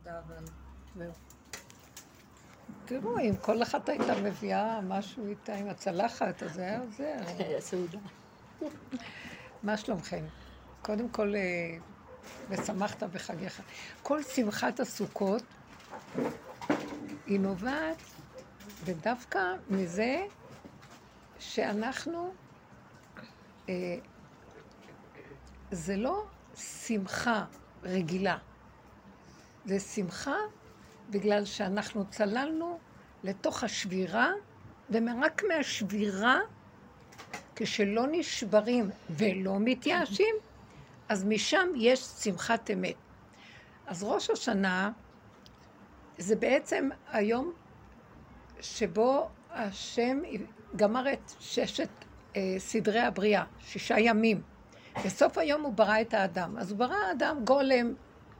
עבודה, אבל זהו. תראו, אם כל אחת הייתה מביאה משהו איתה עם הצלחת, אז היה זה. היה סעודה. מה שלומכם? קודם כל, ושמחת בחגיך. כל שמחת הסוכות היא נובעת ודווקא מזה שאנחנו, זה לא שמחה רגילה, זה שמחה בגלל שאנחנו צללנו לתוך השבירה, ורק מהשבירה, כשלא נשברים ולא מתייאשים, אז משם יש שמחת אמת. אז ראש השנה זה בעצם היום שבו השם גמר את 6 סדרי הבריאה, 6 ימים. בסוף היום הוא ברא את האדם. אז הוא ברא האדם גולם.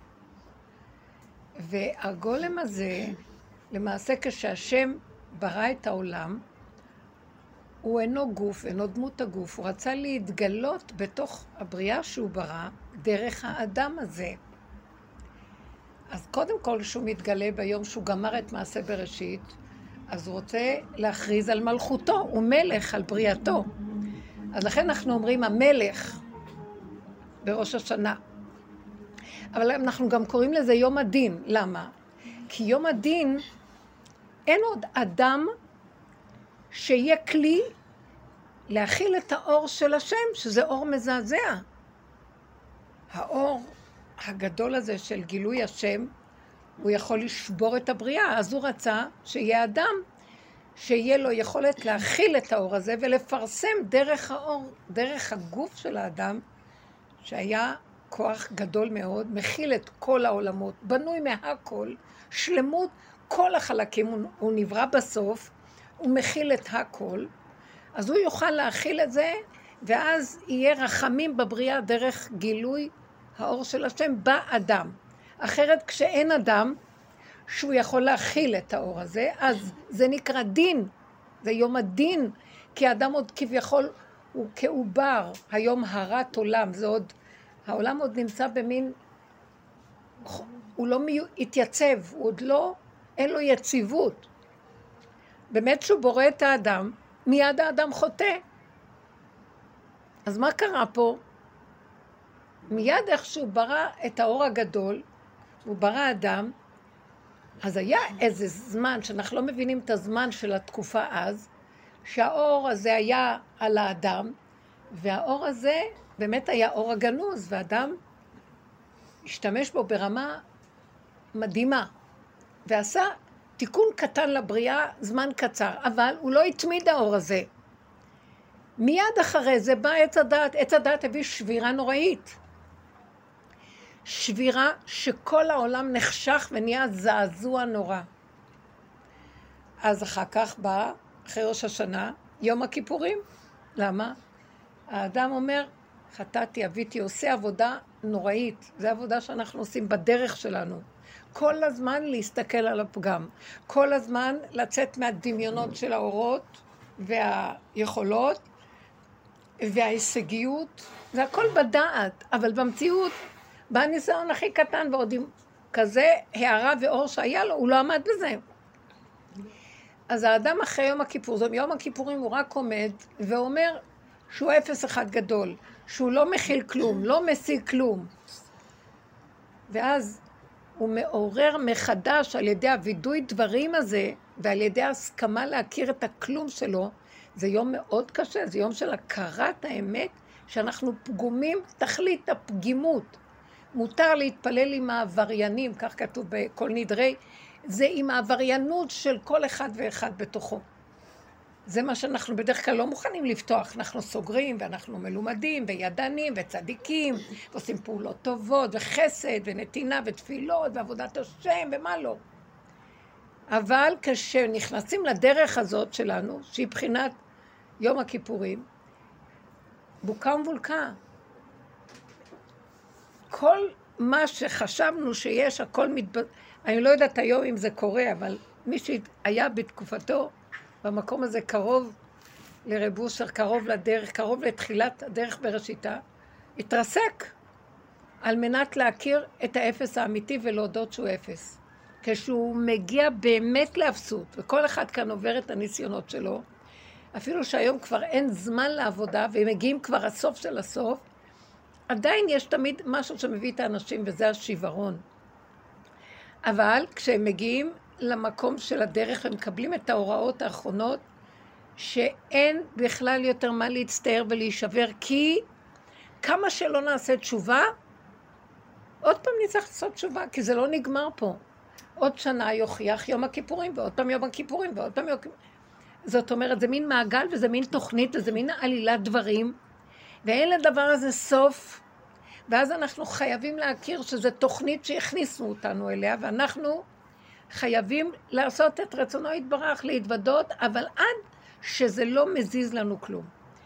והגולם הזה, למעשה כשהשם ברא את העולם, הוא אינו גוף, אינו דמות הגוף. הוא רצה להתגלות בתוך הבריאה שהוא ברא, דרך האדם הזה. אז קודם כל שהוא מתגלה ביום שהוא גמר את מעשה בראשית, אז הוא רוצה להכריז על מלכותו, הוא מלך על בריאתו. אז לכן אנחנו אומרים המלך בראש השנה. אבל אנחנו גם קוראים לזה יום הדין. למה? כי יום הדין אין עוד אדם שיהיה כלי להכיל את האור של השם, שזה אור מזעזע. האור הגדול הזה של גילוי השם, הוא יכול לשבור את הבריאה. אז הוא רצה שיהיה אדם שיהיה לו יכולת להכיל את האור הזה ולפרסם דרך האור, דרך הגוף של האדם, שהיה כוח גדול מאוד, מכיל את כל העולמות, בנוי מהכל, שלמות כל החלקים, הוא נברא בסוף, הוא מכיל את הכל, אז הוא יוכל להכיל את זה, ואז יהיה רחמים בבריאה דרך גילוי האור של השם באדם. אחרת כשאין אדם שהוא יכול להכיל את האור הזה, אז זה נקרא דין, זה יום הדין, כי האדם עוד כביכול הוא כעובר, היום הרת עולם, זה עוד, העולם עוד נמצא במין, הוא לא התייצב, הוא עוד לא, אין לו יציבות. באמת שהוא בורא את האדם, מיד האדם חוטא. אז מה קרה פה? מיד איך שהוא ברא את האור הגדול, הוא ברא אדם, אז היה איזה זמן, שאנחנו לא מבינים את הזמן של התקופה אז, שהאור הזה היה על האדם, והאור הזה באמת היה אור הגנוז, והאדם השתמש בו ברמה מדהימה, ועשה תיקון קטן לבריאה זמן קצר, אבל הוא לא התמיד האור הזה. מיד אחרי זה בא עץ הדת, עץ הדת הביא שבירה נוראית. שבירה שכל העולם נחשך ונהיה זעזוע נורא. אז אחר כך בא, אחרי ראש השנה, יום הכיפורים. למה? האדם אומר, חטאתי, אביתי, עושה עבודה נוראית. זו עבודה שאנחנו עושים בדרך שלנו. כל הזמן להסתכל על הפגם. כל הזמן לצאת מהדמיונות של האורות והיכולות וההישגיות. זה הכל בדעת, אבל במציאות, בניסיון הכי קטן ועוד עם כזה הערה ואור שהיה לו, הוא לא עמד בזה. אז האדם אחרי יום הכיפור, יום הכיפורים הוא רק עומד ואומר שהוא 0-1 גדול, שהוא לא מכיל כלום, לא משיג כלום. ואז הוא מעורר מחדש על ידי הווידוי דברים הזה, ועל ידי ההסכמה להכיר את הכלום שלו. זה יום מאוד קשה, זה יום של הכרת האמת, שאנחנו פגומים, תכלית הפגימות. מותר להתפלל עם העבריינים, כך כתוב בכל נדרי, זה עם העבריינות של כל אחד ואחד בתוכו. זה מה שאנחנו בדרך כלל לא מוכנים לפתוח, אנחנו סוגרים ואנחנו מלומדים וידענים וצדיקים, ועושים פעולות טובות וחסד ונתינה ותפילות ועבודת השם ומה לא. אבל כשנכנסים לדרך הזאת שלנו, שהיא בחינת יום הכיפורים, בוקה ומבולקה. כל מה שחשבנו שיש, הכל אני לא יודעת היום אם זה קורה, אבל מי שהיה בתקופתו, במקום הזה קרוב לרב אושר, קרוב לדרך, קרוב לתחילת הדרך בראשיתה, התרסק. על מנת להכיר את האפס האמיתי ולהודות שהוא אפס. כשהוא מגיע באמת לאפסות, וכל אחד כאן עובר את הניסיונות שלו, אפילו שהיום כבר אין זמן לעבודה, והם מגיעים כבר הסוף של הסוף, עדיין יש תמיד משהו שמביא את האנשים, וזה השיוורון. אבל כשהם מגיעים למקום של הדרך, הם מקבלים את ההוראות האחרונות, שאין בכלל יותר מה להצטער ולהישבר, כי כמה שלא נעשה תשובה, עוד פעם נצטרך לעשות תשובה, כי זה לא נגמר פה. עוד שנה יוכיח יום הכיפורים, ועוד פעם יום הכיפורים, ועוד פעם יום הכיפורים. זאת אומרת, זה מין מעגל, וזה מין תוכנית, וזה מין עלילת דברים, ואין לדבר הזה סוף, ואז אנחנו חייבים להכיר שזו תוכנית שהכניסנו אותנו אליה, ואנחנו חייבים לעשות את רצונו יתברך, להתוודות, אבל עד שזה לא מזיז לנו כלום.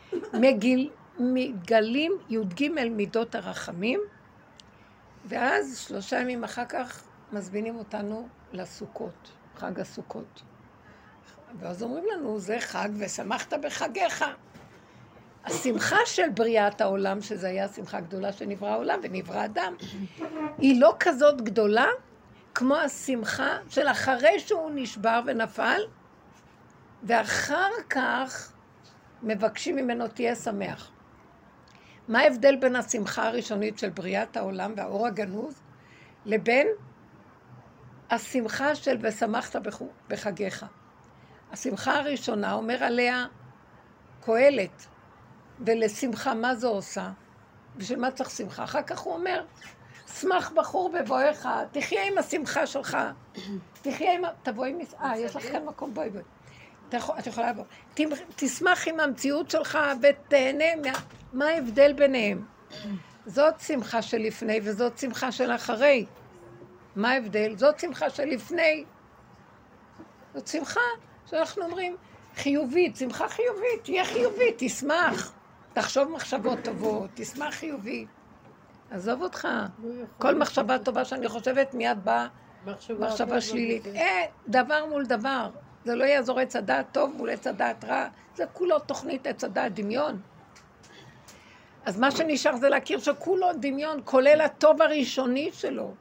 מגלים י"ג מידות הרחמים, ואז 3 ימים אחר כך מזמינים אותנו לסוכות, חג הסוכות. ואז אומרים לנו, זה חג ושמחת בחגיך. השמחה של בריאת העולם, שזה היה שמחה גדולה שנברא העולם ונברא אדם, היא לא כזאת גדולה כמו השמחה של אחרי שהוא נשבר ונפל, ואחר כך מבקשים ממנו תהיה שמח. מה ההבדל בין השמחה הראשונית של בריאת העולם והאור הגנוז, לבין השמחה של ושמחת בחגיך? השמחה הראשונה אומר עליה קהלת, ולשמחה מה זו עושה? בשביל מה צריך שמחה? אחר כך הוא אומר, שמח בחור בבואך, תחיה עם השמחה שלך, תחיה עם... תבואי יש לך כאן מקום, בואי. את יכולה לבוא. תשמח עם המציאות שלך ותהנה, מה ההבדל ביניהם? זאת שמחה של לפני וזאת שמחה של אחרי. מה ההבדל? זאת שמחה של לפני. זאת שמחה שאנחנו אומרים, חיובית, שמחה חיובית, תהיה חיובית, תשמח. תחשוב מחשבות טובות, תשמח חיובית. עזוב אותך. כל מחשבה טובה שאני חושבת מיד באה מחשבה שלילית. דבר מול דבר. זה לא יעזור עץ הדעת טוב מול עץ הדעת רע. זה כולו תוכנית עץ הדעת דמיון. אז מה שנשאר זה להכיר שכולו דמיון, כולל הטוב הראשוני שלו.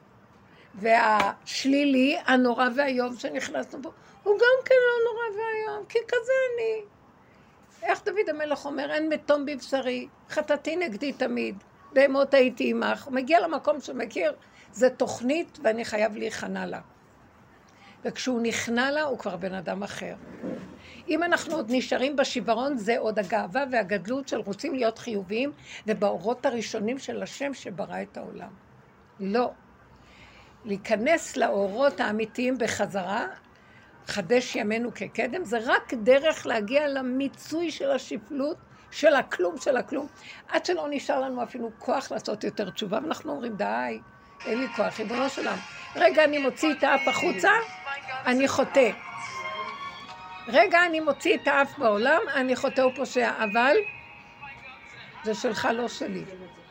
והשלילי, הנורא והיום שנכנסנו בו, הוא גם כן לא נורא והיום, כי כזה אני. איך דוד המלך אומר, אין מתום בבשרי, חטאתי נגדי תמיד, בהמות הייתי עמך. הוא מגיע למקום שמכיר, זה תוכנית ואני חייב להיכנע לה. וכשהוא נכנע לה, הוא כבר בן אדם אחר. אם אנחנו עוד נשארים בשיוורון, זה עוד הגאווה והגדלות של רוצים להיות חיוביים, ובאורות הראשונים של השם שברא את העולם. לא. להיכנס לאורות האמיתיים בחזרה, חדש ימינו כקדם, זה רק דרך להגיע למיצוי של השפלות, של הכלום, עד שלא נשאר לנו אפילו כוח לעשות יותר תשובה, ואנחנו אומרים, די, אין לי כוח, ריבונו שלם. רגע, אני מוציא את האף החוצה, אני חוטא. רגע, אני מוציא את האף בעולם, אני חוטא ופושע, אבל זה שלך, לא שלי.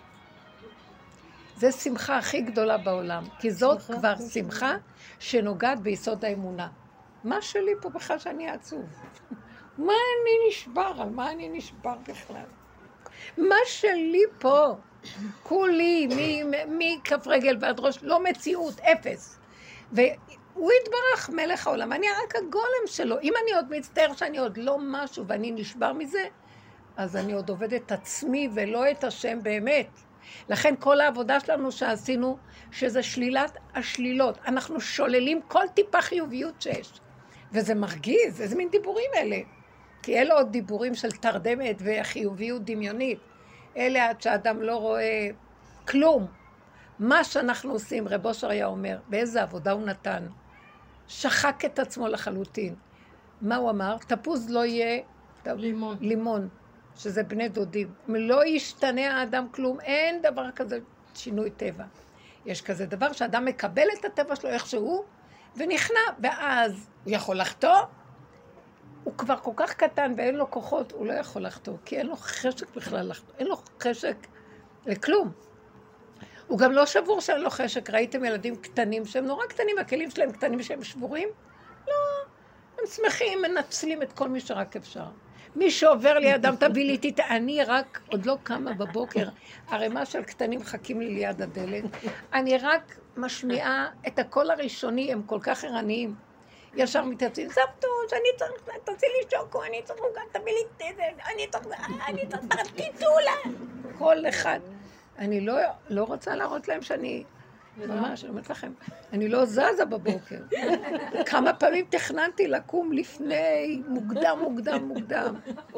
זה שמחה הכי גדולה בעולם, כי זאת כבר שמחה שנוגעת ביסוד האמונה. מה שלי פה בכלל שאני עצוב? מה אני נשבר? על מה אני נשבר בכלל? מה שלי פה? כולי, מכף רגל ועד ראש, לא מציאות, אפס. והוא יתברך מלך העולם, אני רק הגולם שלו. אם אני עוד מצטער שאני עוד לא משהו ואני נשבר מזה, אז אני עוד עובד את עצמי ולא את השם באמת. לכן כל העבודה שלנו שעשינו, שזה שלילת השלילות. אנחנו שוללים כל טיפה חיוביות שיש. וזה מרגיז, איזה מין דיבורים אלה. כי אלה עוד דיבורים של תרדמת וחיוביות דמיונית. אלה עד שאדם לא רואה כלום. מה שאנחנו עושים, רב אושר היה אומר, באיזה עבודה הוא נתן. שחק את עצמו לחלוטין. מה הוא אמר? תפוז לא יהיה לימון. שזה בני דודים. אם לא ישתנה האדם כלום, אין דבר כזה שינוי טבע. יש כזה דבר שאדם מקבל את הטבע שלו איכשהו, ונכנע, ואז הוא יכול לחטוא. הוא כבר כל כך קטן ואין לו כוחות, הוא לא יכול לחטוא, כי אין לו חשק בכלל לחטוא, אין לו חשק לכלום. הוא גם לא שבור שאין לו חשק. ראיתם ילדים קטנים שהם נורא קטנים, הכלים שלהם קטנים שהם שבורים? לא, הם שמחים, מנצלים את כל מי שרק אפשר. מי שעובר לידם תביא לי איתי, אני רק עוד לא קמה בבוקר, ערימה של קטנים מחכים לי ליד הדלת, אני רק משמיעה את הקול הראשוני, הם כל כך ערניים, ישר מתייצבים, זבתוש, אני צריך, תעשי לי שוקו, אני צריך, תביא לי תזן, אני צריך, תרקיטולה. כל אחד. אני לא רוצה להראות להם שאני, ממש, אני אומרת לכם, אני לא זזה בבוקר. כמה פעמים תכננתי לקום לפני, מוקדם.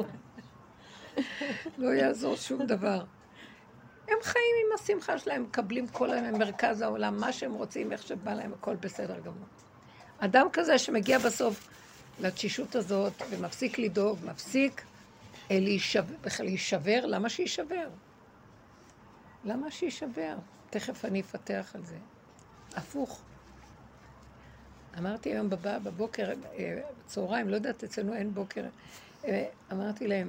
לא יעזור שום דבר. הם חיים עם השמחה שלהם, מקבלים כל היום מרכז העולם, מה שהם רוצים, איך שבא להם, הכל בסדר גמור. אדם כזה שמגיע בסוף לתשישות הזאת, ומפסיק לדאוג, מפסיק להישבר, למה שישבר? למה שישבר? תכף אני אפתח על זה. הפוך. אמרתי היום בבוקר, צהריים, לא יודעת, אצלנו אין בוקר, אמרתי להם,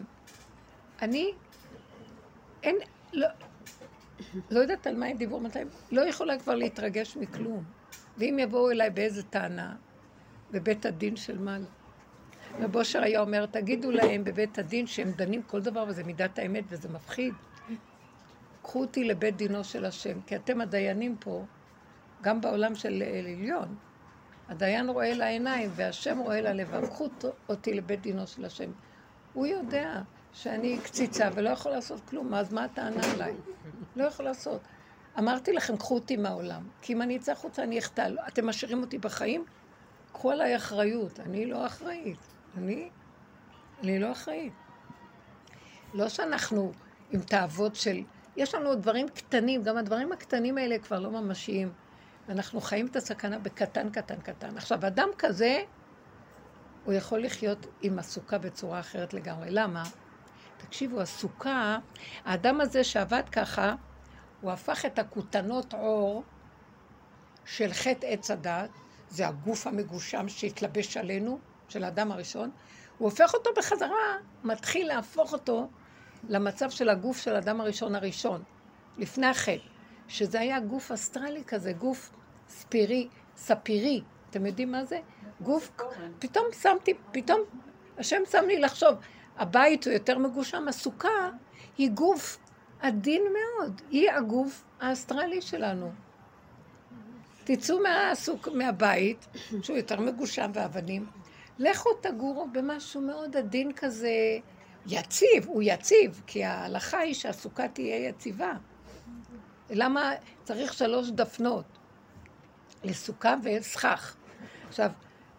לא יודעת על מה הם דיבור, לא יכולה כבר להתרגש מכלום. ואם יבואו אליי באיזה טענה, בבית הדין של מעלה. ובושר היה אומר, תגידו להם בבית הדין שהם דנים כל דבר, וזה מידת האמת, וזה מפחיד. קחו אותי לבית דינו של השם, כי אתם הדיינים פה, גם בעולם של עליון. הדיין רואה לעיניים, והשם רואה ללבב. קחו אותי לבית דינו של השם. הוא יודע שאני קציצה ולא יכול לעשות כלום, אז מה הטענה עליי? לא יכול לעשות. אמרתי לכם, קחו אותי מהעולם, כי אם אני אצא חוצה, אני אחטא. אתם משאירים אותי בחיים? קחו עליי אחריות. אני לא אחראית. אני לא אחראית. לא שאנחנו עם תאוות של... יש לנו דברים קטנים, גם הדברים הקטנים האלה כבר לא ממשיים. ואנחנו חיים את הסכנה בקטן. עכשיו, אדם כזה, הוא יכול לחיות עם הסוכה בצורה אחרת לגמרי. למה? תקשיבו, הסוכה, האדם הזה שעבד ככה, הוא הפך את הכותנות עור של חטא עץ הדת, זה הגוף המגושם שהתלבש עלינו, של האדם הראשון, הוא הופך אותו בחזרה, מתחיל להפוך אותו למצב של הגוף של האדם הראשון, לפני החטא, שזה היה גוף אסטרלי כזה, גוף ספירי, אתם יודעים מה זה? גוף, פתאום השם שם לי לחשוב, הבית הוא יותר מגושם, הסוכה היא גוף עדין מאוד, היא הגוף האסטרלי שלנו. תצאו מהבית, שהוא יותר מגושם ואבנים, לכו תגורו במשהו מאוד עדין כזה, הוא יציב, כי ההלכה היא שהסוכה תהיה יציבה. למה צריך 3 דפנות? לסוכה וסכך. עכשיו,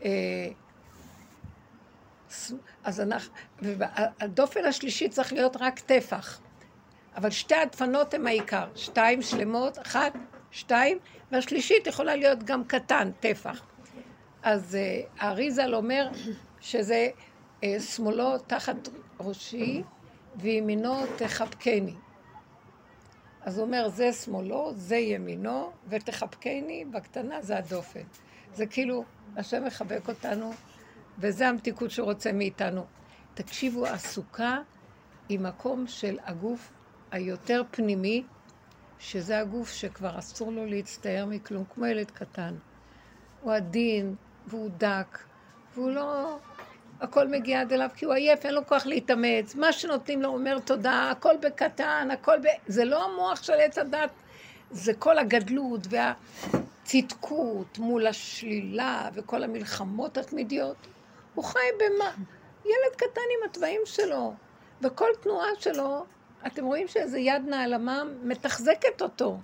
אז הדופן השלישי צריך להיות רק טפח, אבל 2 הדפנות הם העיקר, 2 שלמות, 1, 2, והשלישית יכולה להיות גם קטן, טפח. אז האריז"ל אומר שזה שמאלו תחת ראשי וימינו תחבקני. אז הוא אומר, זה שמאלו, זה ימינו, ותחבקני בקטנה, זה הדופן. זה כאילו, השם מחבק אותנו, וזה המתיקות שהוא רוצה מאיתנו. תקשיבו, הסוכה היא מקום של הגוף היותר פנימי, שזה הגוף שכבר אסור לו להצטער מכלום, כמו ילד קטן. הוא עדין, והוא דק, והוא לא... הכל מגיע עד אליו, כי הוא עייף, אין לו כוח להתאמץ. מה שנותנים לו אומר תודה, הכל בקטן, זה לא המוח של עץ הדת, זה כל הגדלות והצדקות מול השלילה וכל המלחמות התמידיות. הוא חי ילד קטן עם הטבעים שלו, וכל תנועה שלו, אתם רואים שאיזה יד נעלמה מתחזקת אותו.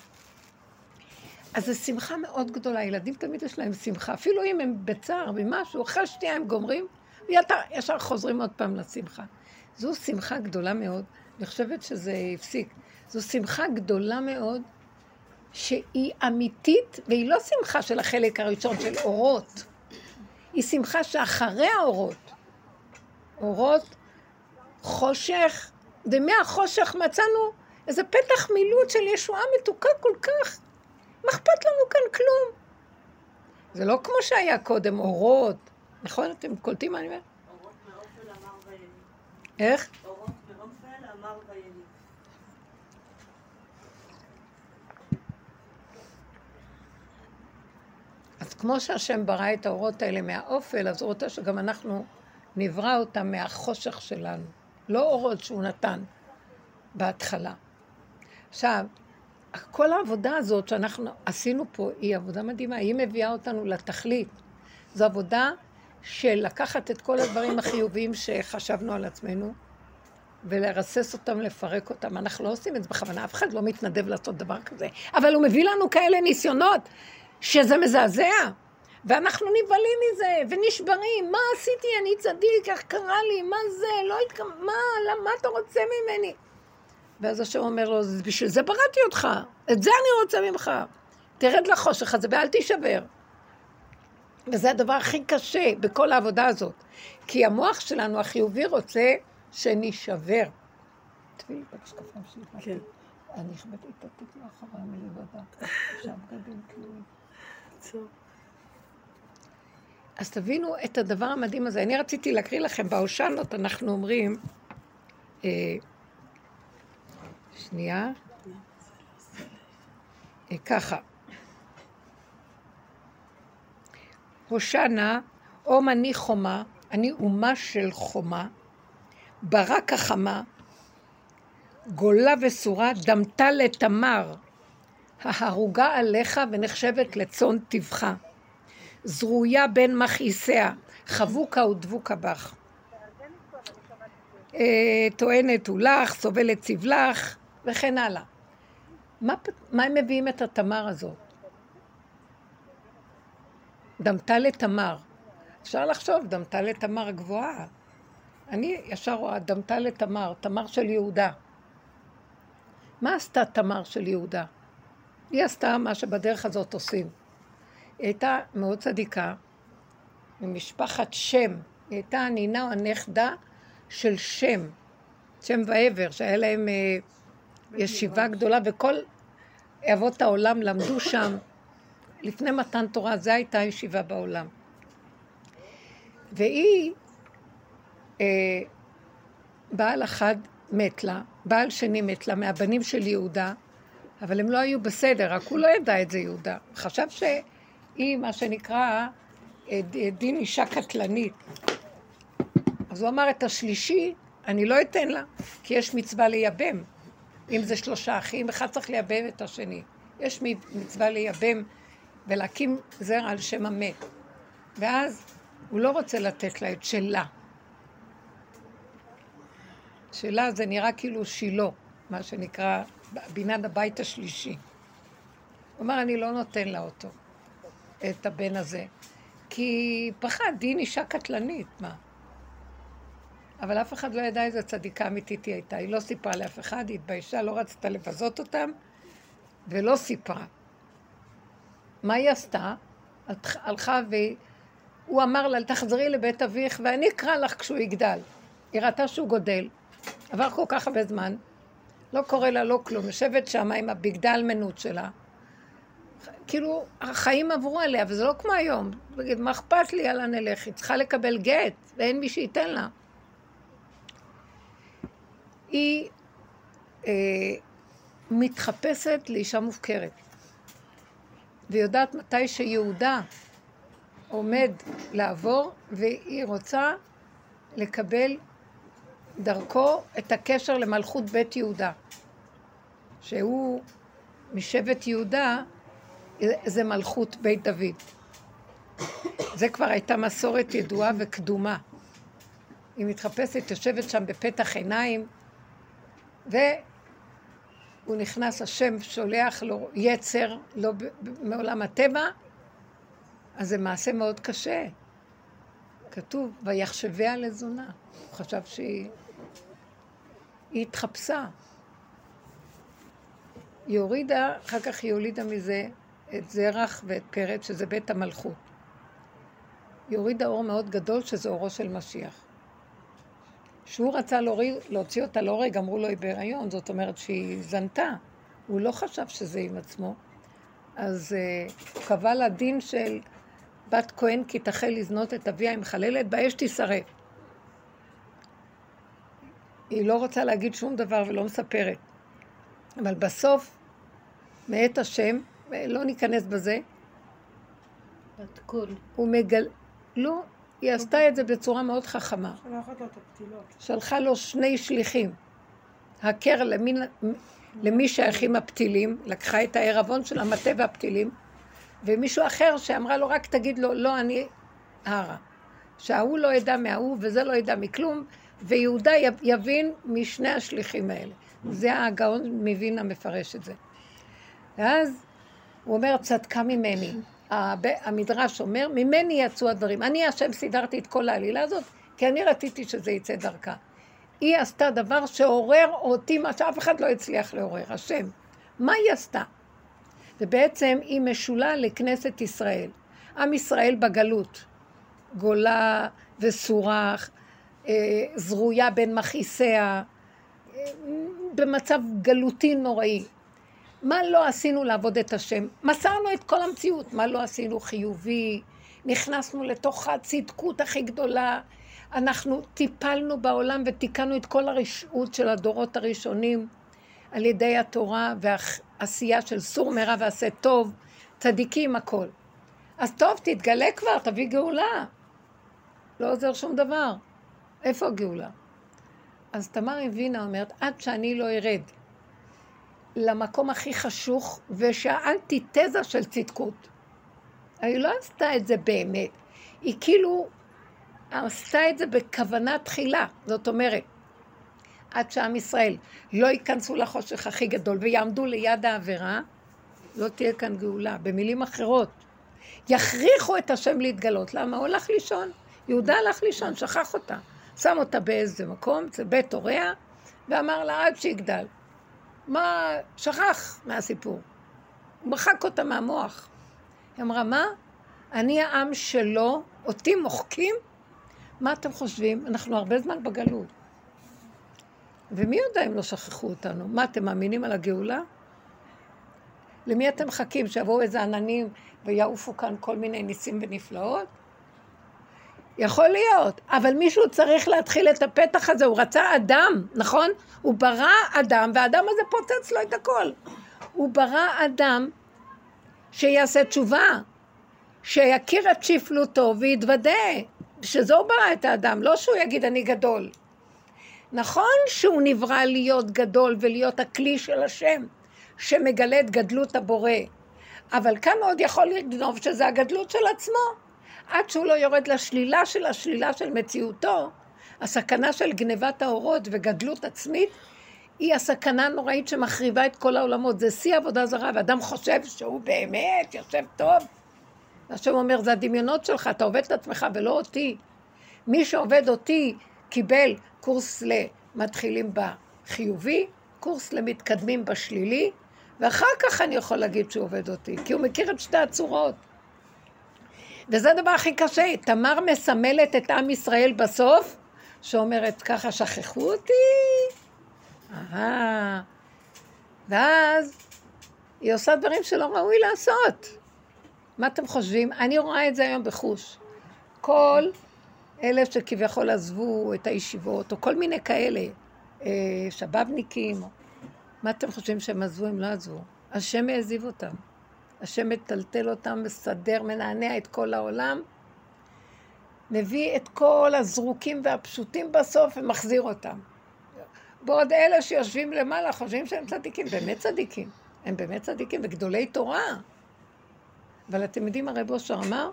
אז זו שמחה מאוד גדולה, ילדים תמיד יש להם שמחה, אפילו אם הם בצער במשהו, אחרי שנייה הם גומרים, וישר חוזרים עוד פעם לשמחה. זו שמחה גדולה מאוד, אני חושבת שזה הפסיק, זו שמחה גדולה מאוד, שהיא אמיתית, והיא לא שמחה של החלק הראשון של אורות, היא שמחה שאחרי האורות, אורות, חושך, ומהחושך מצאנו איזה פתח מילוט של ישועה מתוקה כל כך, מה אכפת לנו כאן כלום? זה לא כמו שהיה קודם, אורות, נכון? אתם קולטים מה אני אומר? אורות מאופל אמר וילי. איך? אורות מאופל אמר וילי. אז כמו שהשם ברא את האורות האלה מהאופל, אז הוא רוצה שגם אנחנו נברא אותם מהחושך שלנו, לא אורות שהוא נתן בהתחלה. עכשיו, כל העבודה הזאת שאנחנו עשינו פה היא עבודה מדהימה, היא מביאה אותנו לתכלית. זו עבודה של לקחת את כל הדברים החיוביים שחשבנו על עצמנו, ולרסס אותם, לפרק אותם. אנחנו לא עושים את זה בכוונה, אף אחד לא מתנדב לעשות דבר כזה. אבל הוא מביא לנו כאלה ניסיונות, שזה מזעזע. ואנחנו נבלים מזה, ונשברים. מה עשיתי? אני צדיק, איך קרה לי? מה זה? לא מה? למה אתה רוצה ממני? ואז השם אומר לו, בשביל זה בראתי אותך. את זה אני רוצה ממך. תרד לחושך הזה ואל תישבר. וזה הדבר הכי קשה בכל העבודה הזאת. כי המוח שלנו החיובי רוצה שנשבר. תביאי במשקפיים שלי. כן. אני חבטתי את התיק מאחורי מלבדה. שם גדים כלואים. טוב. אז תבינו את הדבר המדהים הזה. אני רציתי להקריא לכם, בהושענות אנחנו אומרים, שנייה, ככה. הושענה, אום אני חומה, אני אומה של חומה, ברק החמה, גולה וסורה, דמתה לתמר, ההרוגה עליך ונחשבת לצאן טבחה, זרויה בין מכעיסיה, חבוקה ודבוקה בך. טוענת הוא לך, סובלת סבלך, וכן הלאה. מה הם מביאים את התמר הזאת? דמתה לתמר. אפשר לחשוב, דמתה לתמר גבוהה. אני ישר רואה, דמתה לתמר, תמר של יהודה. מה עשתה תמר של יהודה? היא עשתה מה שבדרך הזאת עושים. היא הייתה מאוד צדיקה, ממשפחת שם. היא הייתה הנינה או הנכדה של שם, שם ועבר, שהיה להם ישיבה גדולה, וכל אבות העולם למדו שם. לפני מתן תורה, זו הייתה ישיבה בעולם. והיא, בעל אחד מת לה, בעל שני מת לה, מהבנים של יהודה, אבל הם לא היו בסדר, רק הוא לא ידע את זה יהודה. חשב שהיא, מה שנקרא, דין אישה קטלנית. אז הוא אמר, את השלישי אני לא אתן לה, כי יש מצווה לייבם. אם זה 3 אחים, אחד צריך לייבם את השני. יש מצווה לייבם ולהקים זרע על שם המת. ואז הוא לא רוצה לתת לה את שלה. שלה זה נראה כאילו שילה, מה שנקרא בניין הבית השלישי. הוא אומר, אני לא נותן לה אותו, את הבן הזה. כי פחד, דין אישה קטלנית, מה? אבל אף אחד לא ידע איזה צדיקה אמיתית היא הייתה. היא לא סיפרה לאף אחד, היא התביישה, לא רצתה לבזות אותם, ולא סיפרה. מה היא עשתה? הלכה והוא אמר לה, תחזרי לבית אביך, ואני אקרא לך כשהוא יגדל. היא ראתה שהוא גודל. עבר כל כך הרבה זמן, לא קורה לה לא כלום, יושבת שם עם הבגדי אלמנות שלה. כאילו, החיים עברו עליה, וזה לא כמו היום. בגיד, מה אכפת לי? יאללה נלך, היא צריכה לקבל גט, ואין מי שייתן לה. היא מתחפשת לאישה מופקרת. ויודעת מתי שיהודה עומד לעבור, והיא רוצה לקבל דרכו את הקשר למלכות בית יהודה. שהוא משבט יהודה, זה מלכות בית דוד. זה כבר הייתה מסורת ידועה וקדומה. היא מתחפשת, יושבת שם בפתח עיניים, והוא נכנס, השם שולח לו יצר, לא מעולם הטבע, אז זה מעשה מאוד קשה. כתוב, ויחשביה לזונה. הוא חשב שהיא התחפשה. היא הורידה, אחר כך היא הולידה מזה את זרח ואת פרץ, שזה בית המלכות. היא הורידה אור מאוד גדול, שזה אורו של משיח. שהוא רצה להוציא אותה להורג, אמרו לו היא בהיריון, זאת אומרת שהיא זנתה. הוא לא חשב שזה עם עצמו. אז הוא קבע לה דין של בת כהן כי תחל לזנות את אביה עם חללת, באש תשרף. היא לא רוצה להגיד שום דבר ולא מספרת. אבל בסוף, מאת השם, לא ניכנס בזה, בת קול. לא, היא עשתה את זה בצורה מאוד חכמה. שלחת לו את הפתילות. שלחה לו 2 שליחים. הכר למי שייכים הפתילים, לקחה את הערבון של המטה והפתילים, ומישהו אחר שאמרה לו, רק תגיד לו, לא, אני הרע. שההוא לא ידע מההוא, וזה לא ידע מכלום, ויהודה יבין משני השליחים האלה. זה הגאון מבין המפרש את זה. ואז הוא אומר, צדקה ממני. המדרש אומר, ממני יצאו הדברים. אני השם סידרתי את כל העלילה הזאת, כי אני רציתי שזה יצא דרכה. היא עשתה דבר שעורר אותי, מה שאף אחד לא הצליח לעורר, השם. מה היא עשתה? ובעצם היא משולה לכנסת ישראל. עם ישראל בגלות. גולה וסורח, זרויה בין מכיסיה, במצב גלותי נוראי. מה לא עשינו לעבוד את השם? מסרנו את כל המציאות. מה לא עשינו חיובי? נכנסנו לתוך הצדקות הכי גדולה. אנחנו טיפלנו בעולם ותיקנו את כל הרשעות של הדורות הראשונים על ידי התורה והעשייה של סור מרע ועשה טוב, צדיקים הכל. אז טוב, תתגלה כבר, תביא גאולה. לא עוזר שום דבר. איפה הגאולה? אז תמר הבינה אומרת, עד שאני לא ארד למקום הכי חשוך ושהאנטיתזה של צדקות. היא לא עשתה את זה באמת. היא כאילו עשתה את זה בכוונה תחילה. זאת אומרת, עד שעם ישראל לא ייכנסו לחושך הכי גדול ויעמדו ליד העבירה, לא תהיה כאן גאולה. במילים אחרות, יכריחו את השם להתגלות. למה? הוא הלך לישון. יהודה הלך לישון, שכח אותה. שם אותה באיזה מקום, זה בית הוריה, ואמר לה עד שיגדל. מה? שכח מהסיפור. הוא מחק אותה מהמוח. היא אמרה, מה? אני העם שלו, אותי מוחקים? מה אתם חושבים? אנחנו הרבה זמן בגלות. ומי יודע אם לא שכחו אותנו? מה, אתם מאמינים על הגאולה? למי אתם מחכים? שיבואו איזה עננים ויעופו כאן כל מיני ניסים ונפלאות? יכול להיות, אבל מישהו צריך להתחיל את הפתח הזה, הוא רצה אדם, נכון? הוא ברא אדם, והאדם הזה פוצץ לו את הכל. הוא ברא אדם שיעשה תשובה, שיכיר את שפלותו ויתוודה, שזו ברא את האדם, לא שהוא יגיד אני גדול. נכון שהוא נברא להיות גדול ולהיות הכלי של השם, שמגלה את גדלות הבורא, אבל כאן עוד יכול לגנוב שזה הגדלות של עצמו. עד שהוא לא יורד לשלילה של השלילה של מציאותו, הסכנה של גנבת האורות וגדלות עצמית, היא הסכנה הנוראית שמחריבה את כל העולמות. זה שיא עבודה זרה, ואדם חושב שהוא באמת יושב טוב. השם אומר, זה הדמיונות שלך, אתה עובד את עצמך ולא אותי. מי שעובד אותי קיבל קורס למתחילים בחיובי, קורס למתקדמים בשלילי, ואחר כך אני יכול להגיד שהוא עובד אותי, כי הוא מכיר את שתי הצורות. וזה הדבר הכי קשה. תמר מסמלת את עם ישראל בסוף, שאומרת ככה שכחו אותי. ואז היא עושה דברים שלא ראוי לעשות. מה אתם חושבים? אני רואה את זה היום בחוש. כל אלה שכביכול עזבו את הישיבות, או כל מיני כאלה, שבבניקים, מה אתם חושבים שהם עזבו, הם לא עזבו? השם העזיב אותם. השם מטלטל אותם, מסדר, מנענע את כל העולם, מביא את כל הזרוקים והפשוטים בסוף ומחזיר אותם. בעוד אלה שיושבים למעלה חושבים שהם צדיקים, באמת צדיקים. הם באמת צדיקים וגדולי תורה. אבל אתם יודעים, הרב אושר אמר,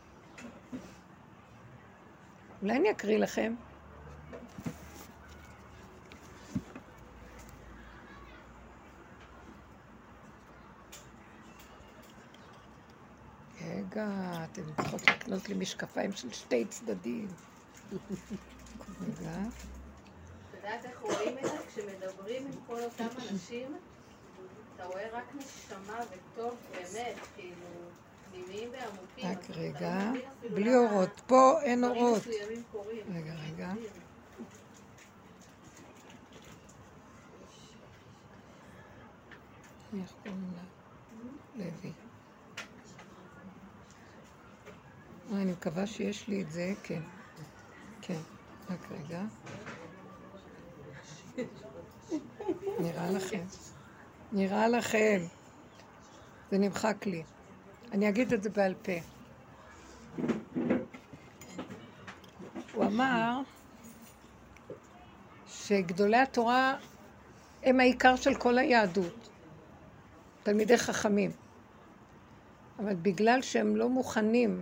אולי אני אקריא לכם. רגע, אתם צריכות לקנות לי משקפיים של שתי צדדים. רגע. אתה יודעת איך רואים את זה? כשמדברים עם כל אותם אנשים, אתה רואה רק נשמה וטוב באמת, כאילו, פנימיים ועמוקים. רק רגע, בלי אורות, פה אין אורות. רגע, רגע. איך קוראים לה? לוי. אני מקווה שיש לי את זה, כן. כן, רק רגע. נראה לכם. נראה לכם. זה נמחק לי. אני אגיד את זה בעל פה. הוא אמר שגדולי התורה הם העיקר של כל היהדות, תלמידי חכמים. אבל בגלל שהם לא מוכנים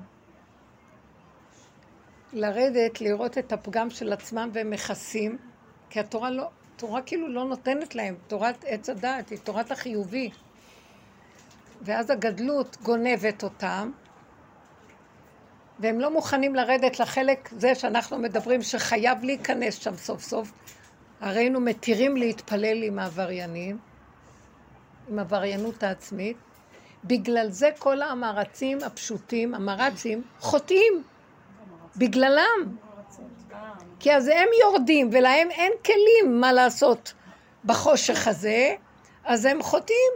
לרדת, לראות את הפגם של עצמם והם מכסים, כי התורה כאילו לא נותנת להם, תורת עץ הדעת, היא תורת החיובי. ואז הגדלות גונבת אותם, והם לא מוכנים לרדת לחלק זה שאנחנו מדברים שחייב להיכנס שם סוף סוף. הרי היינו מתירים להתפלל עם העבריינים, עם העבריינות העצמית. בגלל זה כל המרצים הפשוטים, המרצים, חוטאים. בגללם. כי אז הם יורדים, ולהם אין כלים מה לעשות בחושך הזה, אז הם חוטאים.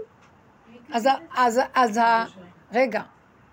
רגע.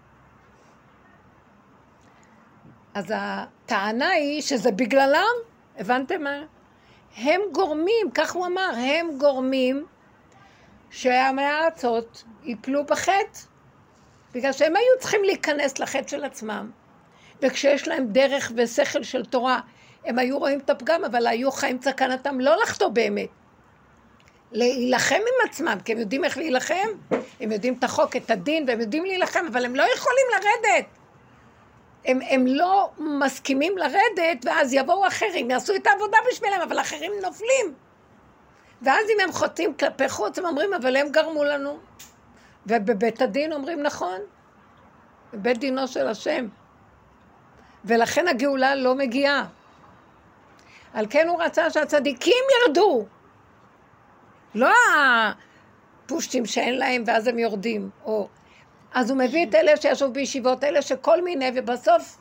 אז הטענה היא שזה בגללם, הבנתם מה? הם גורמים, כך הוא אמר, הם גורמים שהמארצות ייפלו בחטא, בגלל שהם היו צריכים להיכנס לחטא של עצמם, וכשיש להם דרך ושכל של תורה, הם היו רואים את הפגם, אבל היו חיים צקנתם לא לחטוא באמת, להילחם עם עצמם, כי הם יודעים איך להילחם, הם יודעים את החוק, את הדין, והם יודעים להילחם, אבל הם לא יכולים לרדת. הם לא מסכימים לרדת, ואז יבואו אחרים, יעשו את העבודה בשבילם, אבל אחרים נופלים. ואז אם הם חוטאים כלפי חוץ, הם אומרים, אבל הם גרמו לנו. ובבית הדין אומרים, נכון, בבית דינו של השם. ולכן הגאולה לא מגיעה. על כן הוא רצה שהצדיקים ירדו. לא הפושטים שאין להם, ואז הם יורדים. אז הוא מביא את אלה שישוב בישיבות, אלה שכל מיני, ובסוף,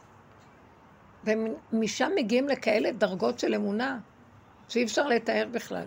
ומשם מגיעים לכאלה דרגות של אמונה, שאי אפשר לתאר בכלל.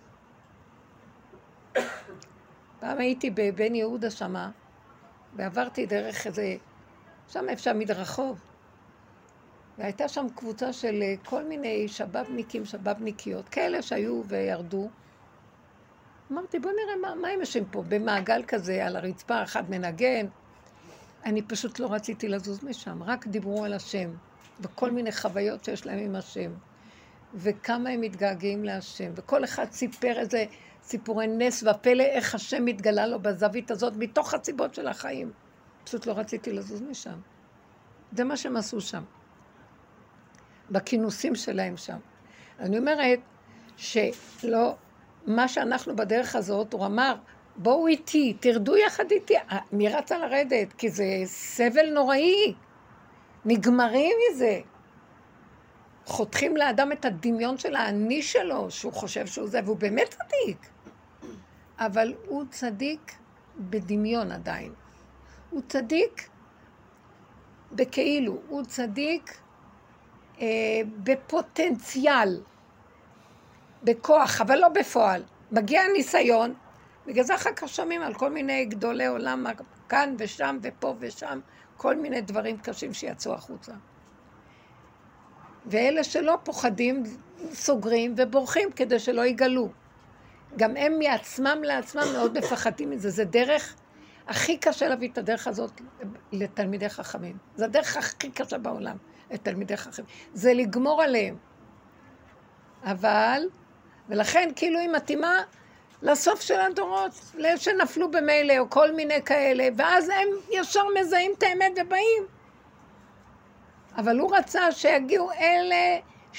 פעם הייתי בבן יהודה שמה, ועברתי דרך איזה, שם אפשר מדרחוב, והייתה שם קבוצה של כל מיני שבבניקים, שבבניקיות, כאלה שהיו וירדו. אמרתי, בוא נראה מה הם יושבים פה, במעגל כזה, על הרצפה, אחד מנגן. אני פשוט לא רציתי לזוז משם, רק דיברו על השם, וכל מיני חוויות שיש להם עם השם, וכמה הם מתגעגעים להשם, וכל אחד סיפר איזה סיפורי נס והפלא, איך השם מתגלה לו בזווית הזאת, מתוך הסיבות של החיים. פשוט לא רציתי לזוז משם. זה מה שהם עשו שם, בכינוסים שלהם שם. אני אומרת שלא, מה שאנחנו בדרך הזאת, הוא אמר, בואו איתי, תרדו יחד איתי. מי רצה לרדת? כי זה סבל נוראי. נגמרים מזה. חותכים לאדם את הדמיון של האני שלו, שהוא חושב שהוא זה, והוא באמת צדיק. אבל הוא צדיק בדמיון עדיין. הוא צדיק בכאילו, הוא צדיק בפוטנציאל, בכוח, אבל לא בפועל. מגיע הניסיון, בגלל זה אחר כך שומעים על כל מיני גדולי עולם, כאן ושם ופה ושם, כל מיני דברים קשים שיצאו החוצה. ואלה שלא פוחדים, סוגרים ובורחים כדי שלא יגלו. גם הם מעצמם לעצמם מאוד מפחדים מזה. זה דרך הכי קשה להביא את הדרך הזאת לתלמידי חכמים. זה הדרך הכי קשה בעולם, לתלמידי חכמים. זה לגמור עליהם. אבל, ולכן כאילו היא מתאימה לסוף של הדורות, שנפלו במילא או כל מיני כאלה, ואז הם ישר מזהים את האמת ובאים. אבל הוא רצה שיגיעו אלה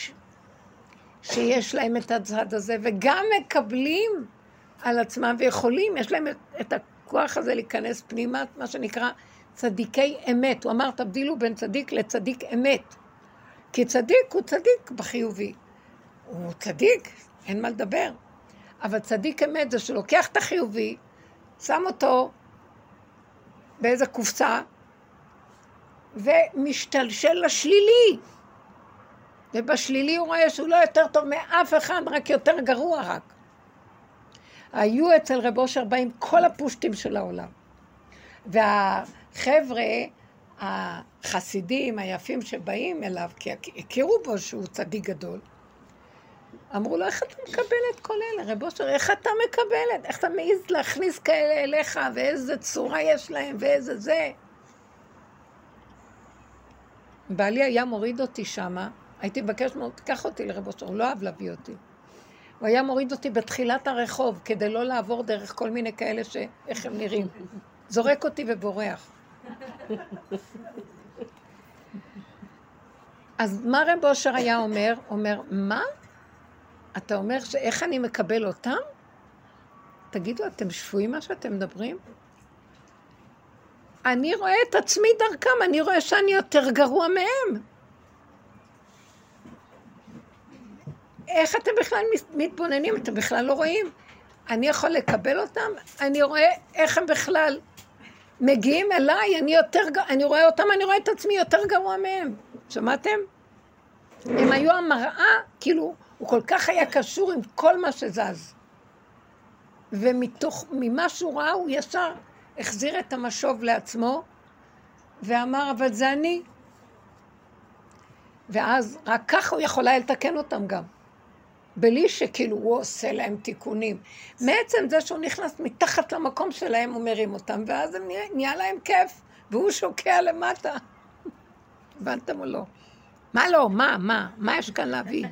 שיש להם את הצד הזה, וגם מקבלים על עצמם ויכולים, יש להם את הכוח הזה להיכנס פנימה, מה שנקרא צדיקי אמת. הוא אמר, תבדילו בין צדיק לצדיק אמת. כי צדיק הוא צדיק בחיובי. הוא צדיק, אין מה לדבר. אבל צדיק אמת זה שלוקח את החיובי, שם אותו באיזה קופסה, ומשתלשל לשלילי. ובשלילי הוא רואה שהוא לא יותר טוב מאף אחד, רק יותר גרוע רק. היו אצל רב אושר באים כל הפושטים של העולם. והחבר'ה, החסידים, היפים שבאים אליו, כי הכירו בו שהוא צדיק גדול, אמרו לו, איך אתה מקבל את כל אלה? רב אושר, איך אתה מקבלת? איך אתה מעיז להכניס כאלה אליך, ואיזה צורה יש להם, ואיזה זה? בעלי היה מוריד אותי שמה, הייתי מבקש מאוד, תיקח אותי לרב אושר, הוא לא אהב להביא אותי. הוא היה מוריד אותי בתחילת הרחוב, כדי לא לעבור דרך כל מיני כאלה שאיך הם נראים. זורק אותי ובורח. אז מה רב אושר היה אומר? אומר, מה? אתה אומר שאיך אני מקבל אותם? תגידו, אתם שפויים מה שאתם מדברים? אני רואה את עצמי דרכם, אני רואה שאני יותר גרוע מהם. איך אתם בכלל מתבוננים? אתם בכלל לא רואים? אני יכול לקבל אותם? אני רואה איך הם בכלל מגיעים אליי, אני רואה אותם, אני רואה את עצמי יותר גרוע מהם. שמעתם? הם היו המראה, כאילו, הוא כל כך היה קשור עם כל מה שזז. וממה שהוא ראה, הוא ישר החזיר את המשוב לעצמו, ואמר, אבל זה אני. ואז רק ככה הוא יכול היה לתקן אותם גם. בלי שכאילו הוא עושה להם תיקונים. מעצם זה שהוא נכנס מתחת למקום שלהם, הוא מרים אותם, ואז הם נהיה להם כיף, והוא שוקע למטה. הבנתם או לא? מה לא? מה יש כאן להביא?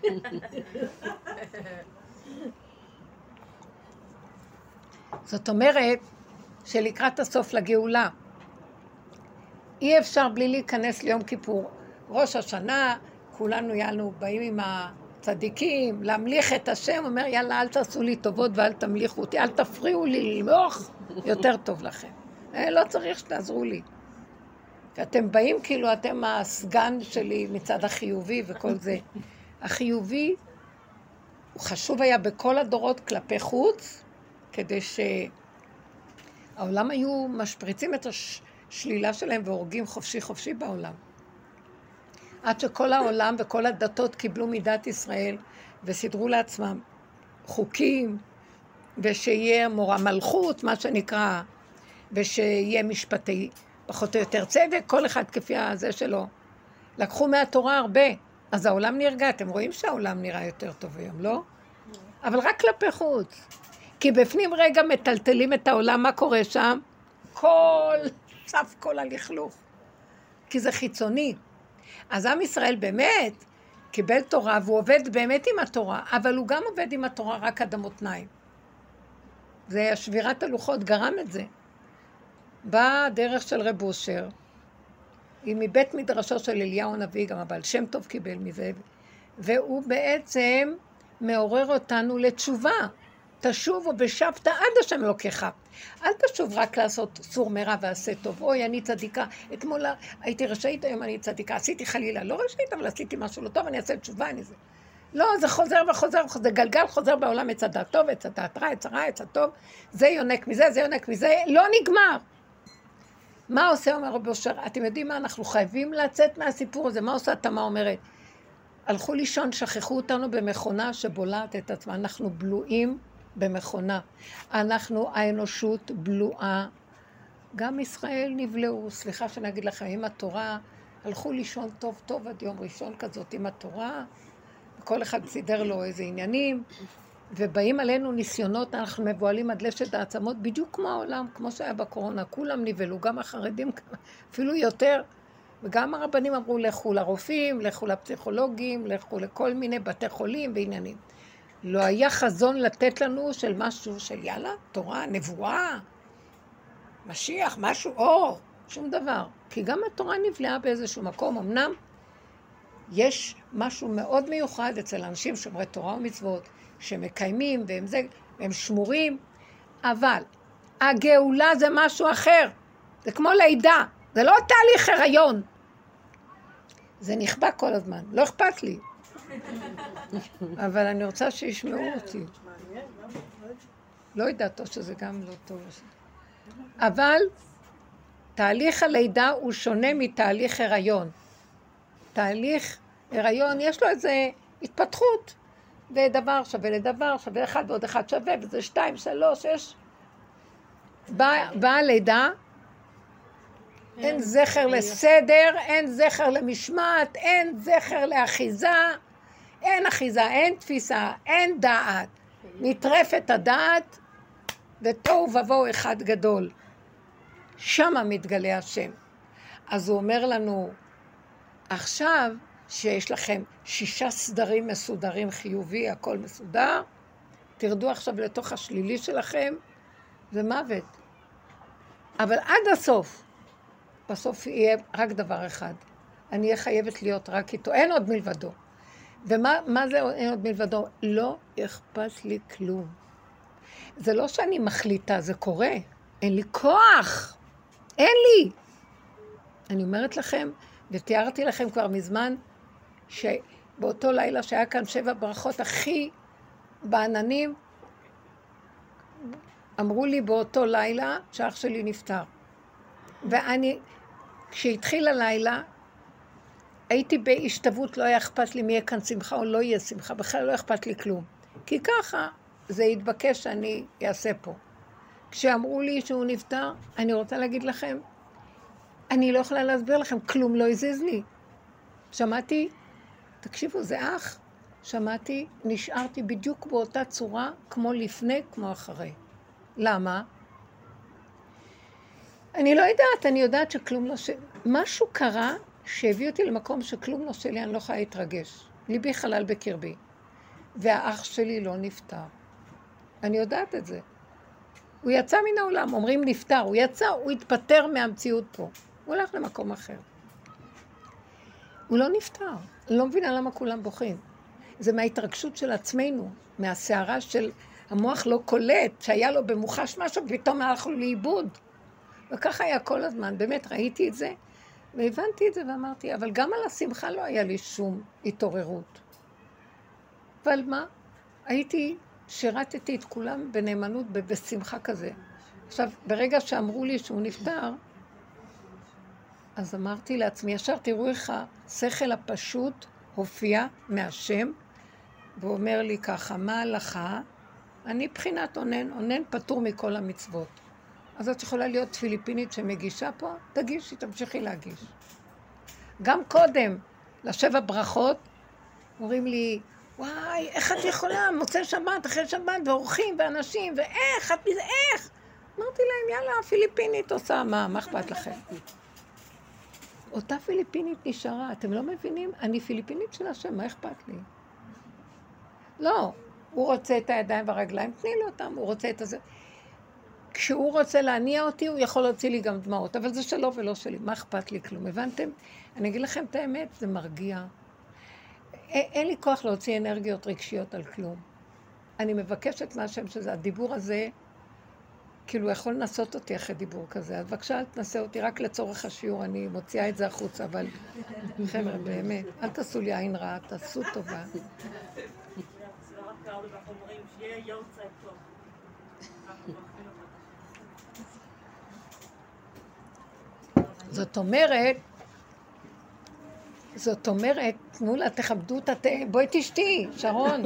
זאת אומרת, שלקראת הסוף לגאולה, אי אפשר בלי להיכנס ליום כיפור. ראש השנה, כולנו יענו באים עם הצדיקים, להמליך את השם, אומר יאללה אל תעשו לי טובות ואל תמליכו אותי, אל תפריעו לי למלוך, יותר טוב לכם. לא צריך שתעזרו לי. אתם באים כאילו אתם הסגן שלי מצד החיובי וכל זה. החיובי הוא חשוב היה בכל הדורות כלפי חוץ, כדי שהעולם היו משפריצים את השלילה שלהם והורגים חופשי בעולם. עד שכל העולם וכל הדתות קיבלו מדת ישראל וסידרו לעצמם חוקים, ושיהיה מורה מלכות, מה שנקרא, ושיהיה משפטי פחות או יותר צדק, כל אחד כפי הזה שלו. לקחו מהתורה הרבה, אז העולם נרגע. אתם רואים שהעולם נראה יותר טוב היום, לא? אבל רק כלפי חוץ. כי בפנים רגע מטלטלים את העולם, מה קורה שם? כל הלכלוך. כי זה חיצוני. אז עם ישראל באמת קיבל תורה, והוא עובד באמת עם התורה, אבל הוא גם עובד עם התורה רק עד המותניים. זה שבירת הלוחות גרם את זה. באה דרך של רב אושר, היא מבית מדרשו של אליהו הנביא, גם הבעל שם טוב קיבל מזה, והוא בעצם מעורר אותנו לתשובה. תשובו ושבת עד השם אלוקיך. אל תשוב רק לעשות סור מרע ועשה טוב. אוי, אני צדיקה. אתמול הייתי רשאית, היום אני צדיקה. עשיתי חלילה, לא רשאית, אבל עשיתי משהו לא טוב, אני אעשה תשובה, אני זה. לא, זה חוזר וחוזר, זה גלגל חוזר בעולם, עץ הדעת טוב, עץ הדעת רע, עץ הרע, עץ הטוב. זה יונק מזה, זה יונק מזה, לא נגמר. מה עושה, אומר רבי אושר? אתם יודעים מה? אנחנו חייבים לצאת מהסיפור הזה. מה עושה התמה אומרת? הלכו לישון, שכחו אותנו במכונה שבולעת את עצמה. אנחנו בלועים במכונה. האנושות בלועה. גם ישראל נבלעו. סליחה שאני אגיד לכם, עם התורה, הלכו לישון טוב טוב עד יום ראשון כזאת עם התורה, וכל אחד סידר לו איזה עניינים, ובאים עלינו ניסיונות, אנחנו מבועלים עד לשת העצמות, בדיוק כמו העולם, כמו שהיה בקורונה, כולם נבלעו, גם החרדים, אפילו יותר, וגם הרבנים אמרו, לכו לרופאים, לכו לפסיכולוגים, לכו לכל מיני בתי חולים ועניינים. לא היה חזון לתת לנו של משהו של יאללה, תורה, נבואה, משיח, משהו, אור, שום דבר. כי גם התורה נבלעה באיזשהו מקום, אמנם יש משהו מאוד מיוחד אצל אנשים שומרי תורה ומצוות, שמקיימים והם שמורים, אבל הגאולה זה משהו אחר, זה כמו לידה, זה לא תהליך הריון, זה נכבה כל הזמן, לא אכפת לי, אבל אני רוצה שישמעו אותי. לא יודעת שזה גם לא טוב. אבל תהליך הלידה הוא שונה מתהליך הריון. תהליך הריון יש לו איזה התפתחות, ודבר שווה לדבר, שווה אחד ועוד אחד שווה, וזה 2, 3, 6. באה הלידה, אין זכר לסדר, אין זכר למשמעת, אין זכר לאחיזה, אין אחיזה, אין תפיסה, אין דעת. נטרפת הדעת, ותוהו ובוהו אחד גדול. שמה מתגלה השם. אז הוא אומר לנו, עכשיו שיש לכם 6 סדרים מסודרים חיובי, הכל מסודר, תרדו עכשיו לתוך השלילי שלכם, זה מוות. אבל עד הסוף, בסוף יהיה רק דבר אחד. אני אהיה חייבת להיות רק איתו, אין עוד מלבדו. ומה זה אין עוד מלבדו? לא אכפת לי כלום. זה לא שאני מחליטה, זה קורה. אין לי כוח. אין לי. אני אומרת לכם, ותיארתי לכם כבר מזמן, שבאותו לילה שהיה כאן 7 ברכות הכי בעננים, אמרו לי באותו לילה שאח שלי נפטר. ואני, כשהתחיל הלילה, הייתי בהשתוות, לא היה אכפת לי מי יהיה כאן שמחה או לא יהיה שמחה, בכלל לא אכפת לי כלום. כי ככה זה התבקש שאני אעשה פה. כשאמרו לי שהוא נפטר, אני רוצה להגיד לכם, אני לא יכולה להסביר לכם, כלום לא הזיז לי. שמעתי, תקשיבו, זה אח, שמעתי, נשארתי בדיוק באותה צורה, כמו לפני, כמו אחרי. למה? אני לא יודעת, אני יודעת שכלום לא שלי. משהו קרה שהביא אותי למקום שכלום לא שלי, אני לא יכולה להתרגש. ליבי חלל בקרבי. והאח שלי לא נפטר. אני יודעת את זה. הוא יצא מן העולם, אומרים נפטר, הוא יצא, הוא התפטר מהמציאות פה. הוא הולך למקום אחר. הוא לא נפטר. אני לא מבינה למה כולם בוכים. זה מההתרגשות של עצמנו, מהסערה של המוח לא קולט, שהיה לו במוחש משהו, פתאום הלכנו לאיבוד. וככה היה כל הזמן, באמת ראיתי את זה, והבנתי את זה ואמרתי, אבל גם על השמחה לא היה לי שום התעוררות. אבל מה? שירתתי את כולם בנאמנות, בשמחה כזה. עכשיו, ברגע שאמרו לי שהוא נפטר, אז אמרתי לעצמי, ישר תראו איך השכל הפשוט הופיע מהשם, ואומר לי ככה, מה ההלכה? אני בחינת אונן פטור מכל המצוות. אז את יכולה להיות פיליפינית שמגישה פה, תגישי, תמשיכי להגיש. גם קודם, ל7 ברכות, אומרים לי, וואי, איך את יכולה? מוצא שבת, אחרי שבת, ואורחים, ואנשים, ואיך, איך? אמרתי להם, יאללה, פיליפינית עושה, מה אכפת לכם? אותה פיליפינית נשארה, אתם לא מבינים? אני פיליפינית של השם, מה אכפת לי? לא, הוא רוצה את הידיים והרגליים, תני לי אותם, הוא רוצה את הזה. כשהוא רוצה להניע אותי, הוא יכול להוציא לי גם דמעות, אבל זה שלו ולא שלי, מה אכפת לי כלום? הבנתם? אני אגיד לכם את האמת, זה מרגיע. אין לי כוח להוציא אנרגיות רגשיות על כלום. אני מבקשת מהשם שזה, הדיבור הזה, כאילו יכול לנסות אותי אחרי דיבור כזה, אז בבקשה אל תנסה אותי רק לצורך השיעור, אני מוציאה את זה החוצה, אבל חבר'ה, באמת, אל תעשו לי עין רעה, תעשו טובה. זאת אומרת, תנו לה, תכבדו את התה, בואי תשתי, שרון.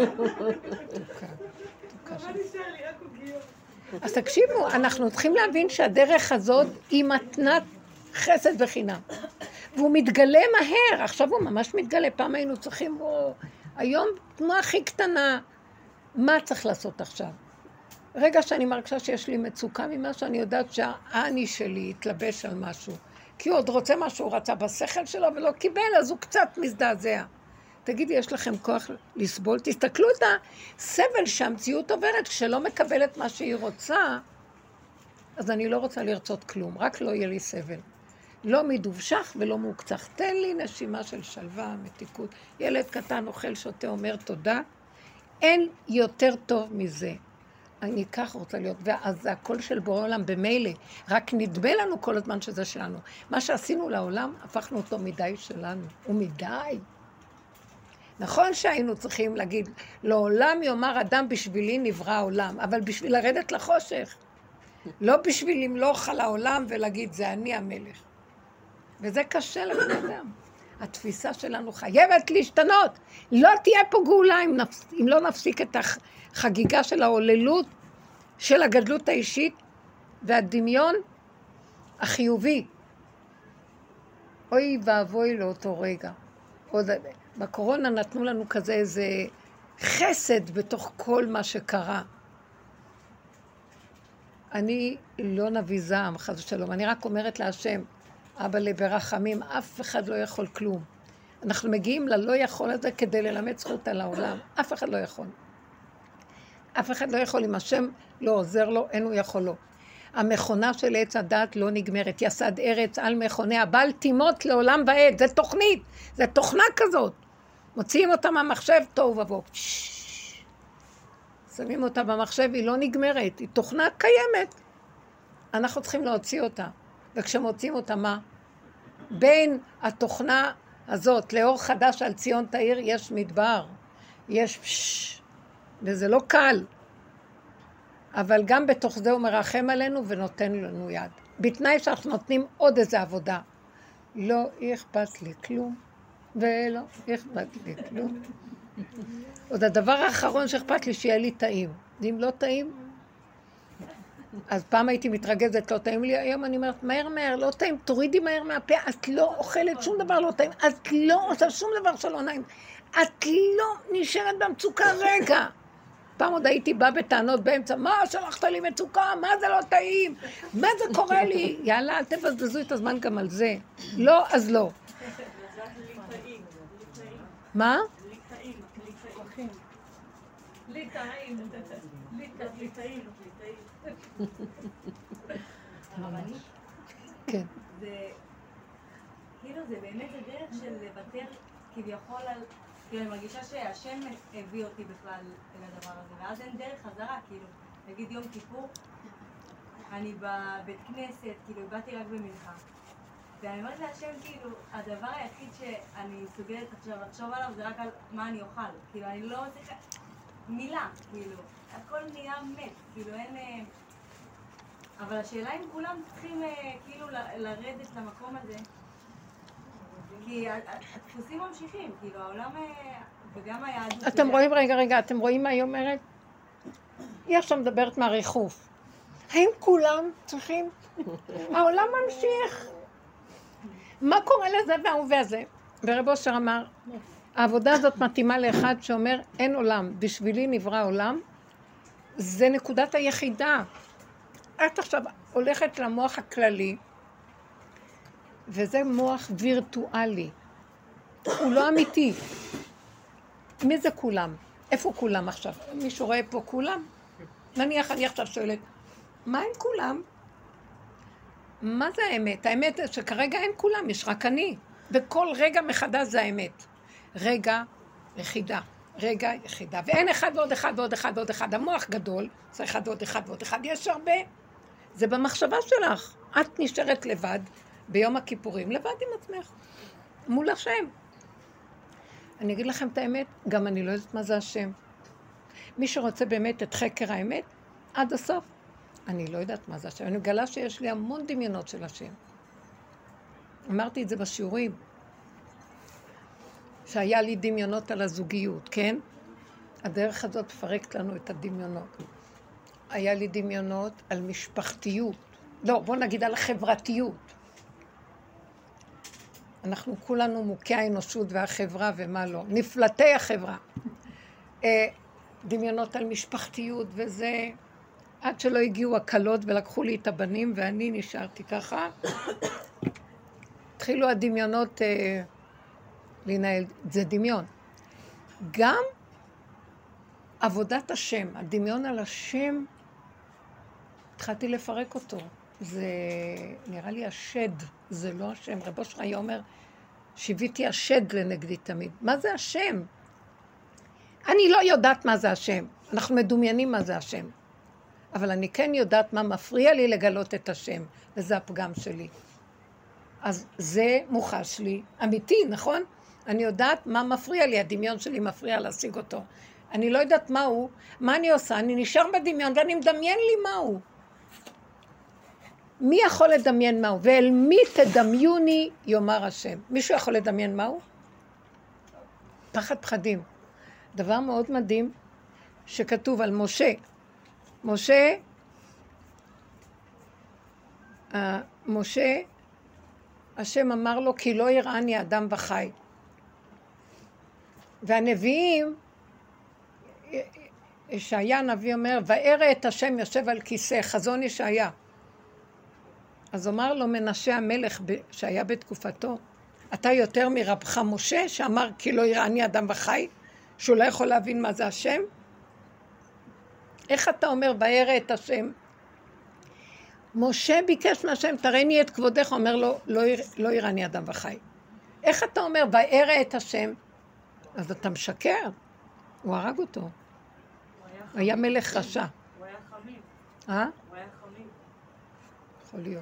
אז תקשיבו, אנחנו צריכים להבין שהדרך הזאת היא מתנת חסד וחינם. והוא מתגלה מהר, עכשיו הוא ממש מתגלה, פעם היינו צריכים בו, היום תנועה הכי קטנה, מה צריך לעשות עכשיו? רגע שאני מרגישה שיש לי מצוקה ממשהו, אני יודעת שהאני שלי התלבש על משהו. כי הוא עוד רוצה משהו, הוא רצה בשכל שלו ולא קיבל, אז הוא קצת מזדעזע. תגידי, יש לכם כוח לסבול? תסתכלו את הסבל שהמציאות עוברת, כשלא מקבלת מה שהיא רוצה, אז אני לא רוצה לרצות כלום, רק לא יהיה לי סבל. לא מדובשך ולא מוקצח. תן לי נשימה של שלווה, מתיקות. ילד קטן אוכל שותה, אומר תודה. אין יותר טוב מזה. אני כך רוצה להיות, ואז זה הכל של בורא עולם במילא, רק נדמה לנו כל הזמן שזה שלנו. מה שעשינו לעולם, הפכנו אותו מדי שלנו, ומדי. נכון שהיינו צריכים להגיד, לעולם יאמר אדם בשבילי נברא העולם, אבל בשביל לרדת לחושך, לא בשביל למלוך על העולם ולהגיד, זה אני המלך. וזה קשה לבני אדם. התפיסה שלנו חייבת להשתנות. לא תהיה פה גאולה אם לא נפסיק את החגיגה של ההוללות, של הגדלות האישית והדמיון החיובי. אוי ואבוי לאותו רגע. בקורונה נתנו לנו כזה איזה חסד בתוך כל מה שקרה. אני לא נביא זעם, חס ושלום. אני רק אומרת להשם, אבא ברחמים, אף אחד לא יכול כלום. אנחנו מגיעים ללא יכול הזה כדי ללמד זכות על העולם. אף אחד לא יכול. אף אחד לא יכול, אם השם לא עוזר לו, אין הוא יכול לו. המכונה של עץ הדת לא נגמרת. יסד ארץ על מכוניה, בל תימות לעולם ועד. זה תוכנית, זה תוכנה כזאת. מוציאים אותה מהמחשב, טוב ובוא. שמים אותה במחשב, היא לא נגמרת. היא תוכנה קיימת. אנחנו צריכים להוציא אותה. וכשמוציאים אותה, מה? בין התוכנה הזאת לאור חדש על ציון תאיר יש מדבר. יש וזה לא קל. אבל גם בתוך זה הוא מרחם עלינו ונותן לנו יד. בתנאי שאנחנו נותנים עוד איזו עבודה. לא אכפת לי כלום, ולא אכפת לי כלום. עוד הדבר האחרון שאכפת לי שיהיה לי טעים. אם לא טעים, אז פעם הייתי מתרגזת, לא טעים לי, היום אני אומרת, מהר, לא טעים, תורידי מהר מהפה, את לא אוכלת שום דבר לא טעים, את לא עושה שום דבר שלא נעים, את לא נשארת במצוקה רגע. פעם עוד הייתי באה בטענות באמצע, מה שלחת לי מצוקה, מה זה לא טעים, מה זה קורה לי, יאללה, אל תבזבזו את הזמן גם על זה. לא, אז לא. מה? לי טעים. כן. כאילו זה באמת הדרך של לוותר כביכול על... כאילו אני מרגישה שהשם הביא אותי בכלל לדבר הזה, ואז אין דרך חזרה, כאילו, נגיד יום כיפור, אני בבית כנסת, כאילו, באתי רק במנחה. ואני אומרת להשם, כאילו, הדבר היחיד שאני מסוגלת עכשיו לחשוב עליו זה רק על מה אני אוכל. כאילו, אני לא צריכה... מילה, כאילו, הכל נהיה מת, כאילו, אין... אבל השאלה אם כולם צריכים, כאילו, לרדת למקום הזה, כי הדפוסים ממשיכים, כאילו, העולם וגם היהדות... אתם רואים, רגע, אתם רואים מה היא אומרת? היא עכשיו מדברת מהריחוף. האם כולם צריכים? העולם ממשיך. מה קורה לזה והוא והזה? ורב אושר אמר, העבודה הזאת מתאימה לאחד שאומר, אין עולם, בשבילי נברא עולם, זה נקודת היחידה. את עכשיו הולכת למוח הכללי, וזה מוח וירטואלי. הוא לא אמיתי. מי זה כולם? איפה כולם עכשיו? מישהו רואה פה כולם? נניח, אני עכשיו שואלת, מה עם כולם? מה זה האמת? האמת זה שכרגע אין כולם, יש רק אני. וכל רגע מחדש זה האמת. רגע יחידה, ואין אחד ועוד אחד ועוד אחד ועוד אחד. המוח גדול, זה אחד ועוד אחד ועוד אחד, יש הרבה. זה במחשבה שלך. את נשארת לבד ביום הכיפורים, לבד עם עצמך, מול השם. אני אגיד לכם את האמת, גם אני לא יודעת מה זה השם. מי שרוצה באמת את חקר האמת, עד הסוף, אני לא יודעת מה זה השם. אני מגלה שיש לי המון דמיונות של השם. אמרתי את זה בשיעורים, שהיה לי דמיונות על הזוגיות, כן? הדרך הזאת פרקת לנו את הדמיונות. היה לי דמיונות על משפחתיות. לא, בוא נגיד על החברתיות. אנחנו כולנו מוכי האנושות והחברה ומה לא. נפלטי החברה. דמיונות על משפחתיות וזה... עד שלא הגיעו הקלות ולקחו לי את הבנים ואני נשארתי ככה. התחילו הדמיונות לנהל, זה דמיון. גם עבודת השם, הדמיון על השם, התחלתי לפרק אותו. זה נראה לי השד, זה לא השם. רב אושר היה אומר, שיוויתי השד לנגדי תמיד. מה זה השם? אני לא יודעת מה זה השם. אנחנו מדומיינים מה זה השם. אבל אני כן יודעת מה מפריע לי לגלות את השם, וזה הפגם שלי. אז זה מוחש לי, אמיתי, נכון? אני יודעת מה מפריע לי, הדמיון שלי מפריע להשיג אותו. אני לא יודעת מה הוא, מה אני עושה, אני נשאר בדמיון ואני מדמיין לי מה הוא. מי יכול לדמיין מהו? ואל מי תדמיוני יאמר השם? מישהו יכול לדמיין מהו? פחד פחדים. דבר מאוד מדהים שכתוב על משה. משה, השם אמר לו, כי לא יראני אדם וחי. והנביאים, ישעיה הנביא אומר, ואראה את השם יושב על כיסא, חזון ישעיה. אז אומר לו מנשה המלך שהיה בתקופתו, אתה יותר מרבך משה, שאמר כי לא יראה אני אדם וחי, שהוא לא יכול להבין מה זה השם? איך אתה אומר וירא את השם? משה ביקש מהשם, תראיני את כבודך, אומר לו, לא יראה אני אדם וחי. איך אתה אומר וירא את השם? אז אתה משקר. הוא הרג אותו. הוא היה מלך רשע. הוא היה חמים. הוא היה חמים. יכול להיות.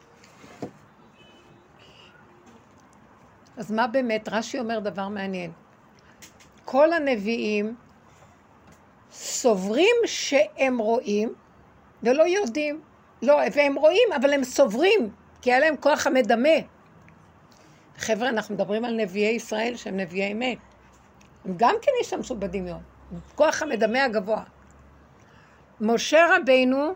אז מה באמת? רש"י אומר דבר מעניין. כל הנביאים סוברים שהם רואים ולא יודעים. לא, והם רואים, אבל הם סוברים, כי היה להם כוח המדמה. חבר'ה, אנחנו מדברים על נביאי ישראל שהם נביאי אמת. הם גם כן השתמשו בדמיון. כוח המדמה הגבוה. משה רבינו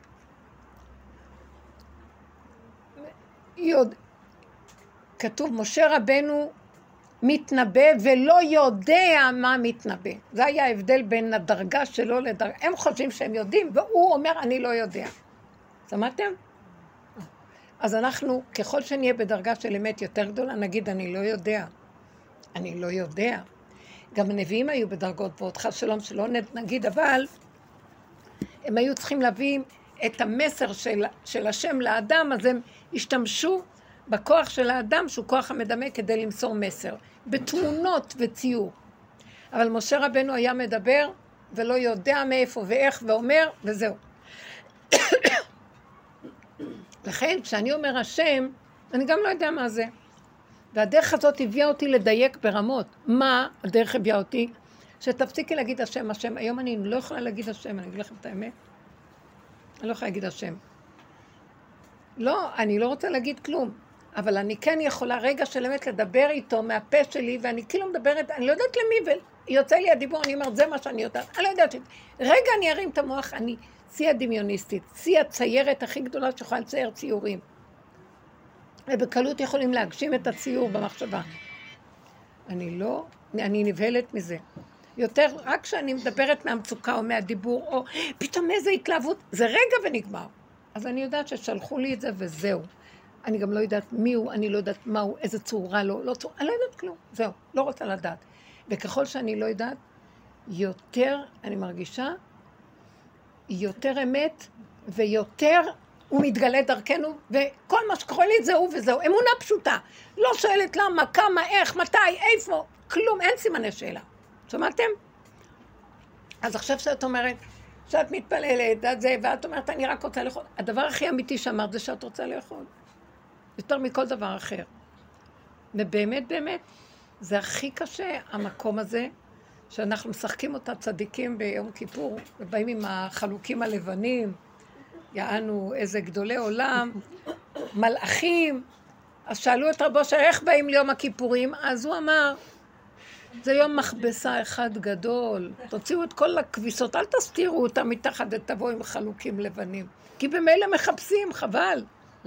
כתוב, משה רבנו מתנבא ולא יודע מה מתנבא. זה היה ההבדל בין הדרגה שלו לדרגה. הם חושבים שהם יודעים, והוא אומר, אני לא יודע. שמעתם? אז אנחנו, ככל שנהיה בדרגה של אמת יותר גדולה, נגיד, אני לא יודע. אני לא יודע. גם הנביאים היו בדרגות גבוהות, חס שלום שלא נגיד, אבל הם היו צריכים להביא את המסר של השם לאדם, אז הם השתמשו בכוח של האדם, שהוא כוח המדמה, כדי למסור מסר, בתמונות וציור. אבל משה רבנו היה מדבר, ולא יודע מאיפה ואיך, ואומר, וזהו. לכן, כשאני אומר השם, אני גם לא יודע מה זה. והדרך הזאת הביאה אותי לדייק ברמות. מה הדרך הביאה אותי? שתפסיקי להגיד השם, השם. היום אני לא יכולה להגיד השם, אני אגיד לכם את האמת. אני לא יכולה להגיד השם. לא, אני לא רוצה להגיד כלום. אבל אני כן יכולה רגע של אמת לדבר איתו מהפה שלי, ואני כאילו מדברת, אני לא יודעת למי, ויוצא לי הדיבור, אני אומרת, זה מה שאני יודעת. אני לא יודעת, רגע אני ארים את המוח, אני צי הדמיוניסטית, צי הציירת הכי גדולה שיכולה לצייר ציורים. ובקלות יכולים להגשים את הציור במחשבה. אני נבהלת מזה. יותר, רק כשאני מדברת מהמצוקה או מהדיבור, או פתאום איזו התלהבות, זה רגע ונגמר. אז אני יודעת ששלחו לי את זה וזהו. אני גם לא יודעת מי הוא, אני לא יודעת מה הוא, איזה צורה לו, לא צורה, אני לא יודעת כלום, זהו, לא רוצה לדעת. וככל שאני לא יודעת, יותר אני מרגישה, יותר אמת ויותר הוא מתגלה דרכנו, וכל מה שקורה לי זהו וזהו, אמונה פשוטה. לא שואלת למה, כמה, איך, מתי, איפה, כלום, אין סימני שאלה. שמעתם? אז עכשיו שאת אומרת, שאת מתפללת, ואת אומרת, אני רק רוצה לאכול. הדבר הכי אמיתי שאמרת זה שאת רוצה לאכול. יותר מכל דבר אחר. ובאמת, באמת, זה הכי קשה, המקום הזה, שאנחנו משחקים אותה צדיקים ביום כיפור, ובאים עם החלוקים הלבנים, יענו איזה גדולי עולם, מלאכים, אז שאלו את רבו איך באים ליום הכיפורים, אז הוא אמר, זה יום מכבסה אחד גדול, תוציאו את כל הכביסות, אל תסתירו אותה מתחת ותבואו עם חלוקים לבנים, כי במילא מחפשים, חבל.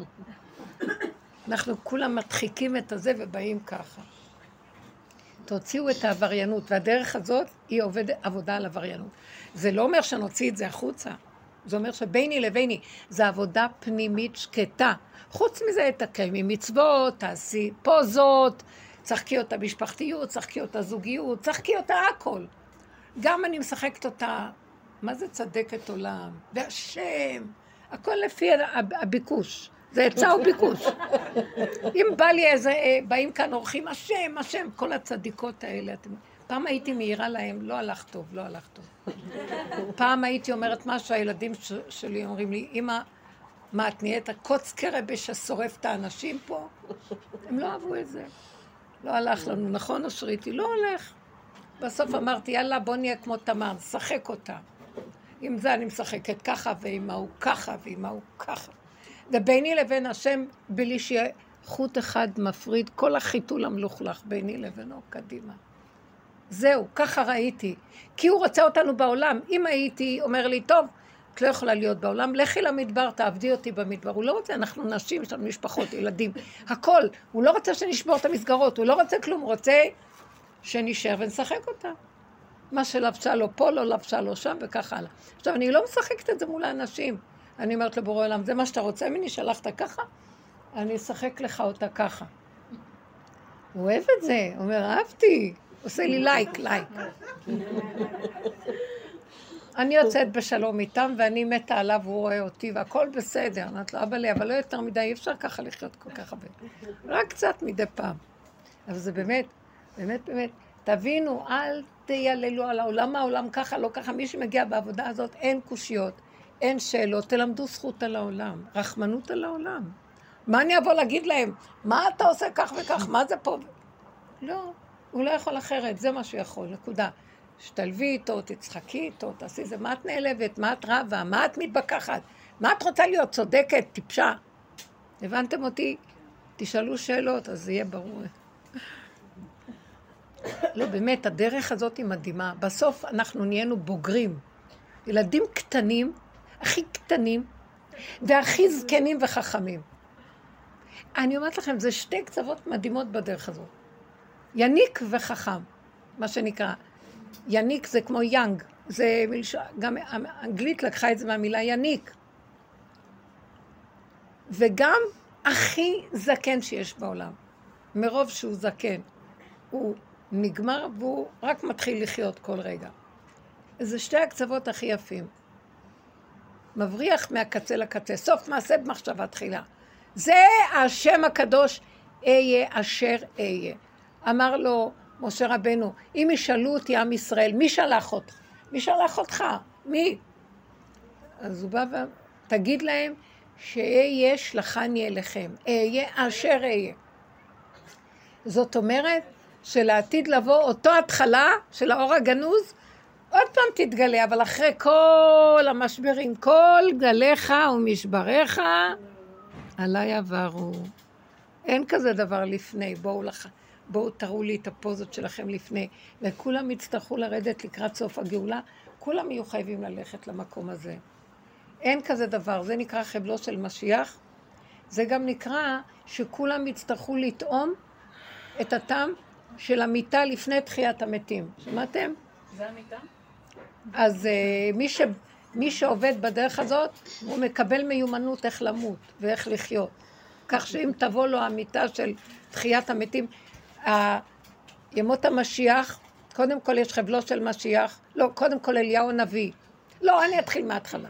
אנחנו כולם מדחיקים את הזה ובאים ככה. תוציאו את העבריינות, והדרך הזאת היא עבודה על עבריינות. זה לא אומר שנוציא את זה החוצה, זה אומר שביני לביני, זה עבודה פנימית שקטה. חוץ מזה תקיימי מצוות, תעשי פוזות, צחקי אותה משפחתיות, צחקי אותה זוגיות, צחקי אותה הכל. גם אני משחקת אותה, מה זה צדקת עולם? והשם, הכל לפי הביקוש. זה עצה וביקוש. אם בא לי איזה, באים כאן אורחים, השם, השם, כל הצדיקות האלה. פעם הייתי מהירה להם, לא הלך טוב, לא הלך טוב. פעם הייתי אומרת מה שהילדים שלי אומרים לי, אמא, מה, את נהיית הקוץ קרבה ששורף את האנשים פה? הם לא אהבו את זה. לא הלך לנו, נכון אושריתי? לא הולך. בסוף אמרתי, יאללה, בוא נהיה כמו תמר, שחק אותה. עם זה אני משחקת ככה, ועם ההוא ככה, ועם ההוא ככה. וביני לבין השם, בלי שיהיה חוט אחד מפריד, כל החיתול המלוכלך ביני לבינו קדימה. זהו, ככה ראיתי. כי הוא רוצה אותנו בעולם. אם הייתי אומר לי, טוב, את לא יכולה להיות בעולם, לכי למדבר, תעבדי אותי במדבר. הוא לא רוצה, אנחנו נשים, יש לנו משפחות, ילדים, הכל. הוא לא רוצה שנשבור את המסגרות, הוא לא רוצה כלום, הוא רוצה שנשאר ונשחק אותה. מה שלבשה לו פה, לא לבשה לו שם, וכך הלאה. עכשיו, אני לא משחקת את זה מול האנשים. אני אומרת לבורא עולם, זה מה שאתה רוצה ממני, שלחת ככה? אני אשחק לך אותה ככה. הוא אוהב את זה, הוא אומר, אהבתי, עושה לי לייק. אני יוצאת בשלום איתם, ואני מתה עליו, והוא רואה אותי, והכל בסדר. אמרת לו, אבא לי, אבל לא יותר מדי, אי אפשר ככה לחיות כל כך הרבה. רק קצת מדי פעם. אבל זה באמת, תבינו, אל תייללו על העולם, מה העולם ככה, לא ככה. מי שמגיע בעבודה הזאת, אין קושיות, אין שאלות, תלמדו זכות על העולם, רחמנות על העולם. מה אני אבוא להגיד להם? מה אתה עושה כך וכך? מה זה פה? לא, הוא לא יכול אחרת, זה מה שיכול, נקודה. שתלבי איתו, תצחקי איתו, תעשי זה, מה את נעלבת, מה את רבה, מה את מתבקחת, מה את רוצה להיות צודקת, טיפשה. הבנתם אותי? תשאלו שאלות, אז זה יהיה ברור. לא, באמת, הדרך הזאת היא מדהימה. בסוף אנחנו נהיינו בוגרים. ילדים קטנים, הכי קטנים, והכי זקנים וחכמים. אני אומרת לכם, זה שתי קצוות מדהימות בדרך הזאת. יניק וחכם, מה שנקרא. יניק זה כמו יאנג, זה גם האנגלית לקחה את זה מהמילה יניק. וגם הכי זקן שיש בעולם, מרוב שהוא זקן, הוא נגמר והוא רק מתחיל לחיות כל רגע. זה שתי הקצוות הכי יפים. מבריח מהקצה לקצה, סוף מעשה במחשבה תחילה. זה השם הקדוש, אהיה אשר אהיה. אמר לו משה רבנו, אם ישאלו אותי עם ישראל, מי שלח אותך? מי שלח אותך? מי? אז הוא בא תגיד להם שאהיה שלחני אליכם, אהיה אשר אהיה. זאת אומרת שלעתיד לבוא אותו התחלה של האור הגנוז, עוד פעם תתגלה, אבל אחרי כל המשברים, כל גליך ומשבריך, עליי עברו. אין כזה דבר לפני, בואו תראו לי את הפוזות שלכם לפני, וכולם יצטרכו לרדת לקראת סוף הגאולה, כולם יהיו חייבים ללכת למקום הזה. אין כזה דבר, זה נקרא חבלו של משיח, זה גם נקרא שכולם יצטרכו לטעום את הטעם של המיטה לפני תחיית המתים. שמעתם? זה המיטה? אז מי שעובד בדרך הזאת, הוא מקבל מיומנות איך למות ואיך לחיות. כך שאם תבוא לו המיטה של תחיית המתים, ימות המשיח, קודם כל יש חבלו של משיח, לא, קודם כל אליהו הנביא. לא, אני אתחיל מההתחלה.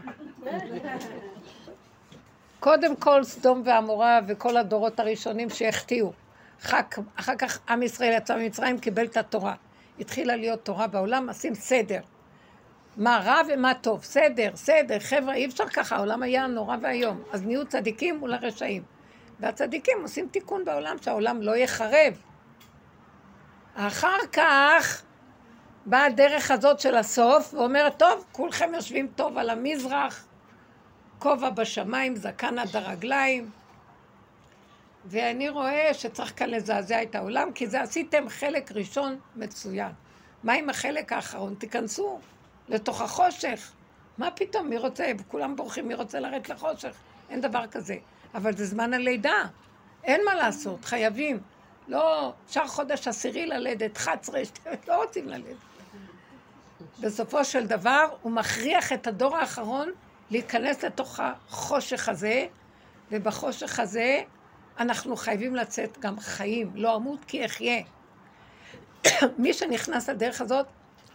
קודם כל סדום ועמורה וכל הדורות הראשונים שהחטיאו. אחר כך עם ישראל יצא ממצרים, קיבל את התורה. התחילה להיות תורה בעולם, עושים סדר. מה רע ומה טוב, סדר, חבר'ה, אי אפשר ככה, העולם היה נורא והיום. אז נהיו צדיקים מול הרשעים. והצדיקים עושים תיקון בעולם, שהעולם לא יחרב. אחר כך באה הדרך הזאת של הסוף, ואומרת, טוב, כולכם יושבים טוב על המזרח, כובע בשמיים, זקן עד הרגליים, ואני רואה שצריך כאן לזעזע את העולם, כי זה עשיתם חלק ראשון מצוין. מה עם החלק האחרון? תיכנסו לתוך החושך. מה פתאום? מי רוצה? כולם בורחים, מי רוצה לרדת לחושך? אין דבר כזה. אבל זה זמן הלידה. אין מה לעשות, חייבים. לא, שער חודש 10 ללדת, 11, לא רוצים ללדת. בסופו של דבר, הוא מכריח את הדור האחרון להיכנס לתוך החושך הזה, ובחושך הזה אנחנו חייבים לצאת גם חיים, לא אמות כי אחיה. מי שנכנס לדרך הזאת,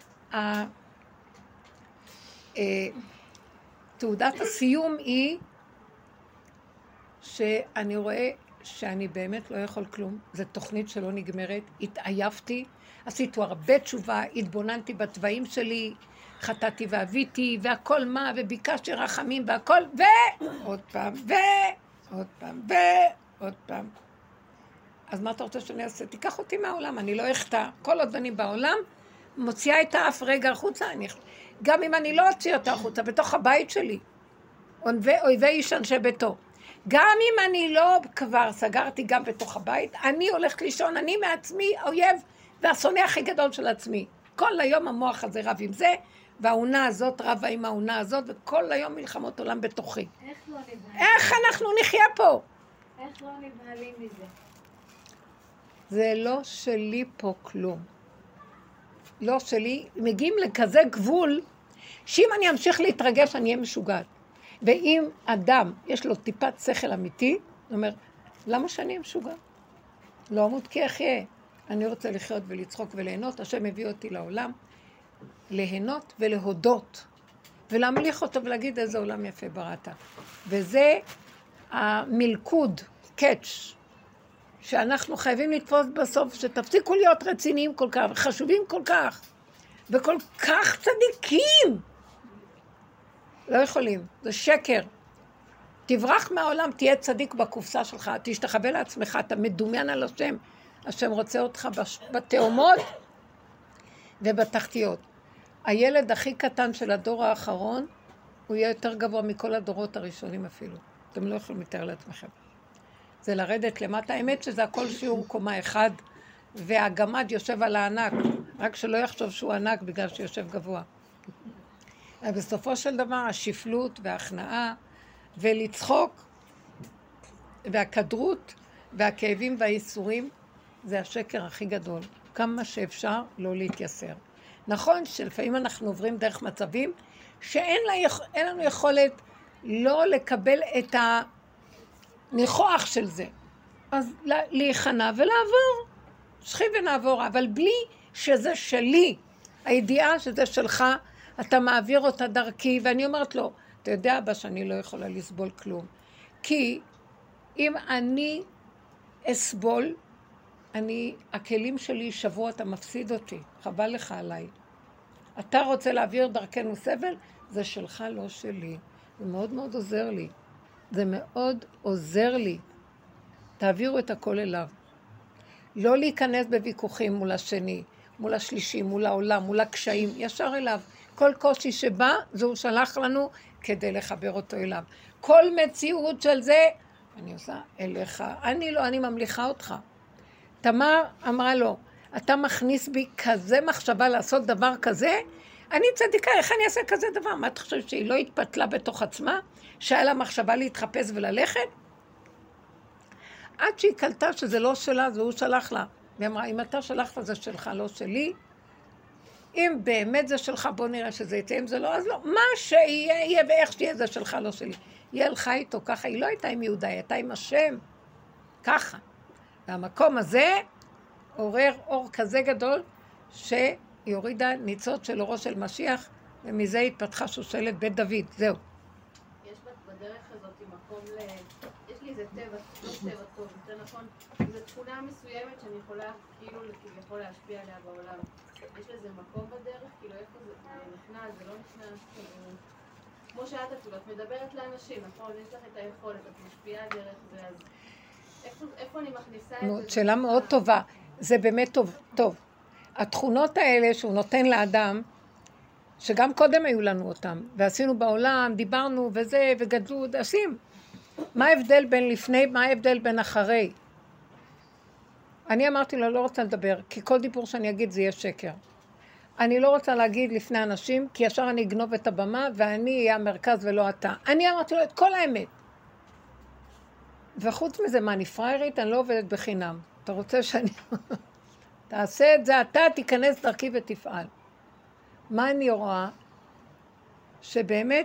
תעודת הסיום היא שאני רואה שאני באמת לא יכול כלום, זו תוכנית שלא נגמרת, התעייפתי, עשיתי הרבה תשובה, התבוננתי בטבעים שלי, חטאתי ואביתי, והכל מה, וביקשתי רחמים והכל, ועוד פעם, ועוד פעם, ועוד פעם. אז מה אתה רוצה שאני אעשה? תיקח אותי מהעולם, אני לא אחטא. כל עוד אני בעולם, מוציאה את האף רגע החוצה, גם אם אני לא אוציא אותה החוצה, בתוך הבית שלי, אויבי איש אנשי ביתו. גם אם אני לא כבר סגרתי גם בתוך הבית, אני הולכת לישון, אני מעצמי אויב והשונא הכי גדול של עצמי. כל היום המוח הזה רב עם זה, והעונה הזאת רבה עם העונה הזאת, וכל היום מלחמות עולם בתוכי. איך לא נבהלים? איך אנחנו נחיה פה? איך לא נבהלים מזה? זה לא שלי פה כלום. לא שלי, מגיעים לכזה גבול, שאם אני אמשיך להתרגש, אני אהיה משוגעת. ואם אדם יש לו טיפת שכל אמיתי, הוא אומר, למה שאני אהיה משוגע? לא אמות כי אחיה. אני רוצה לחיות ולצחוק וליהנות. השם הביא אותי לעולם, ליהנות ולהודות, ולהמליך אותו ולהגיד איזה עולם יפה בראת. וזה המלכוד, קאץ', שאנחנו חייבים לתפוס בסוף, שתפסיקו להיות רציניים כל כך, חשובים כל כך, וכל כך צדיקים. לא יכולים, זה שקר. תברח מהעולם, תהיה צדיק בקופסה שלך, תשתחווה לעצמך, אתה מדומיין על השם. השם רוצה אותך בתאומות ובתחתיות. הילד הכי קטן של הדור האחרון, הוא יהיה יותר גבוה מכל הדורות הראשונים אפילו. אתם לא יכולים לתאר לעצמכם. זה לרדת למטה. האמת שזה הכל שיעור קומה אחד, והגמד יושב על הענק, רק שלא יחשוב שהוא ענק בגלל שיושב גבוה. בסופו של דבר, השפלות וההכנעה, ולצחוק, והכדרות, והכאבים והייסורים, זה השקר הכי גדול. כמה שאפשר לא להתייסר. נכון שלפעמים אנחנו עוברים דרך מצבים, שאין לנו יכולת לא לקבל את הניחוח של זה. אז להיכנע ולעבור. שכי ונעבור, אבל בלי שזה שלי. הידיעה שזה שלך, אתה מעביר אותה דרכי, ואני אומרת לו, אתה יודע אבא שאני לא יכולה לסבול כלום. כי אם אני אסבול, הכלים שלי שבוע, אתה מפסיד אותי. חבל לך עליי. אתה רוצה להעביר דרכנו סבל? זה שלך, לא שלי. זה מאוד מאוד עוזר לי. זה מאוד עוזר לי. תעבירו את הכל אליו. לא להיכנס בוויכוחים מול השני, מול השלישי, מול העולם, מול הקשיים, ישר אליו. כל קושי שבא, זה הוא שלח לנו כדי לחבר אותו אליו. כל מציאות של זה, אני עושה אליך. אני ממליכה אותך. תמר אמרה לו, אתה מכניס בי כזה מחשבה לעשות דבר כזה? אני צדיקה, איך אני אעשה כזה דבר? מה אתה חושב שהיא לא התפתלה בתוך עצמה? שהיה לה מחשבה להתחפש וללכת? עד שהיא קלטה שזה לא שלה, זה הוא שלח לה. והיא אמרה, אם אתה שלחת זה שלך, לא שלי. אם באמת זה שלך, בוא נראה שזה יצא, אם זה לא, אז לא. מה שיהיה, יהיה, ואיך שתהיה זה שלך, לא שלי. היא הלכה איתו ככה, היא לא הייתה עם יהודה, היא הייתה עם השם. ככה. והמקום הזה עורר אור כזה גדול, שהיא הורידה ניצוץ של אורו של משיח, ומזה התפתחה שושלת בית דוד. זהו. יש בדרך הזאת מקום יש לי איזה טבע, לא טבע טוב, יותר נכון, איזו תכונה מסוימת שאני יכולה כאילו כביכול להשפיע עליה בעולם. יש לזה מקום בדרך, כאילו איפה זה נכנס, זה לא נכנס, כמו שאת אפילו, את מדברת לאנשים, נכון? יש לך את היכולת, את משפיעה דרך זה, אז איפה אני מכניסה את זה? שאלה מאוד טובה, זה באמת טוב. התכונות האלה שהוא נותן לאדם, שגם קודם היו לנו אותם, ועשינו בעולם, דיברנו וזה, וגדלו, עושים. מה ההבדל בין לפני, מה ההבדל בין אחרי? אני אמרתי לו, לא רוצה לדבר, כי כל דיבור שאני אגיד זה יהיה שקר. אני לא רוצה להגיד לפני אנשים, כי ישר אני אגנוב את הבמה, ואני אהיה המרכז ולא אתה. אני אמרתי לו את כל האמת. וחוץ מזה, מה, אני פריירית? אני לא עובדת בחינם. אתה רוצה שאני... תעשה את זה, אתה תיכנס דרכי ותפעל. מה אני רואה? שבאמת,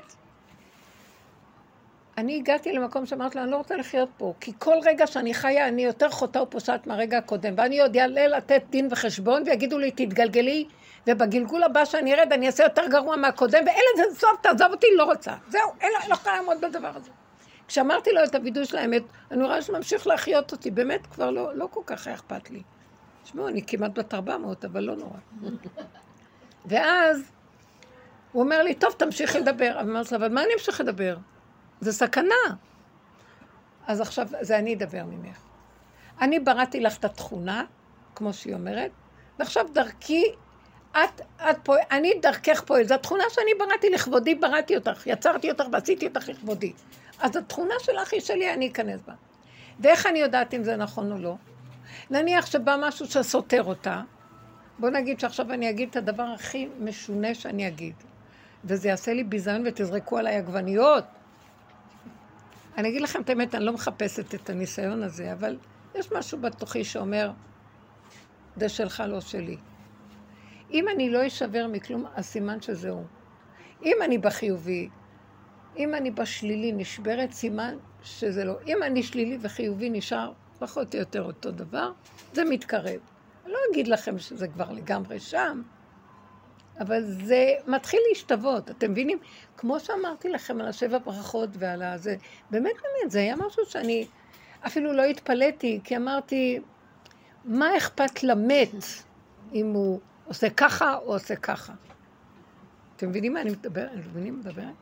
אני הגעתי למקום שאמרת לה, אני לא רוצה לחיות פה, כי כל רגע שאני חיה, אני יותר חוטא ופושעת מהרגע הקודם, ואני יודע לתת דין וחשבון, ויגידו לי, תתגלגלי, ובגלגול הבא שאני ארד, אני אעשה יותר גרוע מהקודם, ואין לזה סוף, תעזוב אותי, לא רוצה. זהו, לא יכולה לעמוד בדבר הזה. כשאמרתי לו את הוידוי של האמת, אני רואה שממשיך להחיות אותי, באמת כבר לא כל כך היה אכפת לי. תשמעו, אני כמעט בת 400, אבל לא נורא. ואז הוא אומר לי, טוב, תמשיך לדבר. אבל מה אני אמשיך לדבר? זה סכנה. אז עכשיו, זה אני אדבר ממך. אני בראתי לך את התכונה, כמו שהיא אומרת, ועכשיו דרכי, את פה, אני דרכך פועל. זו התכונה שאני בראתי לכבודי, בראתי אותך, יצרתי אותך ועשיתי אותך לכבודי. אז התכונה שלך היא שלי, אני אכנס בה. ואיך אני יודעת אם זה נכון או לא? נניח שבא משהו שסותר אותה, בוא נגיד שעכשיו אני אגיד את הדבר הכי משונה שאני אגיד, וזה יעשה לי ביזיון ותזרקו עליי עגבניות. אני אגיד לכם את האמת, אני לא מחפשת את הניסיון הזה, אבל יש משהו בתוכי שאומר, זה שלך לא שלי. אם אני לא אשבר מכלום, הסימן שזהו. אם אני בחיובי, אם אני בשלילי נשברת, סימן שזה לא. אם אני שלילי וחיובי נשאר פחות או יותר אותו דבר, זה מתקרב. אני לא אגיד לכם שזה כבר לגמרי שם, אבל זה מתחיל להשתוות, אתם מבינים? כמו שאמרתי לכם על 7 ברכות ועל הזה, באמת, זה היה משהו שאני אפילו לא התפלאתי, כי אמרתי, מה אכפת למת אם הוא עושה ככה או עושה ככה? אתם מבינים מה אני מדברת? אתם מבינים מה מדברת?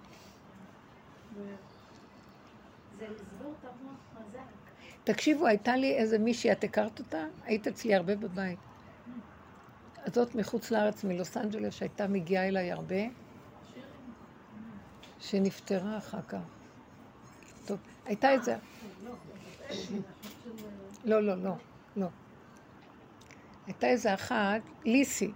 זה לסגור את המוח חזק. תקשיבו, הייתה לי איזה מישהי, את הכרת אותה? היית אצלי הרבה בבית. הזאת מחוץ לארץ, מלוס אנג'לס, שהייתה מגיעה אליי הרבה, שנפטרה אחר כך. טוב, הייתה איזה... לא. הייתה איזה אחת, ליסי.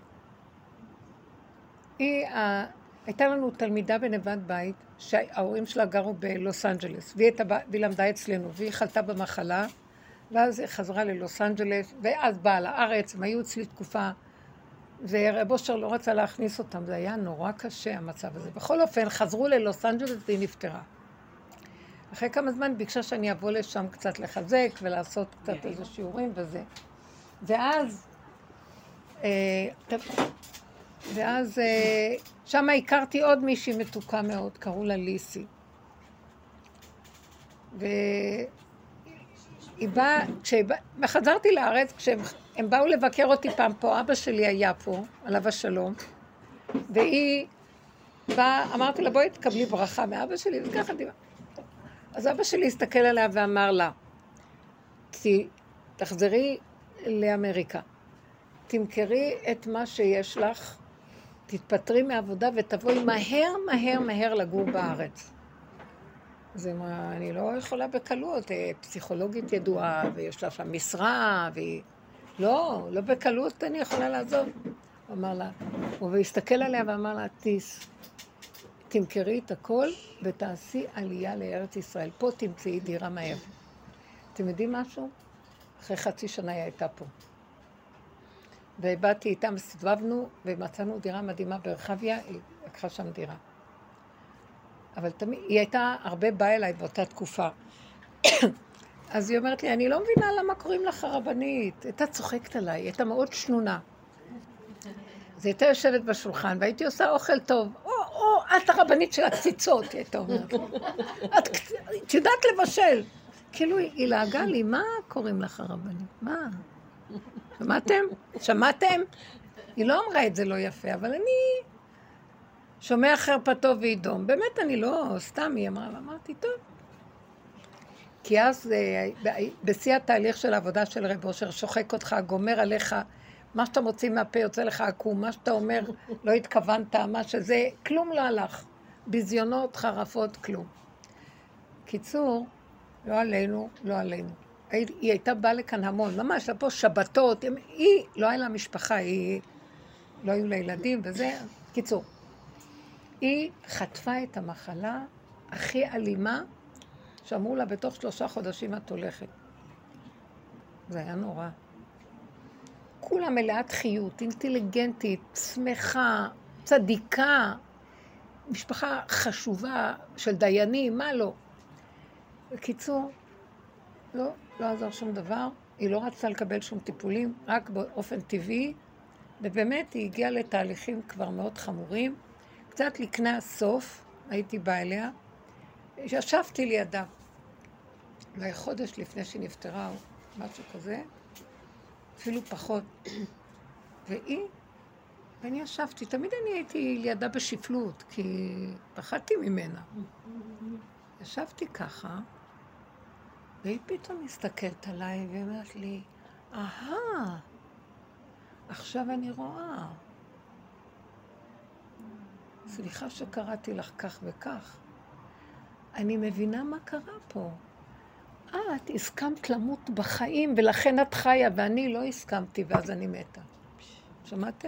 הייתה לנו תלמידה בנבד בית, שההורים שלה גרו בלוס אנג'לס, והיא למדה אצלנו, והיא חלתה במחלה, ואז היא חזרה ללוס אנג'לס, ואז באה לארץ, הם היו אצלי תקופה, ורב אושר לא רצה להכניס אותם, זה היה נורא קשה המצב הזה. בכל אופן, חזרו ללוס אנג'לס והיא נפטרה. אחרי כמה זמן ביקשה שאני אבוא לשם קצת לחזק, ולעשות קצת איזה שיעורים וזה. ואז שם הכרתי עוד מישהי מתוקה מאוד, קראו לה ליסי. והיא באה, חזרתי לארץ, כשהם באו לבקר אותי פעם פה, אבא שלי היה פה, עליו השלום, והיא באה, אמרתי לה, בואי תקבלי ברכה מאבא שלי, וככה דיבה. אז אבא שלי הסתכל עליה ואמר לה, תחזרי לאמריקה, תמכרי את מה שיש לך, תתפטרי מעבודה ותבואי מהר לגור בארץ. אז אני לא יכולה בקלות, פסיכולוגית ידועה, ויש לה שם משרה, והיא... לא בקלות אני יכולה לעזוב. הוא אמר לה, הוא הסתכל עליה ואמר לה, תמכרי את הכל ותעשי עלייה לארץ ישראל. פה תמצאי דירה מהר. אתם יודעים משהו? אחרי 0.5 שנה היא הייתה פה. ובאתי איתם, סבבנו ומצאנו דירה מדהימה ברחביה, היא לקחה שם דירה. אבל תמיד, היא הייתה הרבה באה אליי באותה תקופה. אז היא אומרת לי, אני לא מבינה למה קוראים לך הרבנית. הייתה צוחקת עליי, היא הייתה מאוד שנונה. אז הייתה יושבת בשולחן, והייתי עושה אוכל טוב. את הרבנית של הקציצות, היא הייתה אומרת. את יודעת לבשל. כאילו, היא לעגה לי, מה קוראים לך הרבנית? מה? שמעתם? היא לא אמרה את זה לא יפה, אבל אני שומע חרפתו וידום. באמת אני לא, סתם היא אמרה, ואמרתי, טוב. כי אז בשיא התהליך של העבודה של רב אושר, שוחק אותך, גומר עליך, מה שאתה מוציא מהפה יוצא לך עקום, מה שאתה אומר לא התכוונת, מה שזה, כלום לא הלך. ביזיונות, חרפות, כלום. קיצור, לא עלינו. היא הייתה באה לכאן המון, ממש, פה שבתות, היא לא היה לה משפחה, היא לא היו לה ילדים וזה, קיצור. היא חטפה את המחלה הכי אלימה, שאמרו לה בתוך 3 חודשים את הולכת. זה היה נורא. כולה מלאת חיות, אינטליגנטית, שמחה, צדיקה, משפחה חשובה של דיינים, מה לא? בקיצור, לא עזר שום דבר, היא לא רצתה לקבל שום טיפולים, רק באופן טבעי, ובאמת היא הגיעה לתהליכים כבר מאוד חמורים, קצת לקנה הסוף, הייתי באה אליה, ישבתי לידה, אולי חודש לפני שהיא נפטרה או משהו כזה, אפילו פחות, ואני ישבתי, תמיד אני הייתי לידה בשפלות, כי פחדתי ממנה. ישבתי ככה, והיא פתאום מסתכלת עליי ואומרת לי, עכשיו אני רואה. סליחה שקראתי לך כך וכך. אני מבינה מה קרה פה. את הסכמת למות בחיים, ולכן את חיה, ואני לא הסכמתי, ואז אני מתה. שמעתם?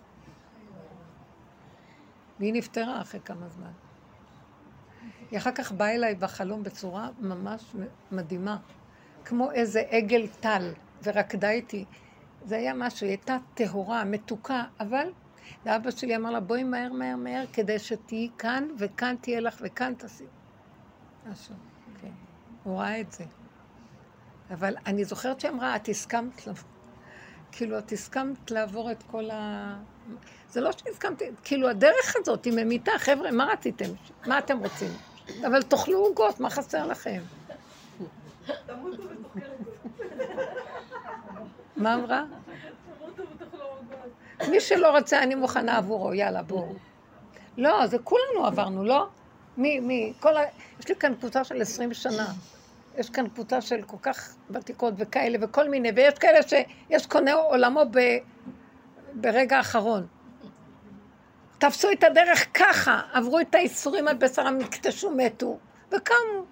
והיא נפטרה אחרי כמה זמן. היא אחר כך באה אליי בחלום בצורה ממש מדהימה, כמו איזה עגל טל, ורקדה איתי. זה היה משהו, היא הייתה טהורה, מתוקה, אבל ואבא שלי אמר לה, בואי מהר, כדי שתהיי כאן, וכאן תהיה לך, וכאן תעשי. משהו, כן. הוא ראה את זה. אבל אני זוכרת שאמרה, את הסכמת לה. כאילו, את הסכמת לעבור את כל ה... זה לא שהסכמתי, כאילו, הדרך הזאת היא ממיתה, חבר'ה, מה רציתם? מה אתם רוצים? אבל תאכלו עוגות, מה חסר לכם? תמותו ותאכלו עוגות. מה אמרה? תמותו ותאכלו עוגות. מי שלא רוצה, אני מוכנה עבורו, יאללה, בואו. לא, זה כולנו עברנו, לא? יש לי כאן קבוצה של 20 שנה. יש כאן קבוצה של כל כך ותיקות וכאלה וכל מיני, ויש כאלה שיש קונה עולמו ברגע האחרון. תפסו את הדרך ככה, עברו את האיסורים על בשרם, נקטשו, מתו, וקמו.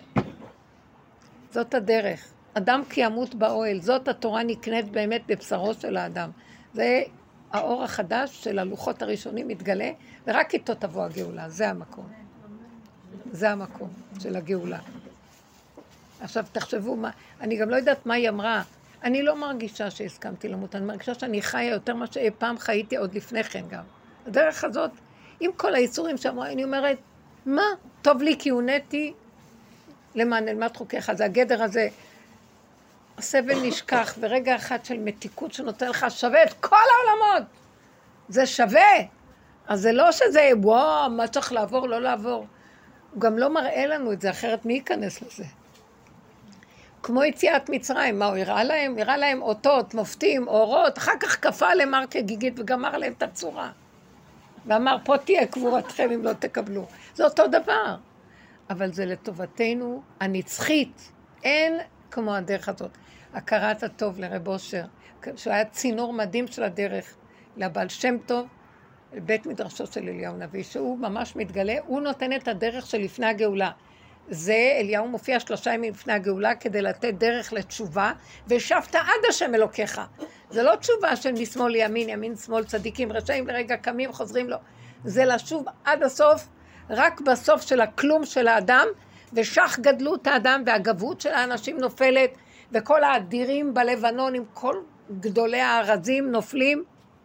זאת הדרך. אדם כי ימות באוהל, זאת התורה נקנית באמת בבשרו של האדם. זה האור החדש של הלוחות הראשונים מתגלה, ורק איתו תבוא הגאולה, זה המקום. זה המקום של הגאולה. עכשיו תחשבו מה, אני גם לא יודעת מה היא אמרה, אני לא מרגישה שהסכמתי למות, אני מרגישה שאני חיה יותר מה שאי פעם חייתי עוד לפני כן גם. הדרך הזאת, עם כל האיסורים שאמרה, אני אומרת, מה? טוב לי כי הונאתי למען נלמד חוקיך, זה הגדר הזה, הסבל נשכח, ורגע אחד של מתיקות שנותן לך שווה את כל העולמות, זה שווה, אז זה לא שזה, וואו, מה צריך לעבור, לא לעבור, הוא גם לא מראה לנו את זה, אחרת מי ייכנס לזה? כמו יציאת מצרים, מה הוא הראה להם? הראה להם אותות, מופתים, אורות, אחר כך כפה עליהם הר כגיגית וגמר להם את הצורה. ואמר, פה תהיה קבורתכם אם לא תקבלו. זה אותו דבר. אבל זה לטובתנו הנצחית. אין כמו הדרך הזאת. הכרת הטוב לרב אושר, שהוא היה צינור מדהים של הדרך, לבעל שם טוב, בית מדרשו של אליהו נביא, שהוא ממש מתגלה, הוא נותן את הדרך של לפני הגאולה. זה אליהו מופיע 3 ימים לפני הגאולה כדי לתת דרך לתשובה, ושבת עד השם אלוקיך. זה לא תשובה של משמאל לימין, ימין שמאל, צדיקים רשעים לרגע קמים חוזרים לו. זה לשוב עד הסוף, רק בסוף של הכלום של האדם, ושח גדלות האדם והגבות של האנשים נופלת, וכל האדירים בלבנון עם כל גדולי הארזים נופלים,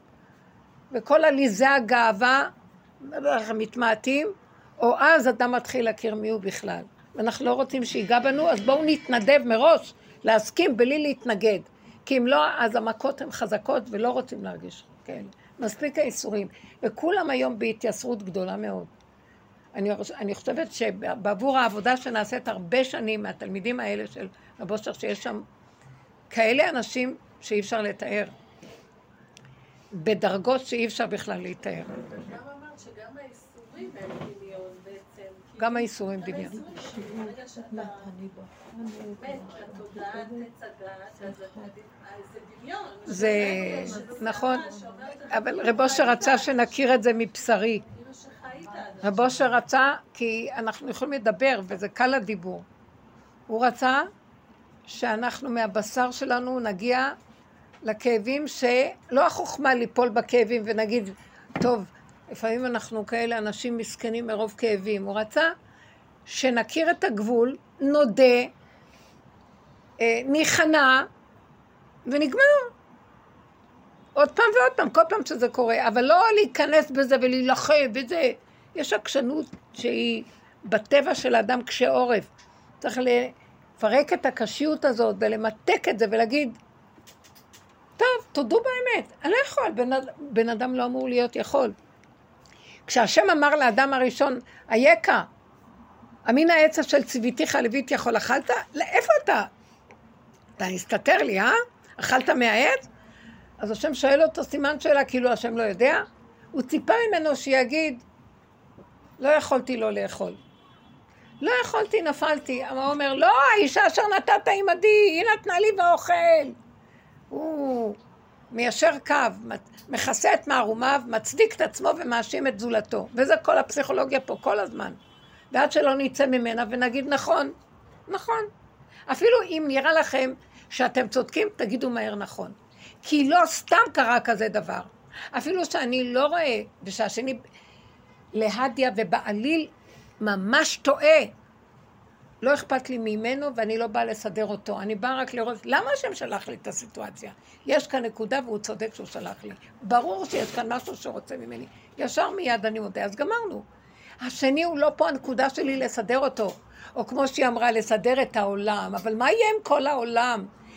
וכל עליזי הגאווה מתמעטים, או אז אדם מתחיל להכיר מי הוא בכלל. ואנחנו לא רוצים שיגע בנו, אז בואו נתנדב מראש, להסכים בלי להתנגד. כי אם לא, אז המכות הן חזקות ולא רוצים להרגיש כאלה. מספיק האיסורים. וכולם היום בהתייסרות גדולה מאוד. אני חושבת שבעבור העבודה שנעשית הרבה שנים מהתלמידים האלה של רב אושר, שיש שם כאלה אנשים שאי אפשר לתאר. בדרגות שאי אפשר בכלל להתאר. גם אמרת שגם האיסורים הם דמיון בעצם. גם האיסורים דמיון. ברגע שאתה מת, התודעה תצגת, אז זה דמיון. זה נכון, אבל רב אושר רצה שנכיר את זה מבשרי. רב אושר רצה, כי אנחנו יכולים לדבר, וזה קל הדיבור. הוא רצה שאנחנו מהבשר שלנו נגיע לכאבים שלא החוכמה ליפול בכאבים ונגיד, טוב, לפעמים אנחנו כאלה אנשים מסכנים מרוב כאבים. הוא רצה שנכיר את הגבול, נודה, ניחנה, ונגמר. עוד פעם ועוד פעם, כל פעם שזה קורה, אבל לא להיכנס בזה ולהילחם וזה. יש עקשנות שהיא בטבע של האדם קשה עורף. צריך לפרק את הקשיות הזאת ולמתק את זה ולהגיד, טוב, תודו באמת, אני לא יכול, בן אדם לא אמור להיות יכול. כשהשם אמר לאדם הראשון, היקה, אמין העץ של צביתיך לוית יכול, אכלת? איפה אתה? אתה הסתתר לי, אכלת מהעץ? אז השם שואל אותו סימן שאלה, כאילו השם לא יודע. הוא ציפה ממנו שיגיד, לא יכולתי לא לאכול. לא יכולתי, נפלתי. הוא אומר, לא, האישה אשר נתת עמדי, היא נתנה לי ואוכל. הוא מיישר קו, מכסה את מערומיו, מצדיק את עצמו ומאשים את זולתו. וזה כל הפסיכולוגיה פה, כל הזמן. ועד שלא נצא ממנה ונגיד נכון, נכון. אפילו אם נראה לכם שאתם צודקים, תגידו מהר נכון. כי לא סתם קרה כזה דבר. אפילו שאני לא רואה, ושהשני להדיה ובעליל ממש טועה. לא אכפת לי ממנו ואני לא באה לסדר אותו. אני באה רק לראות, למה השם שלח לי את הסיטואציה? יש כאן נקודה והוא צודק שהוא שלח לי. ברור שיש כאן משהו שרוצה ממני. ישר מיד אני מודה, אז גמרנו. השני הוא לא פה הנקודה שלי לסדר אותו. או כמו שהיא אמרה, לסדר את העולם. אבל מה יהיה עם כל העולם?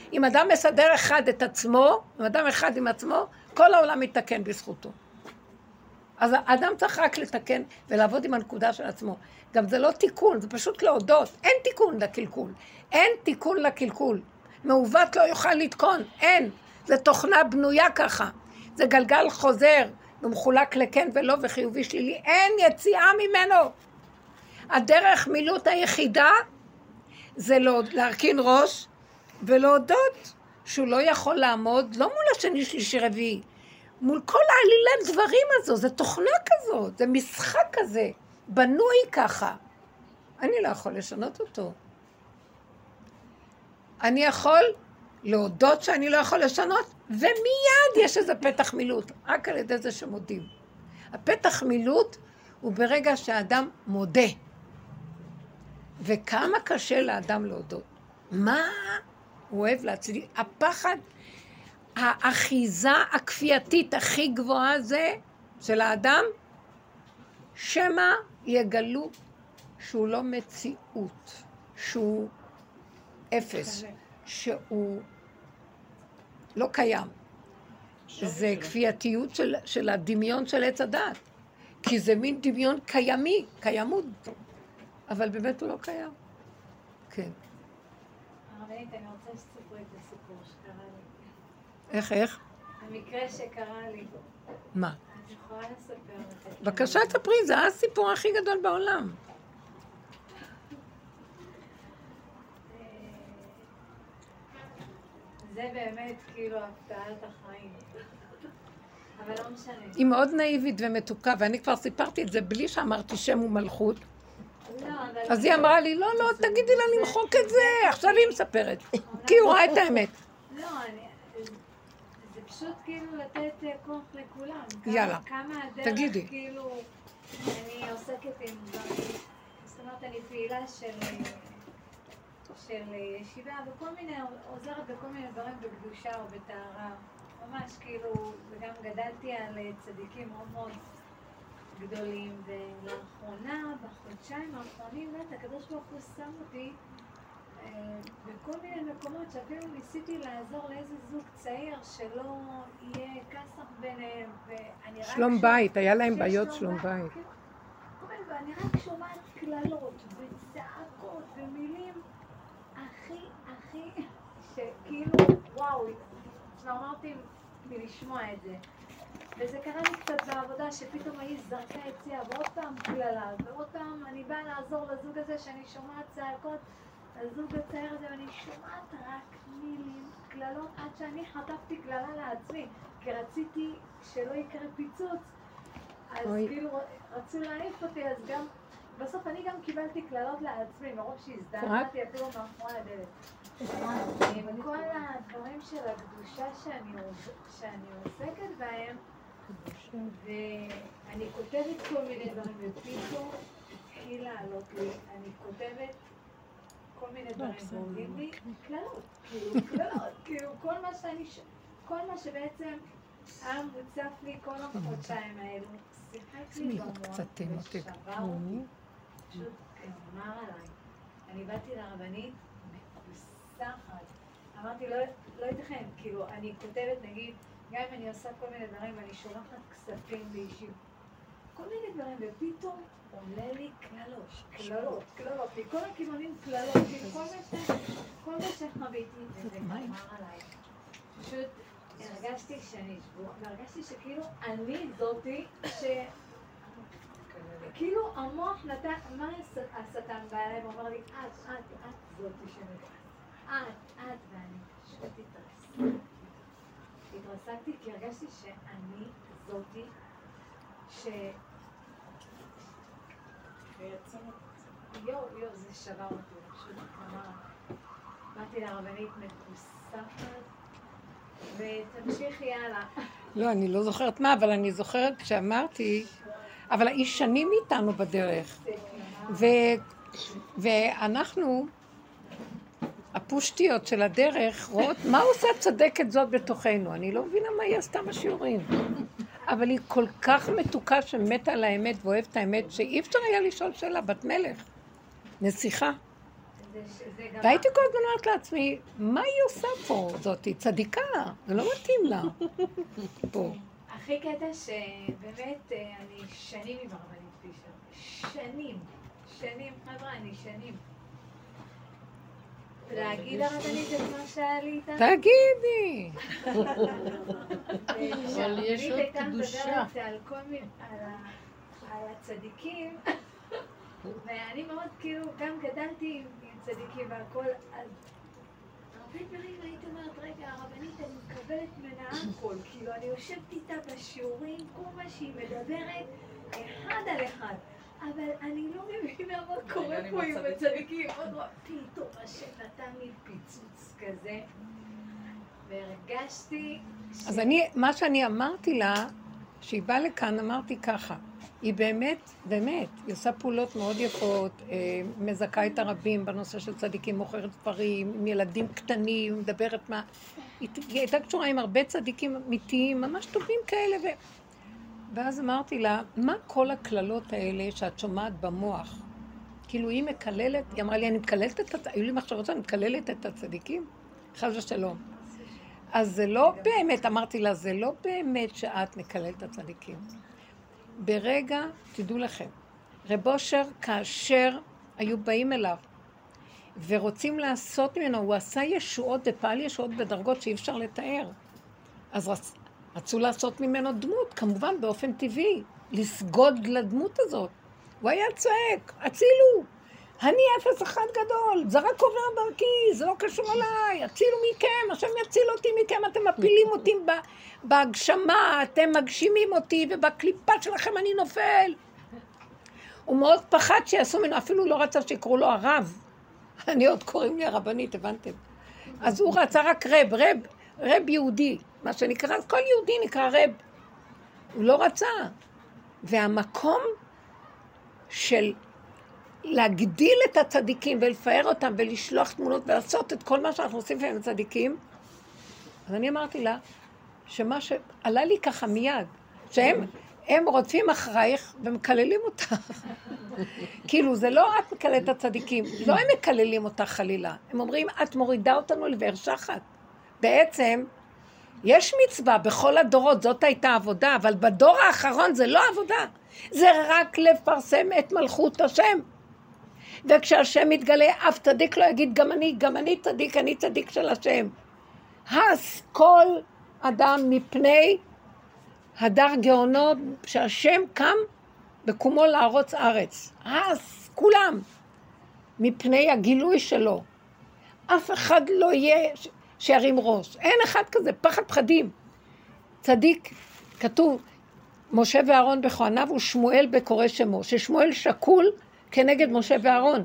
אם אדם מסדר אחד את עצמו, אם אדם אחד עם עצמו, כל העולם מתקן בזכותו. אז האדם צריך רק לתקן ולעבוד עם הנקודה של עצמו. גם זה לא תיקון, זה פשוט להודות. אין תיקון לקלקול. אין תיקון לקלקול. מעוות לא יוכל לתקון, אין. זה תוכנה בנויה ככה. זה גלגל חוזר, ומחולק לכן ולא וחיובי שלילי. אין יציאה ממנו. הדרך מילאות היחידה זה להרכין ראש ולהודות שהוא לא יכול לעמוד, לא מול השני שלישי רביעי, מול כל העלילת דברים הזו, זה תוכנה כזאת, זה משחק כזה, בנוי ככה. אני לא יכול לשנות אותו. אני יכול להודות שאני לא יכול לשנות, ומיד יש איזה פתח מילאות, רק על ידי זה שמודים. הפתח מילאות הוא ברגע שהאדם מודה. וכמה קשה לאדם להודות. מה הוא אוהב להצליח? הפחד, האחיזה הכפייתית הכי גבוהה זה של האדם, שמה יגלו שהוא לא מציאות, שהוא אפס, שהוא לא קיים. זה כפייתיות של הדמיון של עץ הדעת. כי זה מין דמיון קיימי, קיימות. אבל באמת הוא לא קיים. כן. הרבנית, אני רוצה שתספרי את הסיפור שקרה לי. איך? המקרה שקרה לי. מה? את יכולה לספר את זה? בבקשה תספרי, זה הסיפור הכי גדול בעולם. זה באמת כאילו הפתעת החיים. אבל לא משנה. היא מאוד נאיבית ומתוקה, ואני כבר סיפרתי את זה בלי שאמרתי שם ומלכות. אז היא אמרה לי, לא, תגידי לה למחוק את זה, עכשיו היא מספרת. כי הוא ראה את האמת. לא, זה פשוט כאילו לתת כוח לכולם. יאללה, כמה תגידי. הדרך כאילו, אני עוסקת עם דברים, זאת אומרת, אני פעילה של ישיבה, וכל מיני, עוזרת בכל מיני דברים בקדושה או בטהרה. ממש כאילו, וגם גדלתי על צדיקים מאוד מאוד גדולים, ולאחרונה, בחודשיים האחרונים, הקדוש ברוך הוא שם אותי בכל מיני מקומות שאפילו ניסיתי לעזור לאיזה זוג צעיר שלא יהיה כסח ביניהם, ואני רק... שלום בית, היה להם בעיות שלום בית. ואני רק שומעת קללות וצעקות ומילים הכי, שכאילו, וואו, אמרתי מלשמוע את זה. וזה קרה לי קצת בעבודה שפתאום היא זרקה יציאה ועוד פעם קללה, ועוד פעם אני באה לעזור לזוג הזה שאני שומעת צעקות, לזוג הצעיר הזה, ואני שומעת רק מילים, קללות, עד שאני חטפתי קללה לעצמי, כי רציתי שלא יקרה פיצוץ. אז כאילו רצו להעיף אותי, אז גם, בסוף אני גם קיבלתי קללות לעצמי, מרוב שהזדעזעתי אפילו מאחורי הדלת. עם כל הדברים של הקדושה שאני עוסקת בהם, ואני כותבת כל מיני דברים, ופתאום התחיל לעלות לי, אני כותבת כל מיני דברים, ואומרים לי קללות, כאילו כל מה שבעצם היה מוצף לי כל החודשיים האלו, שיחק לי במוח ושבר אותי, פשוט אמר עליי. אני באתי לרבנית מסחת, אמרתי לא ייתכן, כאילו אני כותבת נגיד, גם אם אני עושה כל מיני דברים ואני שולחת כספים באישי, כל מיני דברים, ופתאום עולה לי קללות, מכל הכיוונים קללות, כל מה שחוויתי, וזה אמר עליי. פשוט הרגשתי שאני שבוע, והרגשתי שכאילו אני זאתי כאילו המוח נתן, מה השטן בא אליי ואומר לי, את זאתי שנתן, את, ואני פשוט התרסקתי כי הרגשתי שאני זאתי זה שבר אותי, פשוט באתי לרבנית מקוספת ותמשיכי הלאה. לא, אני לא זוכרת מה, אבל אני זוכרת שאמרתי, אבל האיש שנים איתנו בדרך. ואנחנו, הפושטיות של הדרך, רואות מה עושה צדקת זאת בתוכנו. אני לא מבינה מה היא עשתה בשיעורים. אבל היא כל כך מתוקה שמתה על האמת ואוהבת האמת, שאי אפשר היה לשאול שאלה, בת מלך, נסיכה. שזה גם... והייתי כל הזמן אומרת לעצמי, מה היא עושה פה? זאתי צדיקה, זה לא מתאים לה. פה. הכי קטע שבאמת אני שנים עם הרבנית פישר. שנים, חבר'ה, אני שנים. להגיד הרבנית את מה שהיה לי איתה? תגידי. אבל יש עוד קדושה. על הצדיקים, ואני מאוד כאילו גם גדלתי עם צדיקים והכל, אז הרבה דברים הייתי אומרת, רגע, הרבנית, אני מקבלת ממנה הכל, כאילו אני יושבת איתה בשיעורים, כל מה שהיא מדברת, אחד על אחד, אבל אני לא מבינה מה קורה פה עם הצדיקים, פתאום השם נתן לי פיצוץ כזה, והרגשתי אז מה שאני אמרתי לה, שהיא באה לכאן, אמרתי ככה, היא באמת, היא עושה פעולות מאוד יפות, מזכה את הרבים בנושא של צדיקים, מוכרת ספרים, עם ילדים קטנים, מדברת מה... היא הייתה קשורה עם הרבה צדיקים אמיתיים, ממש טובים כאלה, ואז אמרתי לה, מה כל הכללות האלה שאת שומעת במוח? כאילו היא מקללת, היא אמרה לי, אני מקללת היו לי מחשבות שאני מקללת את הצדיקים? חס ושלום. אז זה לא באמת, אמרתי לה, זה לא באמת שאת מקללת את הצדיקים. ברגע, תדעו לכם, רב אושר כאשר היו באים אליו ורוצים לעשות ממנו, הוא עשה ישועות ופעל ישועות בדרגות שאי אפשר לתאר. אז רצו לעשות ממנו דמות, כמובן באופן טבעי, לסגוד לדמות הזאת. הוא היה צועק, הצילו, אני 0-1 גדול, זה רק עובר דרכי, זה לא קשור עליי, הצילו מכם, השם יציל אותי מכם, אתם מפילים אותי בהגשמה, אתם מגשימים אותי, ובקליפה שלכם אני נופל. הוא מאוד פחד שיעשו ממנו, אפילו לא רצה שיקראו לו הרב. אני עוד קוראים לי הרבנית, הבנתם? אז הוא רצה רק רב יהודי, מה שנקרא, אז כל יהודי נקרא רב. הוא לא רצה. והמקום של להגדיל את הצדיקים ולפאר אותם ולשלוח תמונות ולעשות את כל מה שאנחנו עושים עם הצדיקים, אז אני אמרתי לה, שמה שעלה לי ככה מיד, שהם רודפים אחרייך ומקללים אותך. כאילו, זה לא את מקללת את הצדיקים, לא הם מקללים אותך חלילה. הם אומרים, את מורידה אותנו לבאר שחת. בעצם, יש מצווה בכל הדורות, זאת הייתה עבודה, אבל בדור האחרון זה לא עבודה. זה רק לפרסם את מלכות השם. וכשהשם מתגלה, אף צדיק לא יגיד, גם אני צדיק, אני צדיק של השם. הס כל אדם מפני הדר גאונו, שהשם קם בקומו לארוץ ארץ. הס, כולם, מפני הגילוי שלו. אף אחד לא יהיה שירים ראש. אין אחד כזה, פחד פחדים. צדיק, כתוב, משה ואהרון בכהניו ושמואל בקורא שמו, ששמואל שקול כנגד משה ואהרון.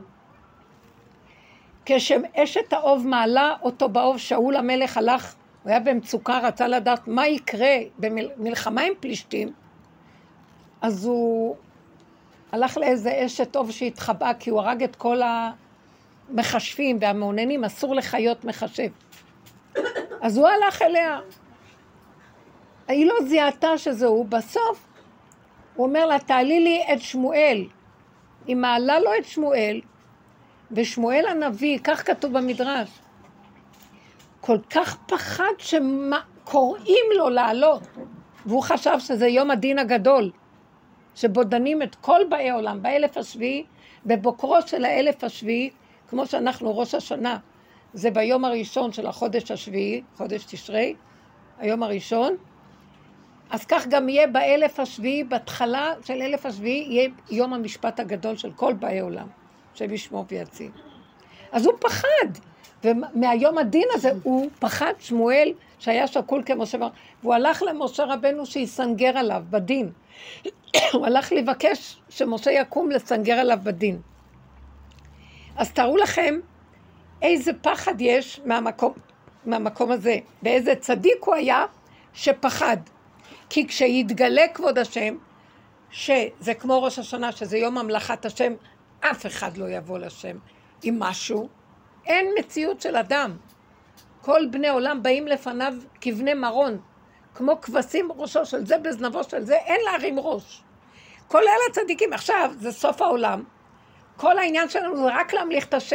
כשאשת האוב מעלה אותו באוב, שאול המלך הלך, הוא היה במצוקה, רצה לדעת מה יקרה במלחמה עם פלישתים, אז הוא הלך לאיזה אשת אוב שהתחבאה, כי הוא הרג את כל המחשבים והמעוננים, אסור לחיות מחשב. אז הוא הלך אליה, היא לא זיהתה שזהו, בסוף הוא אומר לה, תעלי לי את שמואל. היא מעלה לו את שמואל, ושמואל הנביא, כך כתוב במדרש, כל כך פחד שקוראים לו לעלות, והוא חשב שזה יום הדין הגדול, שבו דנים את כל באי עולם, באלף השביעי, בבוקרו של האלף השביעי, כמו שאנחנו ראש השנה, זה ביום הראשון של החודש השביעי, חודש תשרי, היום הראשון, אז כך גם יהיה באלף השביעי, בהתחלה של אלף השביעי, יהיה יום המשפט הגדול של כל באי עולם, שבשמו ויציל. אז הוא פחד, ומהיום הדין הזה הוא פחד, שמואל שהיה שקול כמשה, והוא הלך למשה רבנו שיסנגר עליו בדין. הוא הלך לבקש שמשה יקום לסנגר עליו בדין. אז תראו לכם איזה פחד יש מהמקום הזה, ואיזה צדיק הוא היה שפחד. כי כשיתגלה כבוד השם, שזה כמו ראש השנה, שזה יום המלאכת השם, אף אחד לא יבוא לשם עם משהו. אין מציאות של אדם. כל בני עולם באים לפניו כבני מרון, כמו כבשים ראשו של זה בזנבו של זה, אין להרים ראש. כל אלה צדיקים, עכשיו זה סוף העולם, כל העניין שלנו זה רק להמליך את השם,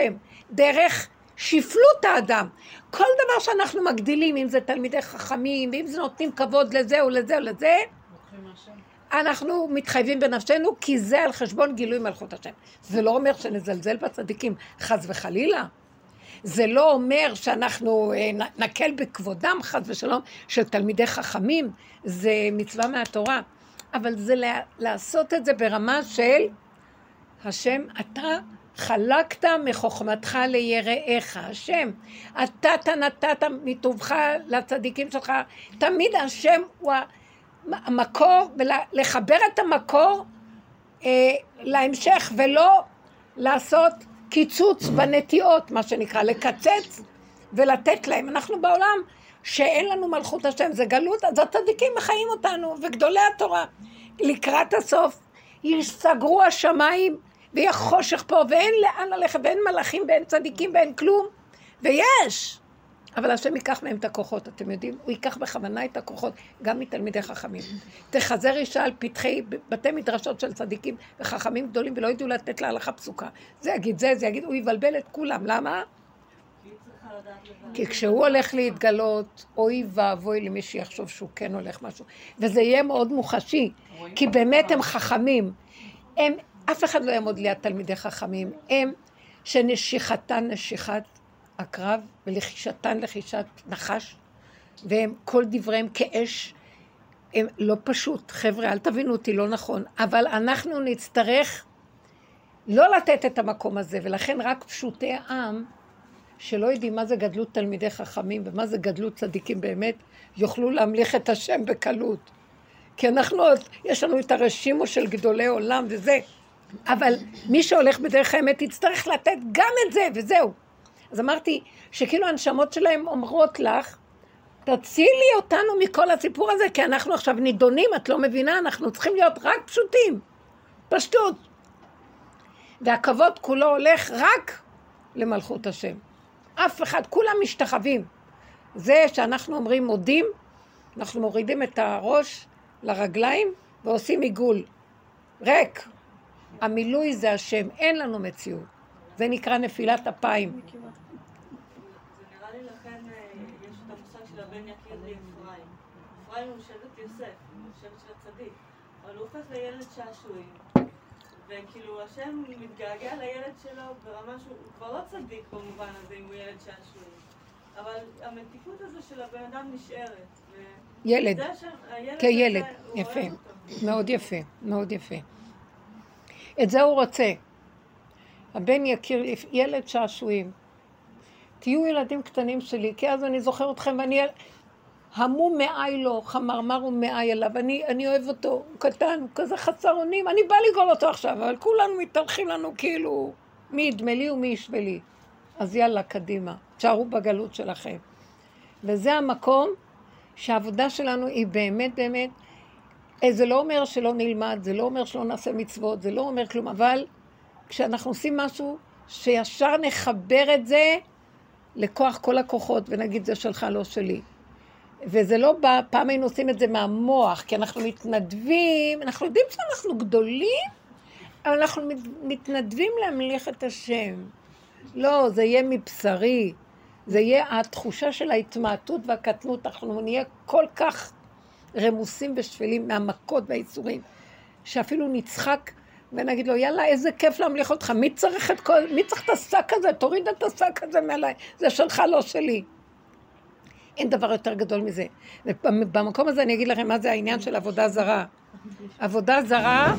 דרך שפלות האדם. כל דבר שאנחנו מגדילים, אם זה תלמידי חכמים, ואם זה נותנים כבוד לזה או לזה או לזה, אנחנו מתחייבים בנפשנו, כי זה על חשבון גילוי מלכות השם. זה לא אומר שנזלזל בצדיקים, חס וחלילה. זה לא אומר שאנחנו נקל בכבודם, חס ושלום, של תלמידי חכמים. זה מצווה מהתורה. אבל זה לעשות את זה ברמה של השם, אתה חלקת מחוכמתך ליראיך, השם, אתה נתת מטובך לצדיקים שלך, תמיד השם הוא המקור, ולחבר את המקור להמשך, ולא לעשות קיצוץ בנטיעות, מה שנקרא, לקצץ ולתת להם. אנחנו בעולם שאין לנו מלכות השם, זה גלות, אז הצדיקים מחיים אותנו, וגדולי התורה, לקראת הסוף, יסגרו השמיים, ויהיה חושך פה, ואין לאן ללכת, ואין מלאכים, ואין צדיקים, ואין כלום, ויש. אבל השם ייקח מהם את הכוחות, אתם יודעים? הוא ייקח בכוונה את הכוחות, גם מתלמידי חכמים. תחזר אישה על פתחי בתי מדרשות של צדיקים וחכמים גדולים, ולא ידעו לתת לה הלכה פסוקה. זה יגיד זה יגיד, הוא יבלבל את כולם. למה? כי כשהוא הולך להתגלות, אוי ואבוי למי שיחשוב שהוא כן הולך משהו. וזה יהיה מאוד מוחשי, כי באמת הם חכמים. אף אחד לא יעמוד ליד תלמידי חכמים. הם שנשיכתן נשיכת הקרב, ולחישתן לחישת נחש, והם כל דבריהם כאש. הם לא פשוט, חבר'ה, אל תבינו אותי, לא נכון. אבל אנחנו נצטרך לא לתת את המקום הזה, ולכן רק פשוטי העם, שלא יודעים מה זה גדלות תלמידי חכמים, ומה זה גדלות צדיקים באמת, יוכלו להמליך את השם בקלות. כי אנחנו, יש לנו את הרשימו של גדולי עולם וזה, אבל מי שהולך בדרך האמת יצטרך לתת גם את זה, וזהו. אז אמרתי שכאילו הנשמות שלהם אומרות לך, תצילי אותנו מכל הסיפור הזה, כי אנחנו עכשיו נידונים, את לא מבינה, אנחנו צריכים להיות רק פשוטים, פשטות. והכבוד כולו הולך רק למלכות השם. אף אחד, כולם משתחווים. זה שאנחנו אומרים מודים, אנחנו מורידים את הראש לרגליים ועושים עיגול. ריק. המילוי זה השם, אין לנו מציאות. זה נקרא נפילת אפיים. זה נראה לי לכן יש את המושג של הבן יקיר לאפרים. אפרים הוא שבט יוסף, הוא שבט של הצדיק, אבל הוא הופך לילד שעשועים. וכאילו השם מתגעגע לילד שלו ברמה שהוא כבר לא צדיק במובן הזה אם הוא ילד שעשועים. אבל המתיקות הזו של הבן אדם נשארת. ילד, כילד, יפה, מאוד יפה, מאוד יפה. את זה הוא רוצה. הבן יכיר, ילד שעשועים. תהיו ילדים קטנים שלי, כי אז אני זוכר אתכם, ואני המום מאי לו, חמרמר הוא מאי אליו, אני אוהב אותו, הוא קטן, הוא כזה חסר אונים, אני בא לגאול אותו עכשיו, אבל כולנו מתהלכים לנו כאילו, מי ידמה לי ומי ישווה לי. אז יאללה, קדימה, תשארו בגלות שלכם. וזה המקום שהעבודה שלנו היא באמת, באמת, זה לא אומר שלא נלמד, זה לא אומר שלא נעשה מצוות, זה לא אומר כלום, אבל כשאנחנו עושים משהו שישר נחבר את זה לכוח כל הכוחות, ונגיד זה שלך, לא שלי. וזה לא בא, פעם היינו עושים את זה מהמוח, כי אנחנו מתנדבים, אנחנו יודעים שאנחנו גדולים, אבל אנחנו מתנדבים להמליך את השם. לא, זה יהיה מבשרי, זה יהיה התחושה של ההתמעטות והקטנות, אנחנו נהיה כל כך רמוסים ושפלים מהמכות והאיסורים, שאפילו נצחק ונגיד לו, יאללה, איזה כיף להמליך אותך, מי צריך את השק הזה, תוריד את השק הזה מעליי, זה שלך, לא שלי. אין דבר יותר גדול מזה. ובמקום הזה אני אגיד לכם מה זה העניין של עבודה זרה. עבודה זרה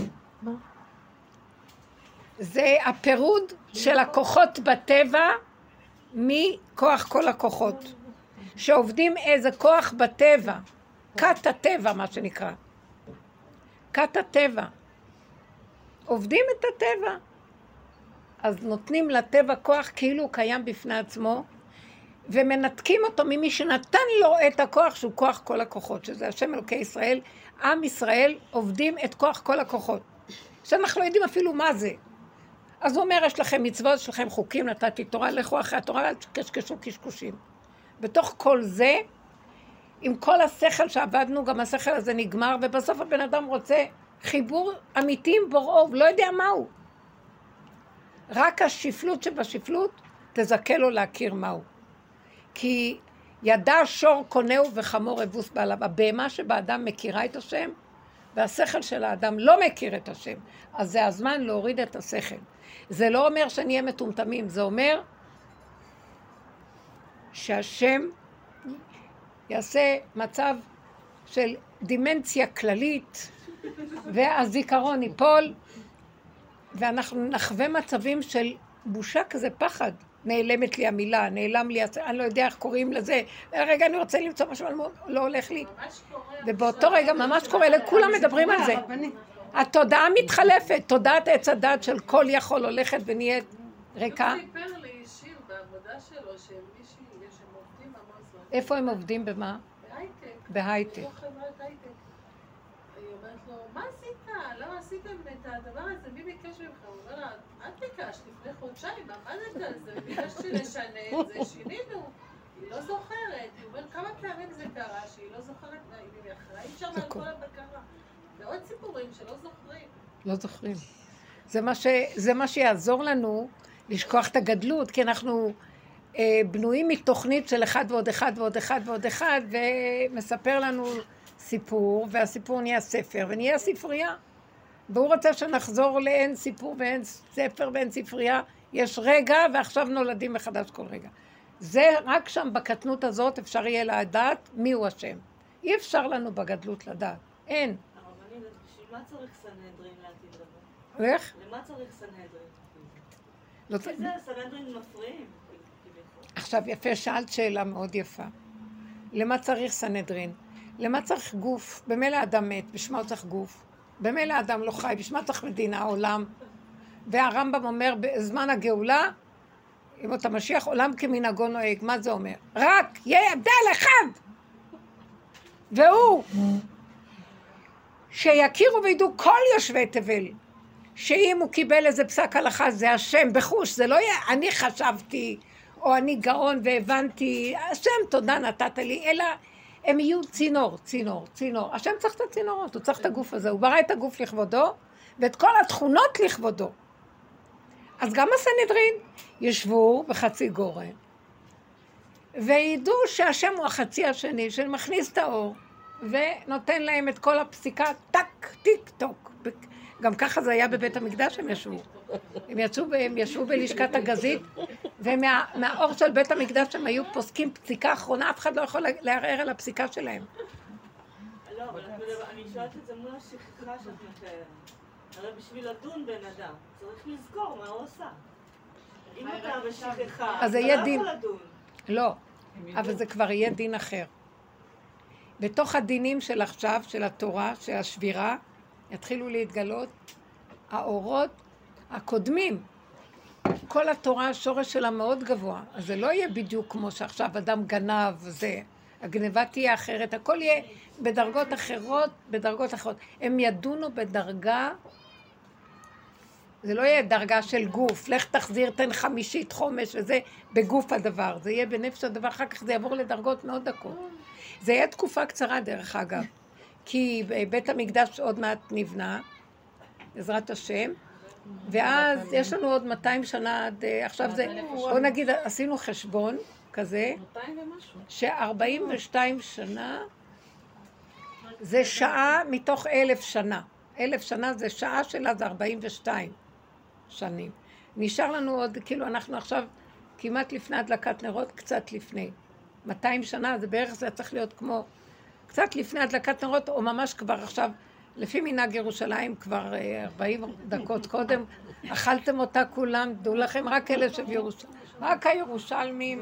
זה הפירוד של הכוחות בטבע מכוח כל הכוחות. שעובדים איזה כוח בטבע, כת הטבע מה שנקרא. כת הטבע. עובדים את הטבע. אז נותנים לטבע כוח כאילו הוא קיים בפני עצמו, ומנתקים אותו ממי שנתן לו את הכוח שהוא כוח כל הכוחות, שזה השם אלוקי ישראל. עם ישראל עובדים את כוח כל הכוחות, שאנחנו לא יודעים אפילו מה זה. אז הוא אומר, יש לכם מצוות, יש לכם חוקים, נתתי תורה, לכו אחרי התורה, ואל תקשקשו קשקושים. בתוך כל זה, עם כל השכל שעבדנו, גם השכל הזה נגמר, ובסוף הבן אדם רוצה חיבור אמיתי עם בוראו, לא יודע מהו. רק השפלות שבשפלות תזכה לו להכיר מהו. כי ידע שור קונהו וחמור אבוס בעליו. הבהמה שבאדם מכירה את השם, והשכל של האדם לא מכיר את השם. אז זה הזמן להוריד את השכל. זה לא אומר שנהיה מטומטמים, זה אומר שהשם יעשה מצב של דימנציה כללית, והזיכרון ייפול, ואנחנו נחווה מצבים של בושה כזה, פחד. נעלמת לי המילה, נעלם לי, אני לא יודע איך קוראים לזה, רגע אני רוצה למצוא משהו, לא הולך לי. ובאותו רגע ממש קורה, לכולם מדברים על זה. התודעה מתחלפת, תודעת עץ הדת של כל יכול הולכת ונהיית ריקה. הוא סיפר לי שיר בעבודה שלו, שהם עובדים במוזמן. איפה הם עובדים? במה? בהייטק. בהייטק. בתוך חברת הייטק. היא אומרת לו, מה עשית? למה עשיתם את הדבר הזה? מי ביקש ממך? הוא אומר לה, את ביקשת לפני חודשיים, עמדת על זה, ביקשתי לשנה את זה, שינינו. היא לא זוכרת. היא אומרת, כמה פעמים זה קרה שהיא לא זוכרת, היא אחראית שם על כל הבקרה. ועוד סיפורים שלא זוכרים. לא זוכרים. זה מה שיעזור לנו לשכוח את הגדלות, כי אנחנו בנויים מתוכנית של אחד ועוד אחד ועוד אחד ועוד אחד, ומספר לנו סיפור, והסיפור נהיה ספר, ונהיה ספרייה. והוא רוצה שנחזור לאין סיפור ואין ספר ואין ספרייה. יש רגע, ועכשיו נולדים מחדש כל רגע. זה רק שם בקטנות הזאת אפשר יהיה לדעת מי הוא השם. אי אפשר לנו בגדלות לדעת. אין. הרבנית, בשביל מה צריך סנהדרין לעתיד לבוא? איך? למה צריך סנהדרין? לא כי צריך. זה סנהדרין מפריעים. עכשיו יפה, שאלת שאלה מאוד יפה. למה צריך סנהדרין? למה צריך גוף? במילא אדם מת, בשמה צריך גוף. במילא אדם לא חי, בשמה צריך מדינה, עולם. והרמב"ם אומר, בזמן הגאולה, אם אתה משיח, עולם כמנהגו נוהג. מה זה אומר? רק יהיה הבדל אחד! והוא, שיכירו וידעו כל יושבי תבל, שאם הוא קיבל איזה פסק הלכה, זה השם בחוש, זה לא יהיה, אני חשבתי, או אני גאון והבנתי, השם תודה נתת לי, אלא הם יהיו צינור. השם צריך את הצינורות, הוא צריך את הגוף הזה, הוא ברא את הגוף לכבודו, ואת כל התכונות לכבודו. אז גם הסנהדרין ישבו בחצי גורן, וידעו שהשם הוא החצי השני, שמכניס את האור, ונותן להם את כל הפסיקה, טק, טיק, טוק. גם ככה זה היה בבית המקדש, הם ישבו. הם ישבו בלשכת הגזית, ומהאור של בית המקדש הם היו פוסקים פסיקה אחרונה, אף אחד לא יכול לערער על הפסיקה שלהם. לא, אבל אני שואלת את זה מול השכחה שאת מתארת. הרי בשביל לדון בן אדם, צריך לזכור מה הוא עושה. אם אתה בשכחה, אז אתה יהיה לא דין. יכול לדון. לא, אבל זה כבר יהיה דין אחר. בתוך הדינים של עכשיו, של התורה, של השבירה, יתחילו להתגלות האורות הקודמים. כל התורה, השורש שלה מאוד גבוה. אז זה לא יהיה בדיוק כמו שעכשיו אדם גנב, זה. הגניבה תהיה אחרת, הכל יהיה בדרגות אחרות, הם ידונו בדרגה, זה לא יהיה דרגה של גוף, לך תחזיר, תן חמישית, חומש, וזה בגוף הדבר. זה יהיה בנפש הדבר, אחר כך זה יעבור לדרגות מאוד דקות. זה יהיה תקופה קצרה דרך אגב, כי בית המקדש עוד מעט נבנה, בעזרת השם, ואז יש לנו עוד 200 שנה עד עכשיו זה, בוא נגיד, עשינו חשבון כזה, ש42 שנה זה שעה מתוך 1,000 שנה. 1,000 שנה זה שעה שלה, זה 42 שנים. נשאר לנו עוד, כאילו אנחנו עכשיו כמעט לפני הדלקת נרות, קצת לפני. 200 שנה זה בערך, זה צריך להיות כמו קצת לפני הדלקת נרות, או ממש כבר עכשיו, לפי מנהג ירושלים, כבר 40 דקות קודם, אכלתם אותה כולם, דעו לכם, רק אלה של ירושלים, רק הירושלמים.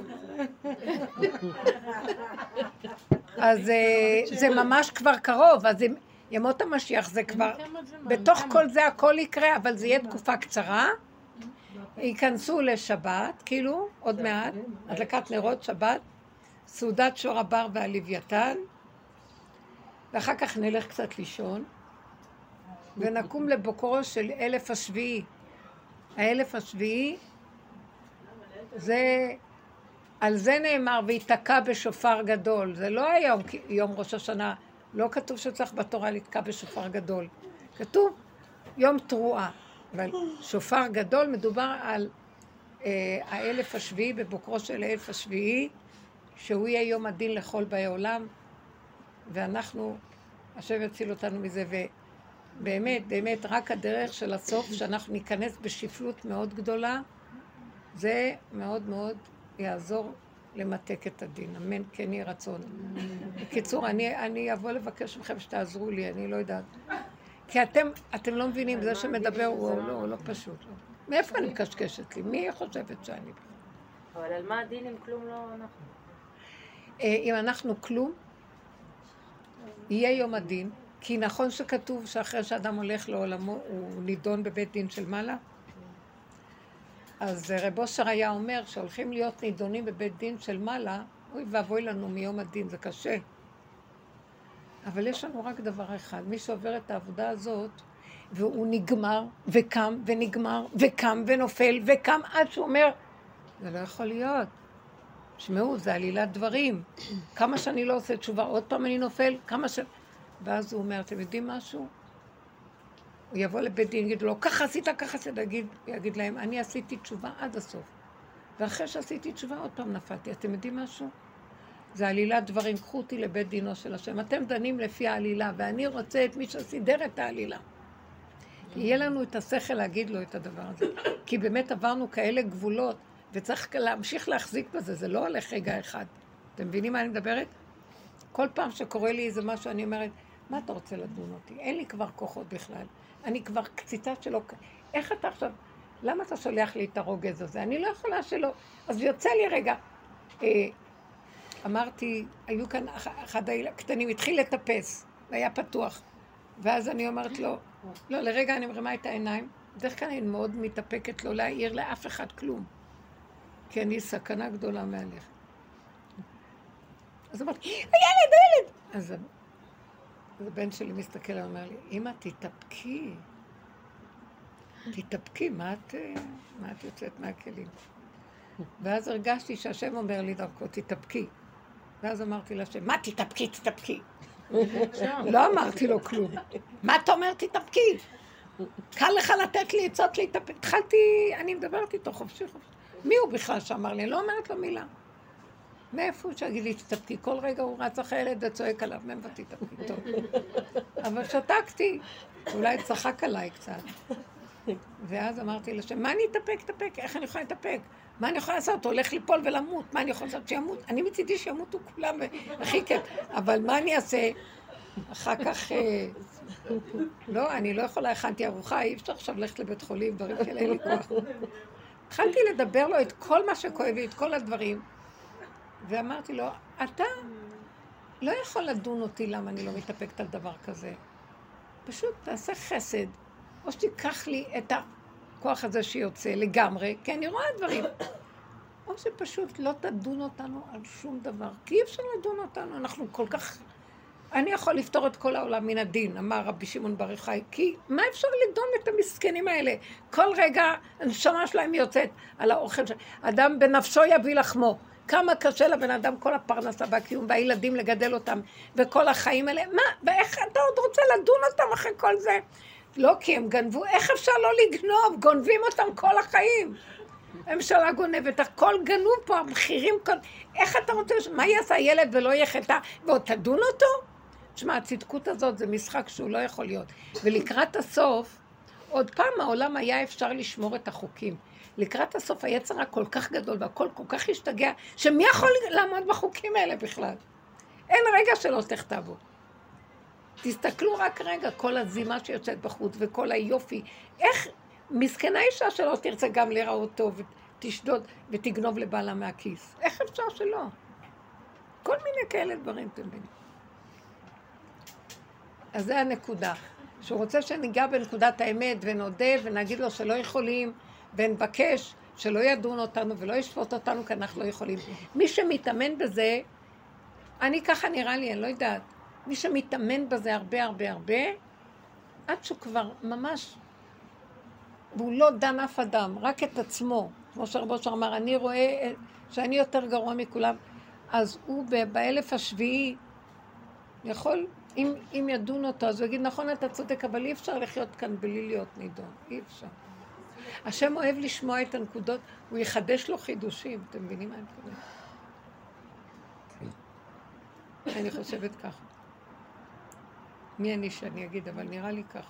אז זה ממש כבר קרוב, אז ימות המשיח זה כבר, בתוך כל זה הכל יקרה, אבל זה יהיה תקופה קצרה, ייכנסו לשבת, כאילו, עוד מעט, הדלקת נרות, שבת, סעודת שור הבר והלוויתן, ואחר כך נלך קצת לישון, ונקום לבוקרו של 1000 השביעי. 1000 השביעי, זה, על זה נאמר, ויתקע בשופר גדול. זה לא היום, יום ראש השנה, לא כתוב שצריך בתורה לתקע בשופר גדול. כתוב יום תרועה, אבל שופר גדול מדובר על האלף השביעי, בבוקרו של האלף השביעי, שהוא יהיה יום הדין לכל באי עולם, ואנחנו, השם יציל אותנו מזה, ובאמת, באמת, רק הדרך של הסוף, שאנחנו ניכנס בשפלות מאוד גדולה, זה מאוד מאוד יעזור למתק את הדין. אמן, כן יהיה רצון. בקיצור, אני אבוא לבקש מכם שתעזרו לי, אני לא יודעת. כי אתם לא מבינים, זה שמדבר הוא לא פשוט. מאיפה אני מקשקשת לי? מי חושבת שאני? אבל על מה הדין אם כלום לא אנחנו? אם אנחנו כלום, יהיה יום הדין, כי נכון שכתוב שאחרי שאדם הולך לעולמו, הוא נידון בבית דין של מעלה. אז רב אושר היה אומר שהולכים להיות נידונים בבית דין של מעלה, אוי ואבוי לנו מיום הדין, זה קשה. אבל יש לנו רק דבר אחד, מי שעובר את העבודה הזאת, והוא נגמר, וקם, ונגמר, וקם, ונופל, וקם, עד שהוא אומר, זה לא יכול להיות. שמעו, זה עלילת דברים. כמה שאני לא עושה תשובה, עוד פעם אני נופל, ואז הוא אומר, אתם יודעים משהו? הוא יבוא לבית דין, יגיד לו, ככה עשית, יגיד להם, אני עשיתי תשובה עד הסוף. ואחרי שעשיתי תשובה, עוד פעם נפלתי. אתם יודעים משהו? זה עלילת דברים, קחו אותי לבית דינו של השם. אתם דנים לפי העלילה, ואני רוצה את מי שסידר את העלילה. יהיה לנו את השכל להגיד לו את הדבר הזה. כי באמת עברנו כאלה גבולות, וצריך להמשיך להחזיק בזה, זה לא הולך רגע אחד. אתם מבינים מה אני מדברת? כל פעם שקורה לי איזה משהו, אני אומרת, מה אתה רוצה לדון אותי? אין לי כבר כוחות בכלל. אני כבר קציצה שלא... איך אתה עכשיו... למה אתה שולח לי את הרוגז הזה? אני לא יכולה שלא. אז יוצא לי רגע. אמרתי, היו כאן אחד הקטנים, התחיל לטפס, והיה פתוח. ואז אני אומרת לו, לא, לרגע אני מרימה את העיניים. דרך כאן אני מאוד מתאפקת לא להעיר לאף אחד כלום. כי אני סכנה גדולה מהלך. אז אמרתי, הילד! אז הבן שלי מסתכל ואומר לי, אמא, תתאפקי, מה את יוצאת מהכלים? ואז הרגשתי שהשם אומר לי דרכו, תתאפקי. ואז אמרתי להשם, מה תתאפקי? לא אמרתי לו כלום. מה אתה אומר, תתאפקי? קל לך לתת לי עצות להתאפק. התחלתי, אני מדברת איתו חופשי. מי הוא בכלל שאמר לי? לא אומרת לו מילה. מאיפה הוא שיגיד לי, תתאפקי? כל רגע הוא רץ אחרי ילד וצועק עליו, מאיפה תתאפקי? טוב. אבל שתקתי. אולי צחק עליי קצת. ואז אמרתי לשם, מה אני אתאפק? איך אני יכולה להתאפק? מה אני יכולה לעשות? הוא הולך ליפול ולמות. מה אני יכולה לעשות? שימות. אני מצידי שימותו כולם, הכי כיף. אבל מה אני אעשה? אחר כך... לא, אני לא יכולה, הכנתי ארוחה, אי אפשר עכשיו ללכת לבית חולים, דברים כאלה, אין לי כוח. התחלתי לדבר לו את כל מה שכואב לי, את כל הדברים, ואמרתי לו, אתה לא יכול לדון אותי למה אני לא מתאפקת על דבר כזה. פשוט תעשה חסד, או שתיקח לי את הכוח הזה שיוצא לגמרי, כי אני רואה דברים. או שפשוט לא תדון אותנו על שום דבר, כי אי אפשר לדון אותנו, אנחנו כל כך... אני יכול לפתור את כל העולם מן הדין, אמר רבי שמעון בר יוחאי, כי מה אפשר לדון את המסכנים האלה? כל רגע הנשמה שלהם יוצאת על האוכל של... אדם בנפשו יביא לחמו. כמה קשה לבן אדם כל הפרנסה והקיום והילדים לגדל אותם וכל החיים האלה. מה? ואיך אתה עוד רוצה לדון אותם אחרי כל זה? לא, כי הם גנבו. איך אפשר לא לגנוב? גונבים אותם כל החיים. הממשלה גונבת, הכל גנוב פה, המחירים... איך אתה רוצה... מה יעשה הילד ולא יהיה חטא? ועוד תדון אותו? תשמע, הצדקות הזאת זה משחק שהוא לא יכול להיות. ולקראת הסוף, עוד פעם העולם היה אפשר לשמור את החוקים. לקראת הסוף היצר כל כך גדול והכל כל כך השתגע, שמי יכול לעמוד בחוקים האלה בכלל? אין רגע שלא תכתבו. תסתכלו רק רגע, כל הזימה שיוצאת בחוץ וכל היופי. איך מסכנה אישה שלא תרצה גם לראות טוב ותשדוד ותגנוב לבעלה מהכיס? איך אפשר שלא? כל מיני כאלה דברים, אתם מבינים. אז זה הנקודה. שהוא רוצה שניגע בנקודת האמת ונודה ונגיד לו שלא יכולים ונבקש שלא ידון אותנו ולא ישפוט אותנו כי אנחנו לא יכולים. מי שמתאמן בזה, אני ככה נראה לי, אני לא יודעת, מי שמתאמן בזה הרבה, עד שהוא כבר ממש, והוא לא דן אף אדם, רק את עצמו, כמו שרב אושר אמר, אני רואה שאני יותר גרוע מכולם, אז הוא באלף השביעי יכול, אם ידון אותו, אז הוא יגיד, נכון, אתה צודק, אבל אי אפשר לחיות כאן בלי להיות נידון, אי אפשר. השם אוהב לשמוע את הנקודות, הוא יחדש לו חידושים, אתם מבינים מה אני מתכוונת? אני חושבת ככה. מי אני שאני אגיד, אבל נראה לי ככה.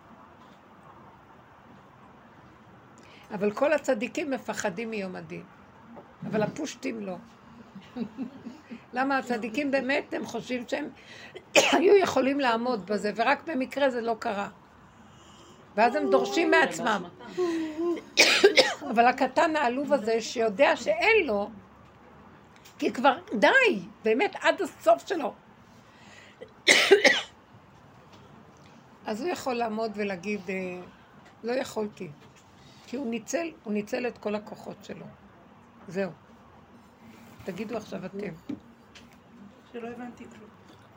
אבל כל הצדיקים מפחדים מיום הדין, אבל הפושטים לא. למה הצדיקים באמת הם חושבים שהם היו יכולים לעמוד בזה, ורק במקרה זה לא קרה. ואז הם דורשים מעצמם. אבל הקטן העלוב הזה שיודע שאין לו, כי כבר די, באמת עד הסוף שלו. אז הוא יכול לעמוד ולהגיד, לא יכולתי. כי הוא ניצל את כל הכוחות שלו. זהו. תגידו עכשיו אתם. שלא הבנתי כלום.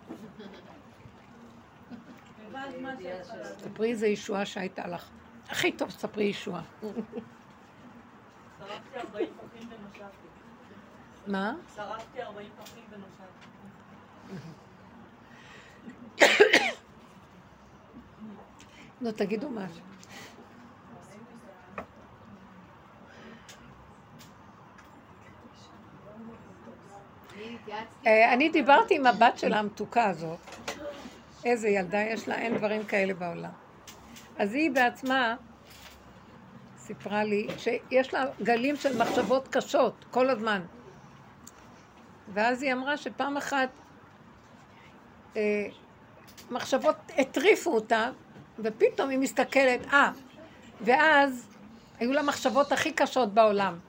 ספרי איזה ישועה שהייתה לך. הכי טוב ספרי ישועה. שרפתי 40 פחים ונושבתי. מה? שרפתי 40 פחים ונושבתי. נו, תגידו משהו. אני דיברתי עם הבת של המתוקה הזאת. איזה ילדה יש לה, אין דברים כאלה בעולם. אז היא בעצמה סיפרה לי שיש לה גלים של מחשבות קשות כל הזמן. ואז היא אמרה שפעם אחת מחשבות הטריפו אותה, ופתאום היא מסתכלת, ואז היו לה מחשבות הכי קשות בעולם.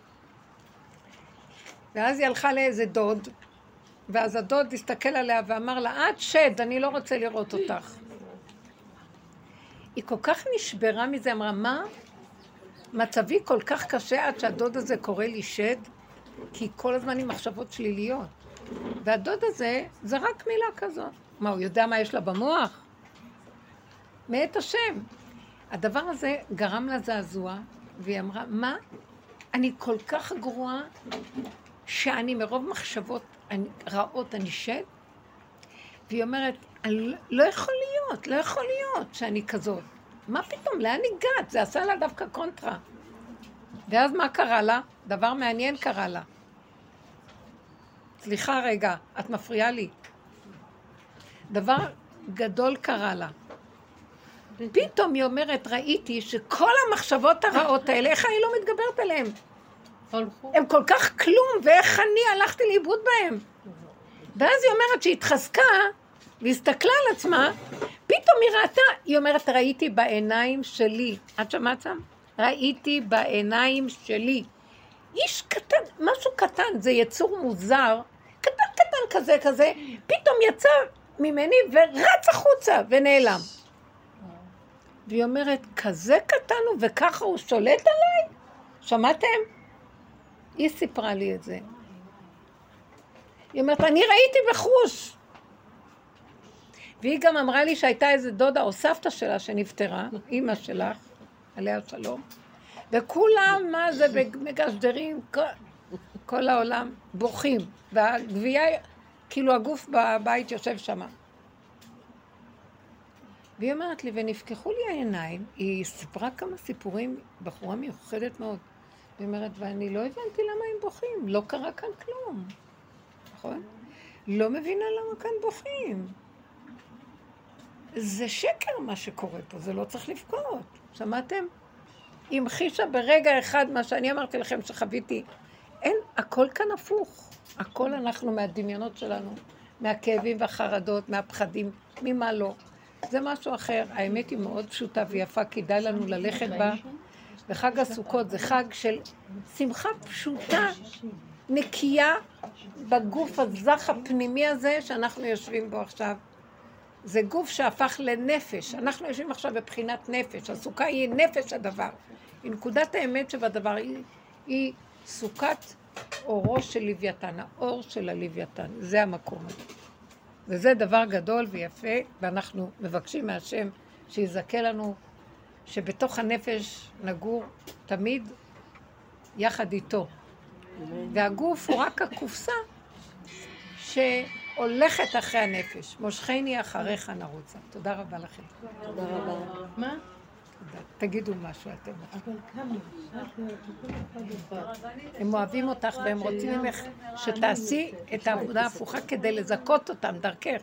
ואז היא הלכה לאיזה דוד, ואז הדוד הסתכל עליה ואמר לה, את שד, אני לא רוצה לראות אותך. היא כל כך נשברה מזה, אמרה, מה? מצבי כל כך קשה עד שהדוד הזה קורא לי שד, כי כל הזמן עם מחשבות שליליות. והדוד הזה, זה רק מילה כזאת. מה, הוא יודע מה יש לה במוח? מאת השם. הדבר הזה גרם לה זעזוע, והיא אמרה, מה? אני כל כך גרועה, שאני מרוב מחשבות רעות אני שד? והיא אומרת, לא יכול להיות שאני כזאת. מה פתאום, לאן הגעת? זה עשה לה דווקא קונטרה. ואז מה קרה לה? דבר מעניין קרה לה. סליחה רגע, את מפריעה לי. דבר גדול קרה לה. פתאום היא אומרת, ראיתי שכל המחשבות הרעות האלה, איך אני לא מתגברת עליהן? הם כל כך כלום, ואיך אני הלכתי לאיבוד בהם. ואז היא אומרת שהיא התחזקה, והסתכלה על עצמה, פתאום היא ראתה, היא אומרת, ראיתי בעיניים שלי. את שמעת שם? ראיתי בעיניים שלי. איש קטן, משהו קטן, זה יצור מוזר, קטן כזה, פתאום יצא ממני ורץ החוצה ונעלם. והיא אומרת, כזה קטן הוא וככה הוא שולט עליי? שמעתם? היא סיפרה לי את זה. היא אומרת, אני ראיתי בחוש. והיא גם אמרה לי שהייתה איזה דודה או סבתא שלה שנפטרה, אמא שלך, עליה שלום, וכולם, מה זה, מגשדרים, כל העולם בוכים, והגבייה, כאילו הגוף בבית יושב שמה. והיא אומרת לי, ונפקחו לי העיניים, היא סיפרה כמה סיפורים, בחורה מיוחדת מאוד. היא אומרת, ואני לא הבנתי למה הם בוכים, לא קרה כאן כלום. נכון? לא מבינה למה כאן בוכים. זה שקר מה שקורה פה, זה לא צריך לבכות. שמעתם? המחישה ברגע אחד מה שאני אמרתי לכם שחוויתי. אין, הכל כאן הפוך. הכל אנחנו מהדמיונות שלנו, מהכאבים והחרדות, מהפחדים, ממה לא. זה משהו אחר. האמת היא מאוד פשוטה ויפה, כדאי לנו ללכת בה. וחג הסוכות זה חג של שמחה פשוטה, נקייה בגוף הזך הפנימי הזה שאנחנו יושבים בו עכשיו. זה גוף שהפך לנפש. אנחנו יושבים עכשיו בבחינת נפש. הסוכה היא נפש הדבר. היא נקודת האמת שבדבר היא סוכת אורו של לוויתן, האור של הלוויתן. זה המקום הזה. וזה דבר גדול ויפה, ואנחנו מבקשים מהשם שיזכה לנו שבתוך הנפש נגור תמיד יחד איתו. והגוף הוא רק הקופסה שהולכת אחרי הנפש. מושכני אחריך נרוצה. תודה רבה לכם. תודה רבה. מה? תגידו משהו אתם. אבל כמה? הם אוהבים אותך והם רוצים ממך שתעשי את העבודה ההפוכה כדי לזכות אותם דרכך.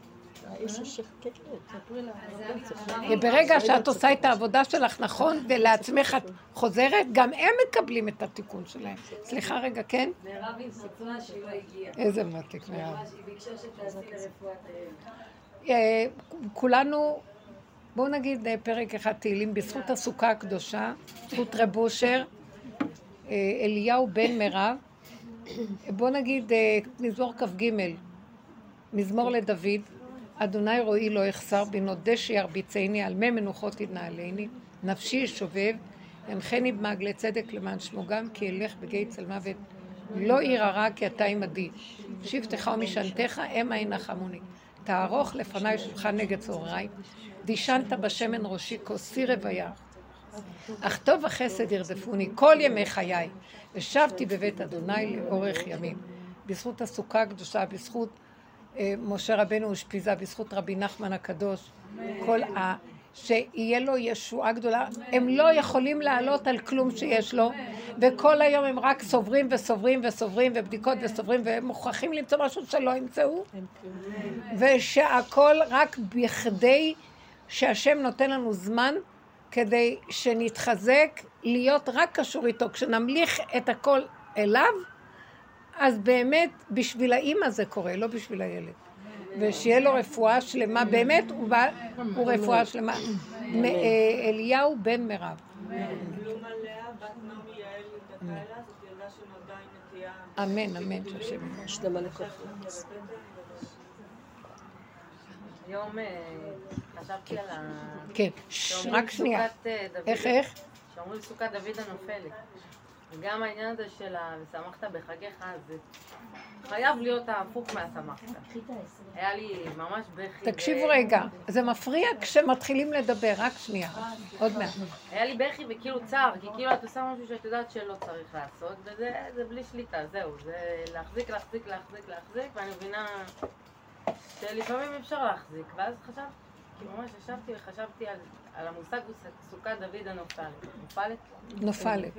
וברגע שאת עושה את העבודה שלך נכון ולעצמך את חוזרת, גם הם מקבלים את התיקון שלהם. סליחה רגע, כן? מירב התחצרה שהיא לא הגיעה. איזה מתק מירב. ממש, היא ביקשה שתעשי לרפואת הילד. כולנו, בואו נגיד פרק אחד תהילים בזכות הסוכה הקדושה, זכות רב אושר, אליהו בן מירב. בואו נגיד מזמור כ"ג, מזמור לדוד. אדוני רואי לא יחסר בי, נודה שירביצני, על מי מנוחות יתנהלני, נפשי שובב, הנחני במעגלי צדק למען שמו, גם כי אלך בגיא צל מוות, לא עיר הרע כי אתה עמדי, שבטך ומשענתך המה ינחמוני, תערוך לפניי שולחן נגד צהריי, דישנת בשמן ראשי כוסי רוויה, אך טוב החסד ירדפוני כל ימי חיי, ישבתי בבית אדוני לאורך ימים. בזכות הסוכה הקדושה, בזכות משה רבנו אושפיזה, בזכות רבי נחמן הקדוש, שיהיה לו ישועה גדולה. הם לא יכולים לעלות על כלום שיש לו, וכל היום הם רק סוברים וסוברים וסוברים ובדיקות וסוברים, והם מוכרחים למצוא משהו שלא ימצאו, ושהכל רק בכדי שהשם נותן לנו זמן כדי שנתחזק להיות רק קשור איתו. כשנמליך את הכל אליו, אז באמת בשביל האמא זה קורה, לא בשביל הילד. ושיהיה לו רפואה שלמה, באמת הוא רפואה שלמה. אליהו בן מירב. כלום עליה, בת נעמי יעל ודקאלה, זאת ילדה שנולדה עם נטייה. אמן, אמן, שהשם. שלמה לכוחו. היום חשבתי על ה... כן, רק שנייה. איך? שאומרים סוכת דוד הנופלת. וגם העניין הזה של ושמחת בחגיך, זה חייב להיות ההפוך מהשמחת. היה לי ממש בכי. תקשיבו רגע, זה מפריע כשמתחילים לדבר, רק שנייה, עוד מעט. היה לי בכי וכאילו צער, כי כאילו את עושה משהו שאת יודעת שלא צריך לעשות, וזה בלי שליטה, זהו, זה להחזיק, ואני מבינה שלפעמים אפשר להחזיק, ואז חשבתי, כי ממש ישבתי וחשבתי על המושג סוכת דוד הנופלת. נופלת.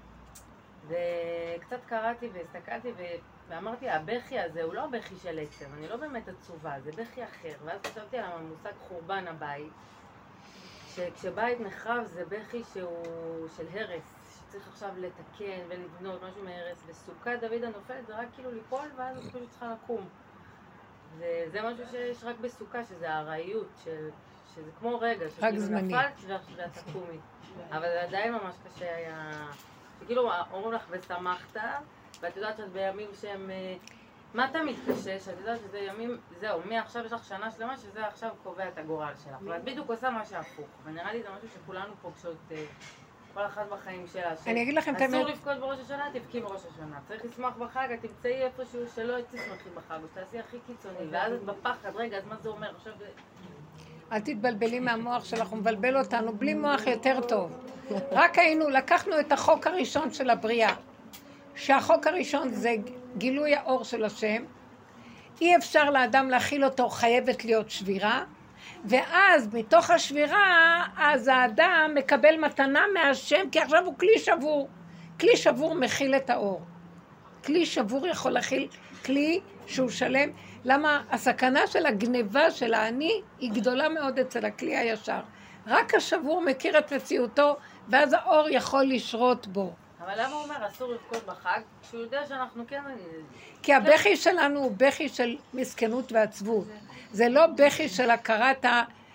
וקצת קראתי והסתכלתי ואמרתי, הבכי הזה הוא לא בכי של עצם, אני לא באמת עצובה, זה בכי אחר. ואז חשבתי על המושג חורבן הבית, שכשבית נחרב זה בכי שהוא של הרס, שצריך עכשיו לתקן ולבנות משהו מהרס, וסוכת דוד הנופלת זה רק כאילו ליפול ואז את פשוט צריכה לקום. וזה משהו שיש רק בסוכה, שזה הארעיות, שזה כמו רגע, שכאילו נפלת ואת תקומי. אבל זה עדיין ממש קשה היה... שכאילו אומרים לך ושמחת, ואת יודעת שאת בימים שהם... מה אתה מתקשש? את יודעת שזה ימים... זהו, מעכשיו יש לך שנה שלמה שזה עכשיו קובע את הגורל שלך. ואת בדיוק עושה מה שהפוך. ונראה לי זה משהו שכולנו פוגשות כל אחת בחיים שלה. אני אגיד לכם את האמת. אסור לבכות בראש השנה, תבכי בראש השנה. צריך לשמוח בחג, את תמצאי איפשהו שלא תשמחי בחג, ותעשי הכי קיצוני. ואז את בפחד, רגע, אז מה זה אומר? עכשיו... אל תתבלבלי מהמוח שלך, הוא מבלבל אותנו, בלי מוח יותר טוב. רק לקחנו את החוק הראשון של הבריאה, שהחוק הראשון זה גילוי האור של השם, אי אפשר לאדם להכיל אותו, חייבת להיות שבירה, ואז מתוך השבירה, אז האדם מקבל מתנה מהשם, כי עכשיו הוא כלי שבור. כלי שבור מכיל את האור. כלי שבור יכול להכיל כלי שהוא שלם. למה הסכנה של הגניבה של העני היא גדולה מאוד אצל הכלי הישר. רק השבור מכיר את מציאותו, ואז האור יכול לשרות בו. אבל למה הוא אומר אסור לבכות בחג? כשהוא יודע שאנחנו כן... כי הבכי שלנו הוא בכי של מסכנות ועצבות. זה לא בכי של הכרת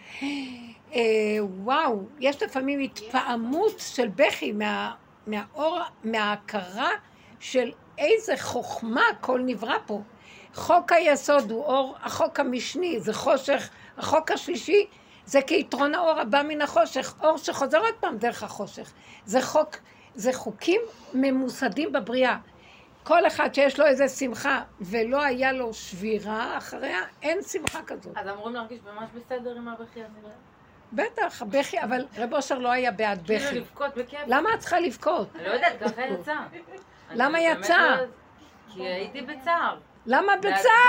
וואו, יש לפעמים התפעמות של בכי מהאור, מההכרה של איזה חוכמה כל נברא פה. חוק היסוד הוא אור, החוק המשני זה חושך, החוק השלישי זה כיתרון האור הבא מן החושך, אור שחוזר עוד פעם דרך החושך. זה חוקים ממוסדים בבריאה. כל אחד שיש לו איזה שמחה ולא היה לו שבירה אחריה, אין שמחה כזאת. אז אמורים להרגיש ממש בסדר עם הבכי הזה? בטח, בכי, אבל רב אושר לא היה בעד בכי. כאילו לבכות בכיף. למה את צריכה לבכות? אני לא יודעת, ככה יצא. למה יצא? כי הייתי בצער. למה בצער?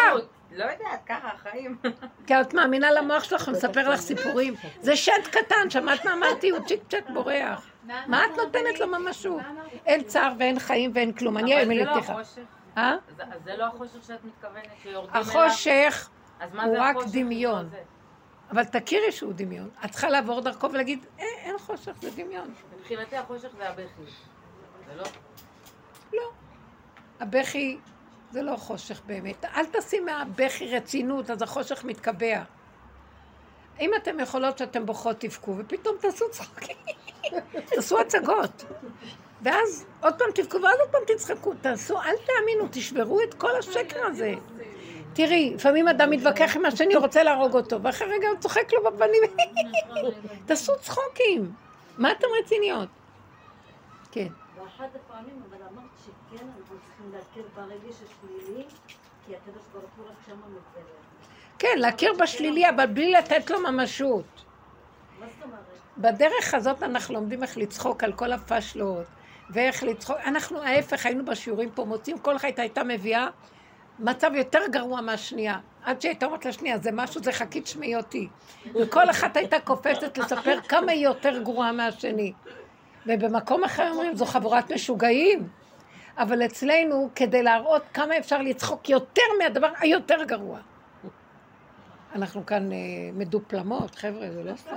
לא יודעת, ככה, החיים. כי את מאמינה למוח שלך, הוא מספר לך סיפורים. זה שד קטן, שמעת מה אמרתי? הוא צ'יק צ'ק בורח. מה את נותנת לו ממשות? אין צער ואין חיים ואין כלום. אני אבל אעמיד זה לא לך. החושך. אה? אז זה לא החושך שאת מתכוונת, שיורדים אליו? החושך אז מה הוא זה רק החושך? דמיון. זה? אבל תכירי שהוא דמיון. את צריכה לעבור דרכו ולהגיד, אין חושך, זה דמיון. מבחינתי החושך זה הבכי. זה לא? לא. הבכי זה לא חושך באמת. אל תשים מהבכי רצינות, אז החושך מתקבע. אם אתם יכולות שאתם בוכות תבכו, ופתאום תעשו צחוקים. תעשו הצגות. ואז עוד פעם תבכו, ואז עוד פעם תצחקו. תעשו, אל תאמינו, תשברו את כל השקר הזה. תראי, לפעמים אדם מתווכח עם השני, רוצה להרוג אותו, ואחרי רגע הוא צוחק לו בפנים. תעשו צחוקים. מה אתם רציניות? כן. באחת הפעמים, אבל אמרת שכן, אנחנו צריכים להכיר ברגש השלילי, כי הקדוש ברוך הוא רק שמה מתגלה. כן, להכיר בשלילי, אבל בלי לתת לו ממשות. מה זאת אומרת? בדרך הזאת אנחנו לומדים איך לצחוק על כל הפשלות, ואיך לצחוק. אנחנו ההפך, היינו בשיעורים פה, מוצאים, כל אחת הייתה מביאה מצב יותר גרוע מהשנייה. עד שהייתה אומרת לשנייה, זה משהו, זה חכית שמי אותי. וכל אחת הייתה קופצת לספר כמה היא יותר גרועה מהשני. ובמקום אחר אומרים, זו חבורת משוגעים. אבל אצלנו, כדי להראות כמה אפשר לצחוק יותר מהדבר היותר גרוע. אנחנו כאן מדופלמות, חבר'ה, זה לא סתם.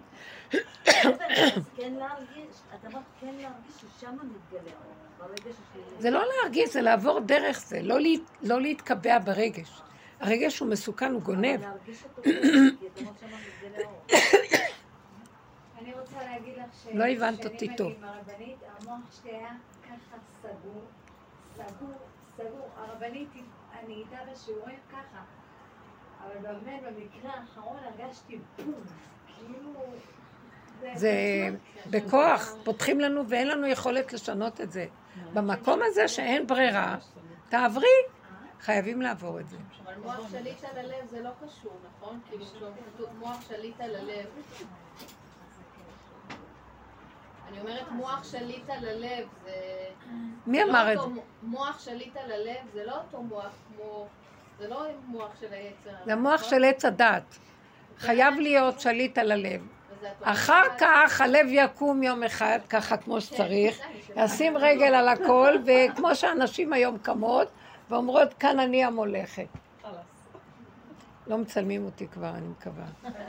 כן להרגיש, את אמרת כן להרגיש ששם מתגלה ברגש השלילי. זה לא להרגיש, זה לעבור דרך זה, לא להתקבע ברגש. הרגש הוא מסוכן, הוא גונב. אבל להרגיש אותו, כי את אמרת שמה מתגלה אור. אני רוצה להגיד לך ש... לא הבנת אותי כשאני טוב. מגיעה עם הרבנית, המוח שלי היה ככה סגור. הרבנית, אני איתה בשיעורים ככה. אבל באמת, במקרה האחרון הרגשתי בום. כאילו... זה בכוח, פותחים לנו ואין לנו יכולת לשנות את זה. במקום הזה שאין ברירה, תעברי, חייבים לעבור את זה. אבל מוח שליט על הלב זה לא קשור, נכון? כאילו כתוב מוח שליט על הלב. אני אומרת מוח שליט על הלב זה... מי אמר את זה? מוח שליט על הלב זה לא אותו מוח כמו... זה לא מוח של היצר. זה המוח של עץ הדת. חייב להיות שליט על הלב. אחר כך הלב יקום יום אחד, ככה כמו שצריך, ישים רגל על הכל, וכמו שאנשים היום קמות, ואומרות, כאן אני המולכת. לא מצלמים אותי כבר, אני מקווה.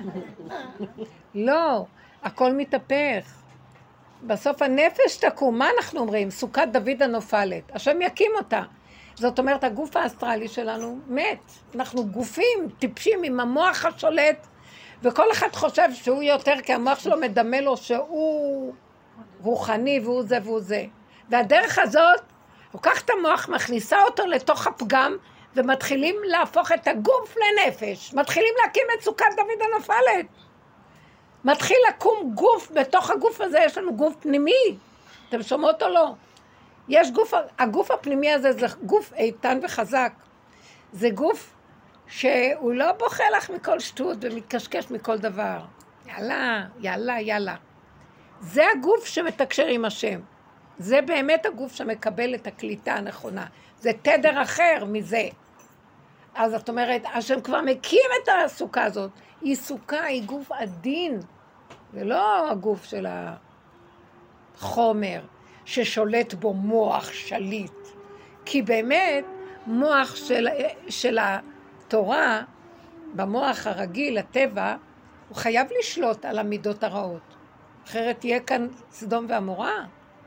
לא, הכל מתהפך. בסוף הנפש תקום, מה אנחנו אומרים? סוכת דוד הנופלת. השם יקים אותה. זאת אומרת, הגוף האסטרלי שלנו מת. אנחנו גופים טיפשים עם המוח השולט, וכל אחד חושב שהוא יותר, כי המוח שלו מדמה לו שהוא רוחני והוא זה והוא זה. והדרך הזאת, לוקח את המוח, מכניסה אותו לתוך הפגם, ומתחילים להפוך את הגוף לנפש. מתחילים להקים את סוכת דוד הנופלת. מתחיל לקום גוף, בתוך הגוף הזה יש לנו גוף פנימי. אתם שומעות או לא? יש גוף, הגוף הפנימי הזה זה גוף איתן וחזק. זה גוף שהוא לא בוכה לך מכל שטות ומתקשקש מכל דבר. יאללה. זה הגוף שמתקשר עם השם. זה באמת הגוף שמקבל את הקליטה הנכונה. זה תדר אחר מזה. אז את אומרת, השם כבר מקים את הסוכה הזאת. היא סוכה, היא גוף עדין. זה לא הגוף של החומר ששולט בו מוח שליט. כי באמת מוח של התורה, במוח הרגיל, הטבע, הוא חייב לשלוט על המידות הרעות. אחרת תהיה כאן סדום ועמורה.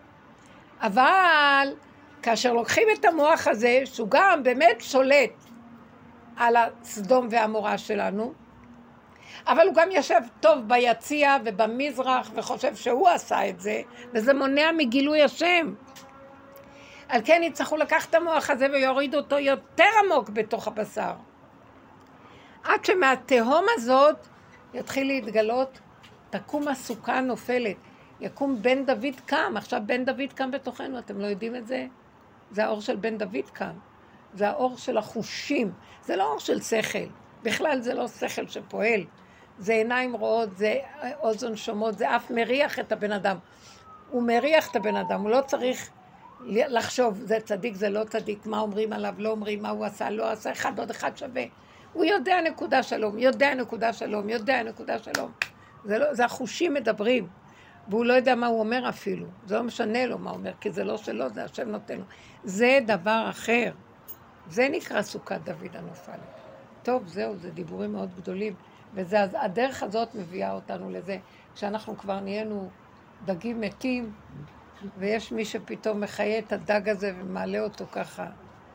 אבל כאשר לוקחים את המוח הזה, שהוא גם באמת שולט על הסדום והמורה שלנו, אבל הוא גם יושב טוב ביציע ובמזרח וחושב שהוא עשה את זה, וזה מונע מגילוי השם. על כן יצטרכו לקחת את המוח הזה ויוריד אותו יותר עמוק בתוך הבשר. עד שמהתהום הזאת יתחיל להתגלות, תקום הסוכה נופלת, יקום בן דוד קם. עכשיו בן דוד קם בתוכנו, אתם לא יודעים את זה? זה האור של בן דוד קם. זה האור של החושים, זה לא אור של שכל. בכלל זה לא שכל שפועל. זה עיניים רואות, זה אוזן שומעות, זה אף מריח את הבן אדם. הוא מריח את הבן אדם, הוא לא צריך לחשוב, זה צדיק, זה לא צדיק, מה אומרים עליו, לא אומרים, מה הוא עשה, לא עשה, אחד עוד אחד שווה. הוא יודע נקודה שלום, יודע נקודה שלום, יודע נקודה שלום. זה החושים מדברים, והוא לא יודע מה הוא אומר אפילו. זה לא משנה לו מה הוא אומר, כי זה לא שלו, זה השם נותן לו. זה דבר אחר. זה נקרא סוכת דוד הנופל. טוב, זהו, זה דיבורים מאוד גדולים. והדרך הזאת מביאה אותנו לזה, שאנחנו כבר נהיינו דגים מתים, ויש מי שפתאום מחיה את הדג הזה ומעלה אותו ככה.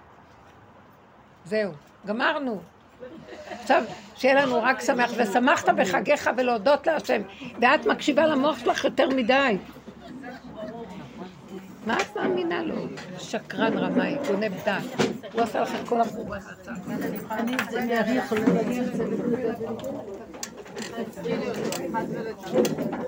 זהו, גמרנו. עכשיו, שיהיה לנו רק שמח, ושמחת בחגיך ולהודות להשם, ואת מקשיבה למוח שלך יותר מדי. מה את מאמינה לו? שקרן רמאי, גונב דעת. הוא עשה לך את כל החור הזה. אני יכולה להגיד את זה.